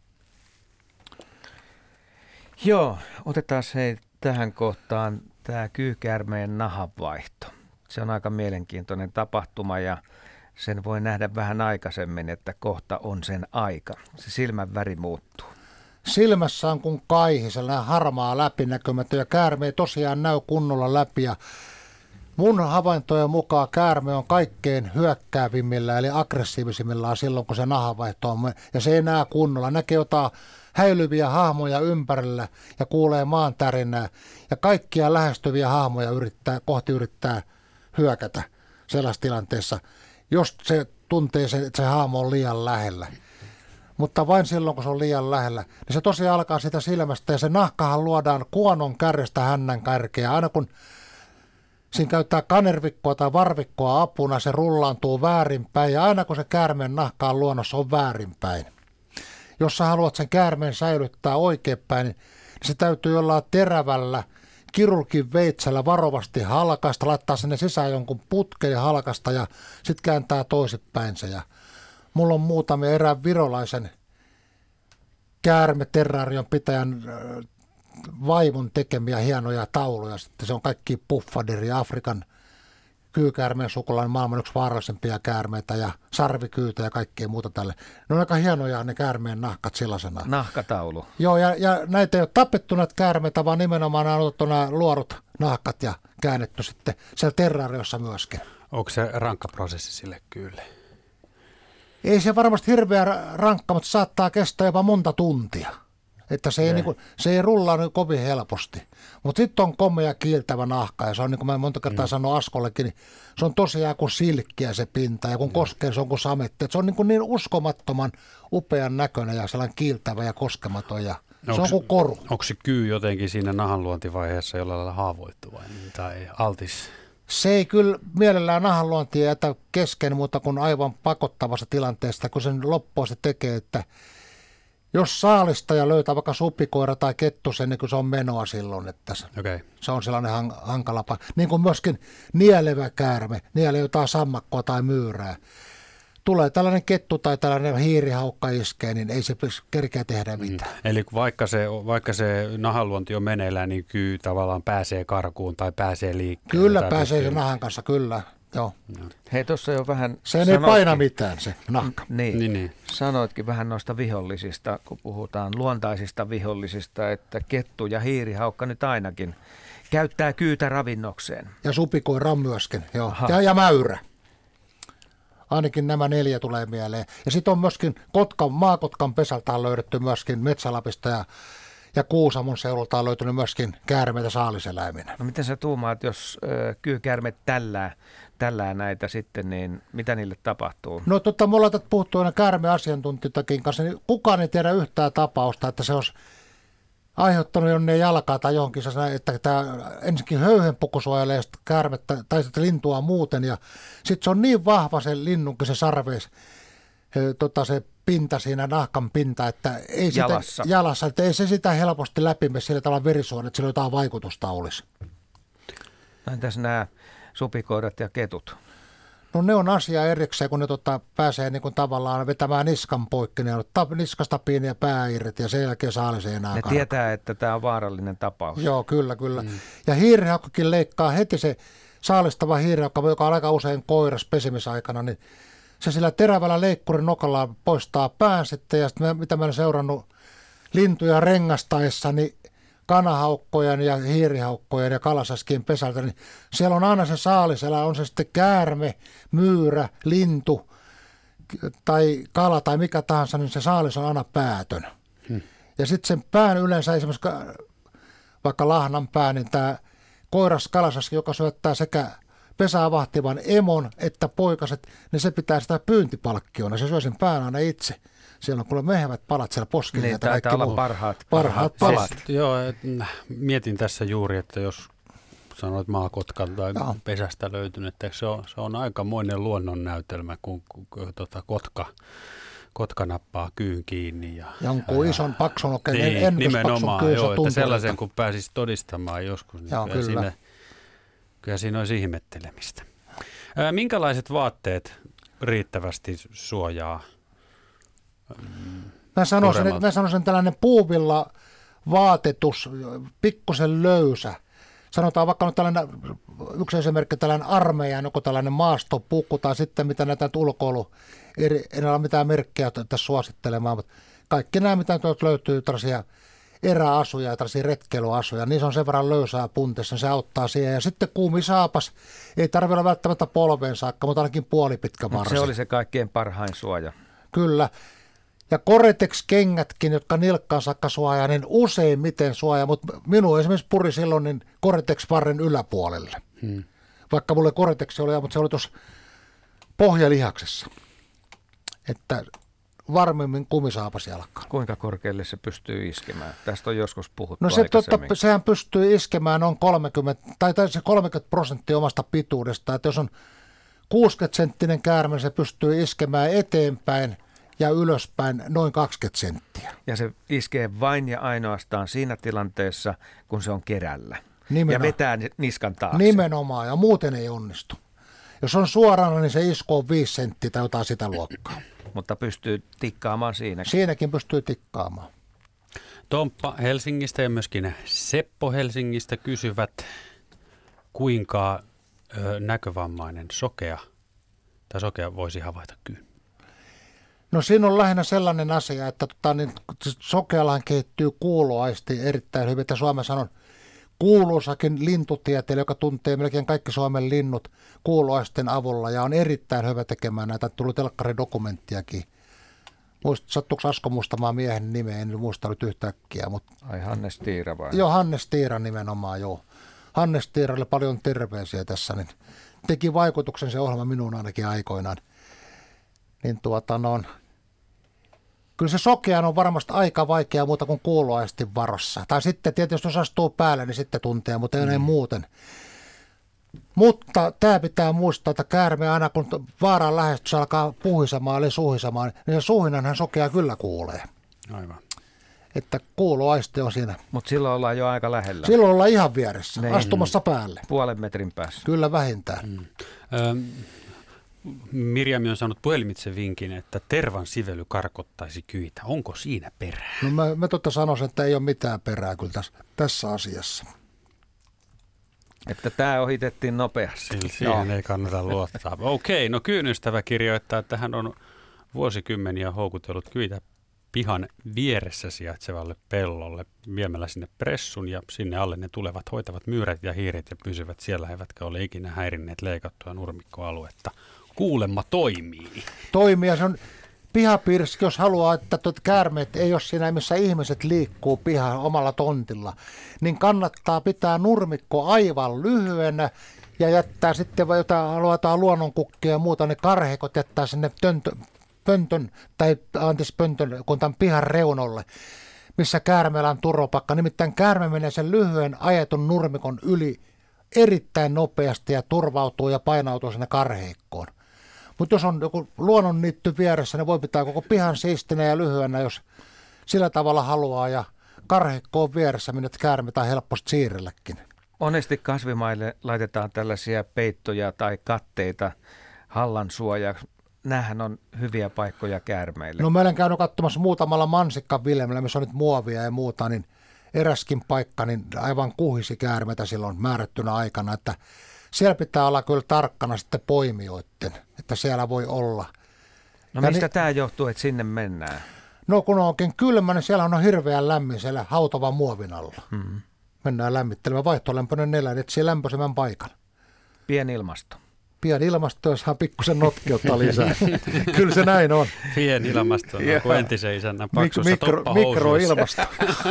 Joo, otetaan se tähän kohtaan tämä kyykäärmeen nahanvaihto. Se on aika mielenkiintoinen tapahtuma ja sen voi nähdä vähän aikaisemmin, että kohta on sen aika. Se silmän väri muuttuu. Silmässä on kuin kaihi, sellainen harmaa läpinäkymätön ja käärme ei tosiaan näy kunnolla läpi. Ja mun havaintojen mukaan käärme on kaikkein hyökkäävimmillä eli aggressiivisimmillaan silloin, kun se nahanvaihto on. Ja se ei näe kunnolla. Näkee jotain häilyviä hahmoja ympärillä ja kuulee maan tärinää. Ja kaikkia lähestyviä hahmoja yrittää, kohti yrittää hyökätä sellaisessa tilanteessa, jos se tuntee, se, että se hahmo on liian lähellä. Mutta vain silloin, kun se on liian lähellä, niin se tosiaan alkaa sitä silmästä ja se nahkahan luodaan kuonon kärjestä hännän kärkeä. Aina kun siinä käyttää kanervikkoa tai varvikkoa apuna, se rullaantuu väärinpäin ja aina kun se käärmeen nahka on luonnossa, on väärinpäin. Jos sä haluat sen käärmeen säilyttää oikeinpäin, niin se täytyy jollain terävällä kirurgin veitsellä varovasti halkaista, laittaa sinne sisään jonkun putken ja halkaista ja sitten kääntää toisinpäin se. Ja mulla on muutamia erään virolaisen käärmeterrarion pitäjän vaimon tekemiä hienoja tauluja. Sitten se on kaikki puffadiri, Afrikan kyykäärmeen sukulainen, maailman yksi vaarallisempia käärmeitä ja sarvikyytä ja kaikkea muuta tälle. Ne on aika hienoja ne käärmeen nahkat sellaisena. Nahkataulu. Joo, ja, ja näitä ei ole tapettu näitä käärmeitä, vaan nimenomaan on otettu nämä luorut nahkat ja käännetty sitten siellä terrariossa myöskin. Onko se rankka prosessi sille kyllä? Ei se varmasti hirveä rankka, mutta saattaa kestää jopa monta tuntia. Että se ei, niin kuin, se ei rullaa niin kovin helposti. Mutta sitten on komea kiiltävä nahka, ja se on niin kuin mä monta kertaa mm. sanon Askollekin, niin se on tosiaan kuin silkkiä se pinta, ja kun mm. koskee se on kuin sametti. Se on niin, kuin niin uskomattoman upean näköinen ja sellainen kiiltävä ja koskematon, ja onks, se on kuin koru. Onko se kyy jotenkin siinä nahanluontivaiheessa jollain lailla haavoittuva tai altis? Se ei kyllä mielellään nahanluontia jätä kesken, mutta kun aivan pakottavassa tilanteesta, kun sen loppua se tekee, että jos saalistaja löytää vaikka supikoira tai kettusen, niin se on menoa silloin, että se, okay. se on sellainen han, hankala. Niin kuin myöskin nielevä käärme, nielee jotain sammakkoa tai myyrää. Tulee tällainen kettu tai tällainen hiirihaukka iskee, niin ei se kerkeä tehdä mitään. Mm. Eli vaikka se, vaikka se nahanluonti on meneillään, niin kyy tavallaan pääsee karkuun tai pääsee liikkeelle. Kyllä pääsee sen nahan kanssa, kyllä. Joo. Hei, tuossa jo vähän se ei paina mitään se nahka. Niin. Niin, niin. Sanoitkin vähän noista vihollisista, kun puhutaan luontaisista vihollisista, että kettu ja hiirihaukka nyt ainakin käyttää kyytä ravinnokseen. Ja supikoira myöskin, joo. Ja, ja mäyrä. Ainakin nämä neljä tulee mieleen. Ja sitten on myöskin Kotkan, maakotkan pesältä on löydetty myöskin Metsälapista ja, ja Kuusamon seudulta on löytynyt myöskin käärmeitä saaliseläiminä. No miten sä tuumaat, jos ö, kyykäärme tällää, tällää näitä sitten, niin mitä niille tapahtuu? No totta, me ollaan puhuttu aina käärmeasiantuntijoitakin kanssa, niin kukaan ei tiedä yhtään tapausta, että se olisi aiheuttanut jonne jalkaa tai johonkin, että tämä ensinnäkin höyhenpuku suojelee käärmettä tai sitten lintua muuten, ja sitten se on niin vahva se linnunkin se sarveis, tota, se pinta siinä, nahkan pinta, että ei jalassa. Sitä, jalassa, että ei se sitä helposti läpime sillä tavalla verisuonet, että sillä jotain vaikutusta olisi. No entäs nämä supikoirat ja ketut? No ne on asia erikseen, kun ne tota, pääsee niin kuin tavallaan vetämään niskan poikki, ne on niskasta pieniä pää irti ja sen jälkeen saaliseen enää Ne karkaa. Tietää, että tämä on vaarallinen tapaus. Joo, kyllä, kyllä. Mm. Ja hiirihaukkakin leikkaa heti se saalistava hiirihaukka, joka on aika usein koiras pesimisaikana, niin se sillä terävällä leikkurin nokalla poistaa pään sitten, ja sitten mitä mä olen seurannut lintuja rengastaessa, niin kanahaukkojen ja hiirihaukkojen ja kalasaskien pesältä, niin siellä on aina se saaliselä, on se sitten käärme, myyrä, lintu tai kala tai mikä tahansa, niin se saalis on aina päätön. Hmm. Ja sitten sen pään yleensä esimerkiksi vaikka lahnan pää, niin tämä koiras kalasaski, joka syöttää sekä pesää vahtivan emon että poikaset, niin se pitää sitä pyyntipalkkiona. Se syö sen pään aina itse. Siellä on kuule mehevät palat siellä poskilla. Niin, taitaa olla parhaat, parhaat palat. Siis, joo, et, mietin tässä juuri, että jos sanoit maakotkan tai joo. pesästä löytynyt, että se on, se on aikamoinen luonnonnäytelmä, kun, kun, kun tota, kotka, kotka nappaa kyyn kiinni. Ja, Jonkun ja, ison paksun okei, niin, en nimenomaan, paksun joo, että sellaisen kun pääsisi todistamaan joskus, niin joo, kyllä, kyllä. Siinä, kyllä siinä olisi ihmettelemistä. Ää, minkälaiset vaatteet riittävästi suojaa? Mä sanoisin, että mä sanoisin tällainen puuvilla vaatetus, pikkusen löysä. Sanotaan vaikka nyt tällainen, yksi esimerkki, tällainen armeijan, joku tällainen maastopukku tai sitten mitä näitä ulkoilu, eri, en ole mitään merkkejä tässä suosittelemaan, mutta kaikki nämä, mitä nyt löytyy, tällaisia eräasuja ja tällaisia retkeilyasuja, niin se on sen verran löysää puntissa, se auttaa siihen. Ja sitten kuumisaapas, ei tarvitse olla välttämättä polveen saakka, mutta ainakin puolipitkä varsi. Se oli se kaikkein parhain suoja. Kyllä. Ja Gore-Tex-kengätkin, jotka nilkkaan saakka suojaa, niin useimmiten suojaa, mutta minun esimerkiksi puri silloin niin Gore-Tex-varren yläpuolelle. Hmm. Vaikka mulle Gore-Tex oli, mutta se oli tuossa pohjalihaksessa. Että varmemmin kumisaapas jalkaan. Kuinka korkealle se pystyy iskemään? Tästä on joskus puhuttu no se, totta, aikaisemmin. sehän pystyy iskemään noin kolmekymmentä, tai, tai se kolmekymmentä prosenttia omasta pituudesta. Että jos on kuusikymmentä senttinen käärme, se pystyy iskemään eteenpäin ja ylöspäin noin kaksikymmentä senttiä. Ja se iskee vain ja ainoastaan siinä tilanteessa, kun se on kerällä. Nimenomaan. Ja vetää niskan taakse. Nimenomaan, ja muuten ei onnistu. Jos on suorana, niin se isko on viisi senttiä tai jotain sitä luokkaa. Mutta pystyy tikkaamaan siinäkin. Siinäkin pystyy tikkaamaan. Tomppa Helsingistä ja myöskin Seppo Helsingistä kysyvät, kuinka ö, näkövammainen sokea tai sokea voisi havaita kyyn. No siinä on lähinnä sellainen asia, että tota, niin, sokeallahan kehittyy kuuloaisti erittäin hyvin. Että Suomessa on kuuluisakin lintutieteilijä, joka tuntee melkein kaikki Suomen linnut kuuloaisten avulla ja on erittäin hyvä tekemään näitä. Tuli telkkaridokumenttiakin. Muist, sattuuko Asko muistamaan miehen nimeä? En muista nyt yhtäkkiä. Mutta... Ai Hannes Tiira vai? Joo, Hannes Tiira nimenomaan, joo. Hannes Tiiralle paljon terveisiä tässä. Niin teki vaikutuksen se ohjelma minuun ainakin aikoinaan. Niin tuota no, kyllä se sokean on varmasti aika vaikea muuta kuin kuuloaistin varossa. Tai sitten tietysti jos astuu päälle, niin sitten tuntee, mutta ei mm. näin muuten. Mutta tämä pitää muistaa, että käärme aina kun vaaran lähestys alkaa puhisemaan eli suhisemaan, niin se suhinanhan sokea kyllä kuulee. Aivan. Että kuuloaisti on siinä. Mutta silloin ollaan jo aika lähellä. Silloin ollaan ihan vieressä, Nein. astumassa päälle. Puolen metrin päässä. Kyllä vähintään. Mm. Öm, Mirjami on saanut puhelimitse vinkin, että tervan sively karkottaisi kyitä. Onko siinä perää? No mä, mä totta sanoisin, että ei ole mitään perää kyllä tässä, tässä asiassa. Että tämä ohitettiin nopeasti. Siihen no. ei kannata luottaa. Okei, no kyyn ystävä kirjoittaa, että hän on vuosikymmeniä houkutellut kyitä pihan vieressä sijaitsevalle pellolle viemällä sinne pressun ja sinne alle ne tulevat, hoitavat myyrät ja hiiret ja pysyvät siellä, eivätkä ole ikinä häirinneet leikattua nurmikkoaluetta. Kuulemma toimii. Toimii ja se on pihapiirissä, jos haluaa, että tuot käärmeet ei ole siinä, missä ihmiset liikkuu pihan omalla tontilla, niin kannattaa pitää nurmikko aivan lyhyenä ja jättää sitten, vai jotain haluaa luonnonkukkia ja muuta, ne karheikot jättää sinne töntö, pöntön, tai anteeksi pöntön, kun tämän pihan reunolle, missä käärmeellä on turvapaikka. Nimittäin käärme menee sen lyhyen ajetun nurmikon yli erittäin nopeasti ja turvautuu ja painautuu sinne karheikkoon. Mutta jos on joku luonnonniitty vieressä, niin voi pitää koko pihan siistinä ja lyhyenä, jos sillä tavalla haluaa. Ja karheikko on vieressä, minne käärmetään helposti siirrelläkin. Monesti kasvimaille laitetaan tällaisia peittoja tai katteita hallan suojaksi. Nämähän on hyviä paikkoja käärmeille. No mä olen käynyt katsomassa muutamalla mansikkaviljelmällä, missä on nyt muovia ja muuta, niin eräskin paikka, niin aivan kuhisi käärmeitä silloin määrättynä aikana, että siellä pitää olla kyllä tarkkana sitten poimijoiden, että siellä voi olla. No ja mistä ni- tämä johtuu, että sinne mennään? No kun on oikein kylmä, niin siellä on hirveän lämmin siellä hautavan muovin alla. Hmm. Mennään lämmittelemään vaihtolämpöinen nelä, niin etsii lämpöisemmän paikan. Pieni ilmasto. Pieni ilmasto, jos saa pikkusen notkeutta lisää. Kyllä se näin on. Pieni ilmasto on kuin entisen isännän paksussa Mikro, toppahousuissa. Mikroilmasto.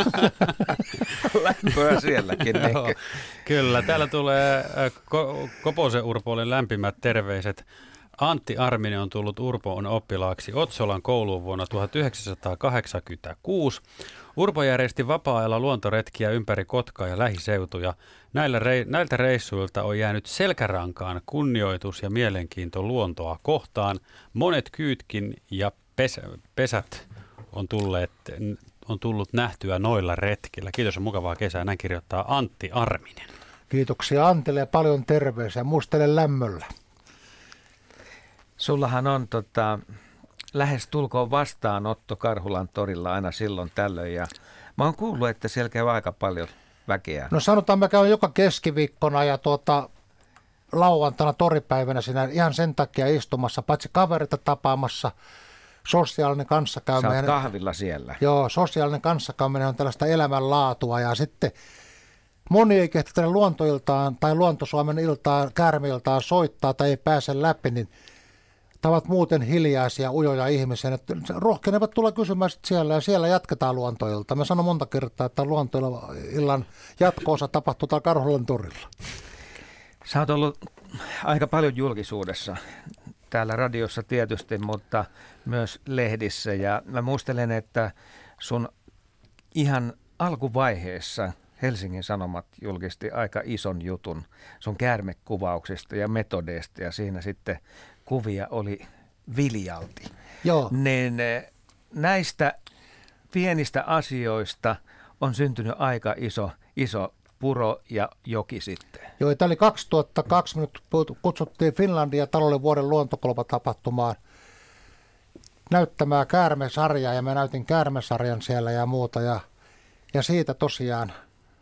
Lämpöä sielläkin. Joo, kyllä, täällä tulee Ko- Koposen Urpolle lämpimät terveiset. Antti Arminen on tullut Urpoon oppilaaksi Otsolan kouluun vuonna tuhatyhdeksänsataakahdeksankymmentäkuusi. Urpo järjesti vapaa-ajalla luontoretkiä ympäri Kotkaa ja lähiseutuja. Näillä rei- näiltä reissuilta on jäänyt selkärankaan kunnioitus ja mielenkiinto luontoa kohtaan. Monet kyytkin ja pes- pesät on, tulleet, on tullut nähtyä noilla retkillä. Kiitos ja mukavaa kesää. Näin kirjoittaa Antti Arminen. Kiitoksia Antille ja paljon terveisiä. Muistele lämmöllä. Sullahan on tota, lähes tulkoon vastaanotto Karhulan torilla aina silloin tällöin ja mä oon kuullut, että siellä käy aika paljon väkeä. No sanotaan, mä käyn joka keskiviikkona ja tuota, lauantaina toripäivänä siinä ihan sen takia istumassa, paitsi kaverita tapaamassa, sosiaalinen kanssakäyminen. Sä oot kahvilla siellä. Joo, sosiaalinen kanssakäyminen on tällaista elämänlaatua ja sitten moni ei kehtä tänne luontoiltaan tai Luontosuomen iltaan, käärmeiltaan soittaa tai ei pääse läpi, niin tavat muuten hiljaisia, ujoja ihmisiä, että rohkenevat tulla kysymään siellä ja siellä jatketaan luontoilta. Mä sanon monta kertaa, että luontoillan jatko-osa tapahtuu täällä Karhulan torilla. Sä oot ollut aika paljon julkisuudessa, täällä radiossa tietysti, mutta myös lehdissä ja mä muistelen, että sun ihan alkuvaiheessa Helsingin Sanomat julkisti aika ison jutun sun käärmekuvauksista ja metodeista ja siinä sitten kuvia oli viljalti. Joo. Niin näistä pienistä asioista on syntynyt aika iso, iso puro ja joki sitten. Joo, tämä oli kaksituhattakaksi, minut kutsuttiin Finlandia talouden vuoden luontokolpatapahtumaan näyttämään käärmesarjaa ja mä näytin käärmesarjan siellä ja muuta ja Ja siitä tosiaan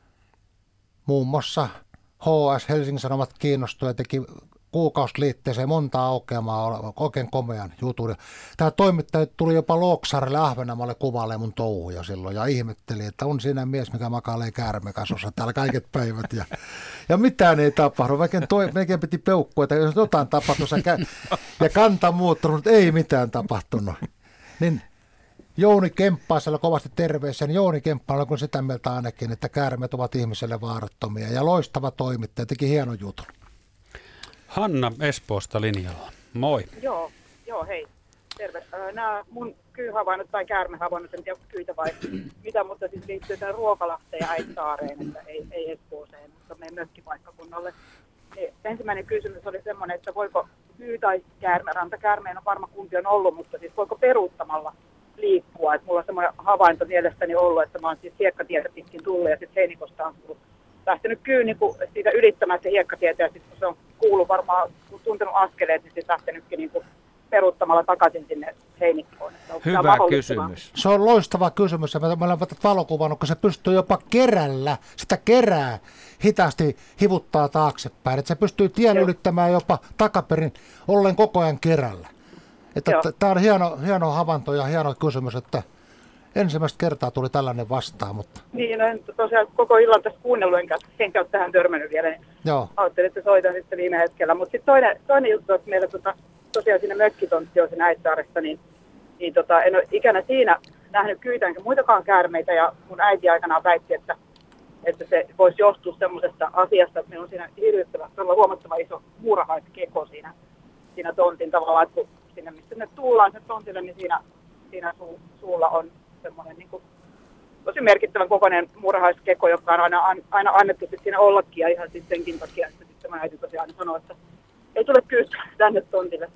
muun muassa H S Helsingin Sanomat kiinnostui ja teki kuukausiliitteeseen monta aukeamaa, oikein komean jutun. Tämä toimittaja tuli jopa Looksaarelle Ahvenanmaalle kuvailemaan mun touhuja silloin ja ihmetteli, että on siinä mies, mikä makailee käärmekasossa täällä kaiket päivät. Ja, ja mitään ei tapahdu. Mekin piti peukkua, että jos jotain tapahtui ja kanta muuttunut, mutta ei mitään tapahtunut. Niin Jouni Kemppaisella kovasti terveisiä, niin Jouni Kemppaisella on sitä mieltä ainakin, että käärmeet ovat ihmiselle vaarattomia ja loistava toimittaja, teki hienon jutun. Hanna Espoosta linjalla. Moi. Joo, joo hei. Terve. Nämä mun kyyhavainnot tai käärmehavainnot, en tiedä kyitä vai mitä, mutta siis liittyy tähän Ruokalahteen ja Äitsaareen, että ei, ei Espooseen, mutta meidän mökkipaikkakunnalle. Niin ensimmäinen kysymys oli semmoinen, että voiko kyy tai käärme, rantakäärmeen on varma kumpi on ollut, mutta siis voiko peruuttamalla liikkua. Et mulla on semmoinen havainto mielestäni ollut, että mä oon siis hiekkatietä pitkin tullut ja sitten Heinikosta on tullut lähtenyt kyy niin siitä ylittämään se hiekkatietä ja sitten kun se on kuullut varmaan, kun tuntenut askeleet, niin sitten lähtenytkin niin peruuttamalla takaisin sinne Heinikkoon. Hyvä kysymys. Se on loistava kysymys ja mä olen valokuvannut, kun se pystyy jopa kerällä, sitä kerää hitaasti hivuttaa taaksepäin. Että se pystyy tien Joo. ylittämään jopa takaperin ollen koko ajan kerällä. Tämä on hieno, hieno havainto ja hieno kysymys, että ensimmäistä kertaa tuli tällainen vastaan. Mutta... Niin, en tosiaan koko illan tässä kuunnellut, enkä, enkä ole tähän törmännyt vielä. Niin Joo. Ajattelin, että soitan sitten viime hetkellä. Mutta sitten toinen, toinen juttu, että meillä tota, tosiaan siinä mökkitontti on siinä Äitsaaressa, niin, niin tota, en ole ikänä siinä nähnyt kyytä enkä muitakaan käärmeitä. Ja mun äiti aikanaan väitti, että, että se voisi johtua semmoisesta asiasta, että meillä on siinä hirvittävä, huomattava iso muurahaiskeko siinä, siinä tontin tavallaan, että kun sinne, mistä ne tullaan sen tontille, niin siinä, siinä suu, suulla on semmoinen niin kuin tosi merkittävän kokoinen muurahaiskeko, joka on aina, aina annettu sitten siinä ollakin ja ihan sitten senkin takia, että sitten mä äiti tosiaan sanoi, että ei tule kysyä tänne tontille.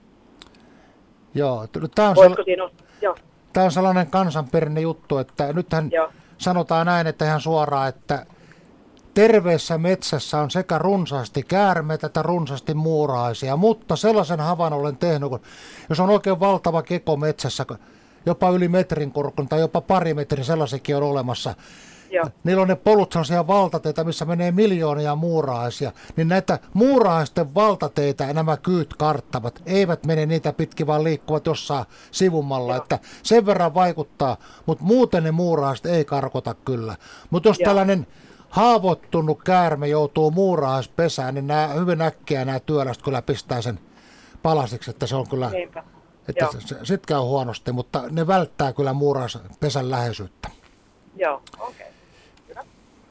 Joo, tämä on, sel... siinä on? Joo. Tämä on sellainen kansanperinne juttu, että nythän Joo. sanotaan näin, että ihan suoraan, että terveessä metsässä on sekä runsaasti käärmeitä että runsaasti muurahaisia, mutta sellaisen havainnon olen tehnyt, kun jos on oikein valtava keko metsässä, jopa yli metrin korkun tai jopa pari metrin sellaisenkin on olemassa. Joo. Niillä on ne polut sellaisia valtateitä, missä menee miljoonia muurahaisia. Niin näitä muurahaisten valtateitä nämä kyyt karttavat. Eivät mene niitä pitkin, vaan liikkuvat jossain sivummalla. Että sen verran vaikuttaa, mutta muuten ne muurahaiset ei karkota kyllä. Mutta jos Joo. tällainen haavoittunut käärme joutuu muurahaispesään, niin nämä hyvin äkkiä nämä työläiset kyllä pistää sen palasiksi, että se on kyllä... Niinpä. Että sitten käy huonosti, mutta ne välttää kyllä muurahaispesän läheisyyttä. Joo, okei. Okay. Hyvä.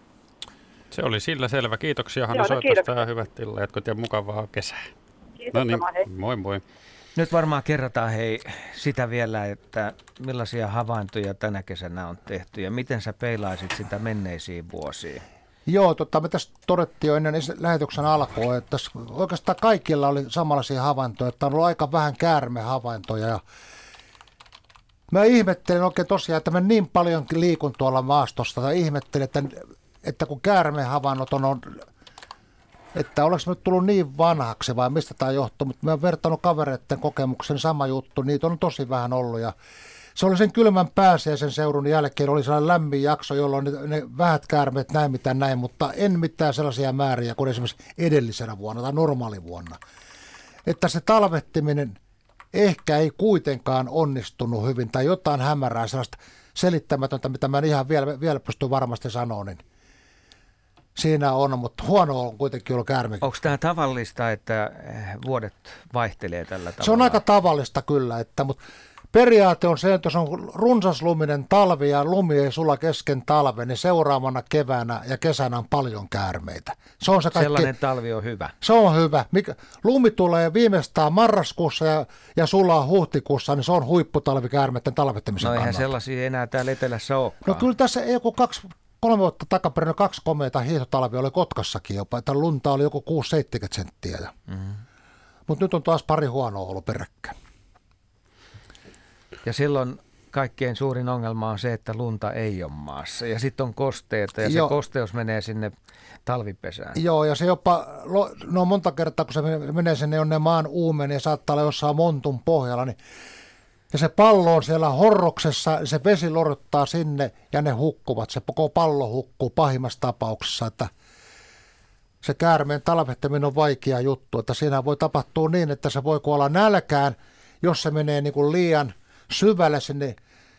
Se oli sillä selvä. Kiitoksia Hanna Joo, no, soitosta ja hyvät illajatkot ja mukavaa kesää. Kiitos, no niin, sama, hei. moi moi. Nyt varmaan kerrataan hei sitä vielä, että millaisia havaintoja tänä kesänä on tehty ja miten sä peilaisit sitä menneisiin vuosiin? Joo, tota, me tässä todettiin jo ennen lähetyksen alkua, että oikeastaan kaikilla oli samanlaisia havaintoja, että on ollut aika vähän käärmehavaintoja. Ja mä ihmettelin oikein tosiaan, että mä niin paljon liikun tuolla maastossa, tai ihmettelin, että, että kun käärmehavainnot on, on, että oleks mä nyt tullut niin vanhaksi vai mistä tämä johtuu, mutta mä oon vertannut kavereiden kokemuksen sama juttu, niitä on tosi vähän ollut ja se oli sen kylmän pääsiäisen seudun jälkeen, oli sellainen lämmin jakso, jolloin ne, ne vähät käärmeet näin mitä näin, mutta en mitään sellaisia määriä kuin esimerkiksi edellisenä vuonna tai normaalivuonna. Että se talvettiminen ehkä ei kuitenkaan onnistunut hyvin tai jotain hämärää, sellaista selittämätöntä, mitä mä en ihan vielä, vielä pysty varmasti sanoa, niin siinä on, mutta huono on kuitenkin ollut käärme. Onko tämä tavallista, että vuodet vaihtelee tällä tavalla? Se on aika tavallista kyllä, että, mutta periaate on se, että jos on runsasluminen talvi ja lumi ei sulla kesken talven, niin seuraavana keväänä ja kesänä on paljon käärmeitä. Se on se kaikki, sellainen talvi on hyvä. Se on hyvä. Mikä, lumi tulee viimeistään marraskuussa ja, ja sulaa huhtikuussa, niin se on huipputalvi käärmeiden talvettamisen kannalta. No eihän kannalta. Sellaisia enää täällä etelässä olekaan. No kyllä tässä joku kaksi, kolme vuotta takaperin kaksi komeita hiihtotalvia oli Kotkassakin jopa, että lunta oli joku kuusi seitsemänkymmentä senttiä. Mm-hmm. Mutta nyt on taas pari huonoa ollut peräkkäin. Ja silloin kaikkein suurin ongelma on se, että lunta ei ole maassa. Ja sitten on kosteita ja Joo. se kosteus menee sinne talvipesään. Joo, ja se jopa, no monta kertaa kun se menee sinne jonne maan uumeen ja saattaa olla jossain montun pohjalla, niin Ja se pallo on siellä horroksessa, se vesi lorottaa sinne ja ne hukkuvat. Se koko pallo hukkuu pahimmassa tapauksessa, että se käärmeen talvettaminen on vaikea juttu. Että siinä voi tapahtua niin, että se voi kuolla nälkään, jos se menee niin kuin liian syvälle sinne,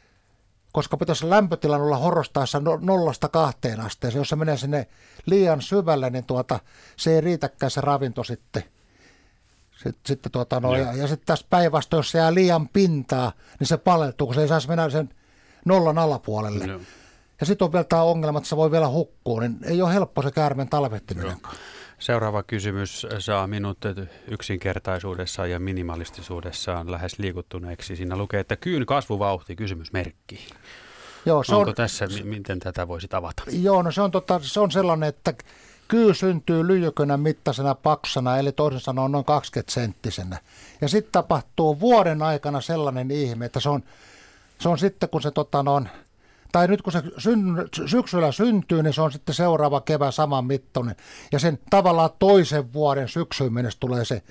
koska pitäisi lämpötilan olla horrostaessa no, nollasta kahteen asteeseen. Jos se menee sinne liian syvälle, niin tuota, se ei riitäkään se ravinto sitten. Sitten, sitten tuota, no, ja, ja sitten tässä päinvastoin, jos se jää liian pintaa, niin se paleltuu, kun se ei saisi mennä sen nollan alapuolelle. No. Ja sitten on vielä tämä ongelma, että se voi vielä hukkua, niin ei ole helppo se käärmeen talvettiminenkaan. Seuraava kysymys saa minut yksinkertaisuudessaan ja minimalistisuudessaan lähes liikuttuneeksi. Siinä lukee, että kyyn kasvuvauhti, kysymysmerkki. Joo, se Onko on, tässä, m- miten tätä voisi tavata? Joo, no se on, tota, se on sellainen, että kyy syntyy lyijykönän mittaisena paksana, eli toisin sanoen noin kaksikymmentä senttisenä. Ja sitten tapahtuu vuoden aikana sellainen ihme, että se on, se on sitten kun se tota, no, tai nyt kun se syn, syksyllä syntyy, niin se on sitten seuraava kevään saman mittainen. Ja sen tavallaan toisen vuoden syksyyn mennessä tulee se,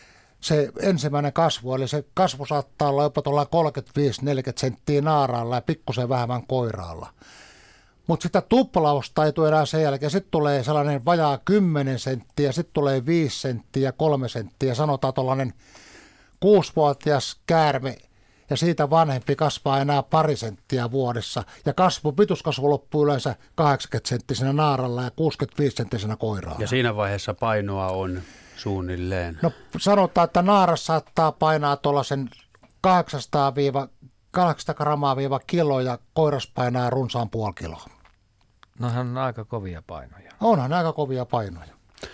se ensimmäinen kasvu. Eli se kasvu saattaa olla jopa tuolla kolmekymmentäviisi neljäkymmentä senttiä naaraalla ja pikkusen vähemmän koiraalla. Mutta sitä tuplausta ei tule enää sen jälkeen. Sitten tulee sellainen vajaa kymmenen senttiä, sitten tulee viisi senttiä, kolme senttiä. Sanotaan tuollainen kuusivuotias käärme ja siitä vanhempi kasvaa enää pari senttiä vuodessa. Ja kasvu, pituuskasvu loppuu yleensä kahdeksankymmentä senttisenä naaralla ja kuusikymmentäviisi senttisenä koiraalla. Ja siinä vaiheessa painoa on suunnilleen? No sanotaan, että naaras saattaa painaa tuollaisen kahdeksansataa grammaa viiva kilo ja koiras painaa runsaan puoli kiloa. Nohan on aika kovia painoja. Onhan aika kovia painoja.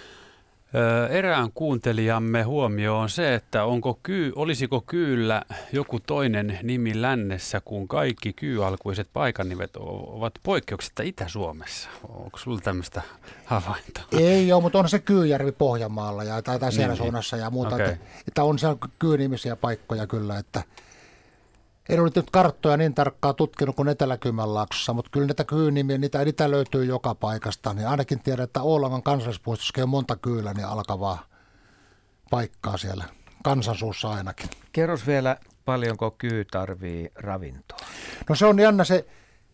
Öö, erään kuuntelijamme huomio on se, että onko kyy, olisiko kyyllä joku toinen nimi lännessä, kun kaikki kyy-alkuiset paikannimet ovat poikkeuksetta Itä-Suomessa. Onko sinulla tämmöistä havaintoa? Ei ole, mutta on se Kyyjärvi Pohjanmaalla ja, tai, tai siellä niin, suunnassa ja muuta. Okay. Että, että on siellä kyynimisiä paikkoja kyllä, että en ole nyt karttoja niin tarkkaan tutkinut kuin Etelä-Kymenlaaksossa, mutta kyllä näitä kyynimiä, niitä, niitä löytyy joka paikasta. Niin ainakin tiedän, että Oulangan kansallispuistossakin on monta kyylä, niin alkavaa paikkaa siellä, kansansuussa ainakin. Kerros vielä, paljonko kyy tarvii ravintoa? No se on jännä, se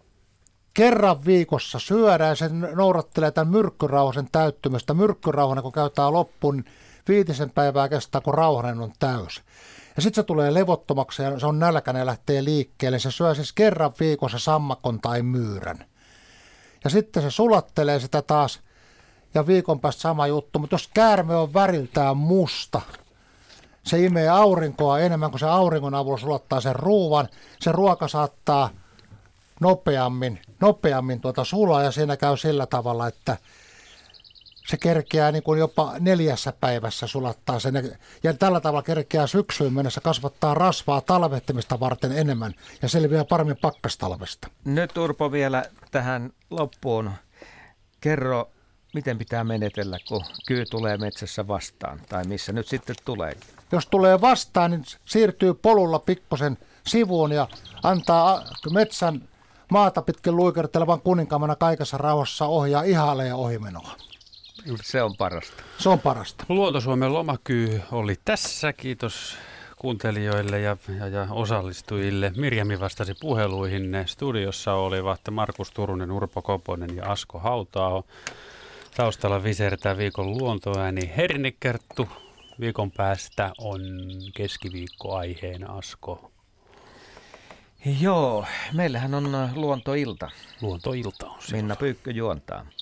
kerran viikossa syödään ja se noudattelee tämän myrkkyrauhasen täyttymistä. Myrkkyrauhanen, kun käytetään loppuun, niin viitisen päivää kestää, kun rauhanen on täys. Ja sitten se tulee levottomaksi ja se on nälkäinen ja lähtee liikkeelle. Se syö siis kerran viikossa sammakon tai myyrän. Ja sitten se sulattelee sitä taas ja viikon päästä sama juttu. Mutta jos käärme on väriltään musta, se imee aurinkoa enemmän kuin se auringon avulla sulattaa sen ruuan. Se ruoka saattaa nopeammin, nopeammin tuota sulaa ja siinä käy sillä tavalla, että se kerkeää niin kuin jopa neljässä päivässä sulattaa sen. Ja tällä tavalla kerkeää syksyyn mennessä kasvattaa rasvaa talvehtimista varten enemmän ja selviää paremmin pakkastalvesta. Nyt Urpo vielä tähän loppuun. Kerro, miten pitää menetellä, kun kyy tulee metsässä vastaan tai missä nyt sitten tulee? Jos tulee vastaan, niin siirtyy polulla pikkusen sivuun ja antaa metsän maata pitkin luikertelevan kuninkaamana kaikessa rauhassa ohjaa ihailee ohimenoa. Se on parasta. Se on parasta. Luonto-Suomen lomakyy oli tässä. Kiitos kuuntelijoille ja, ja, ja osallistujille. Mirjami vastasi puheluihin. Studiossa olivat Markus Turunen, Urpo Koponen ja Asko Hautao. Taustalla visertää viikon luontoääni Hernikkerttu. Viikon päästä on keskiviikkoaiheena, Asko. Joo, meillähän on luontoilta. Luontoilta on se. Minna Pyykkö juontaa.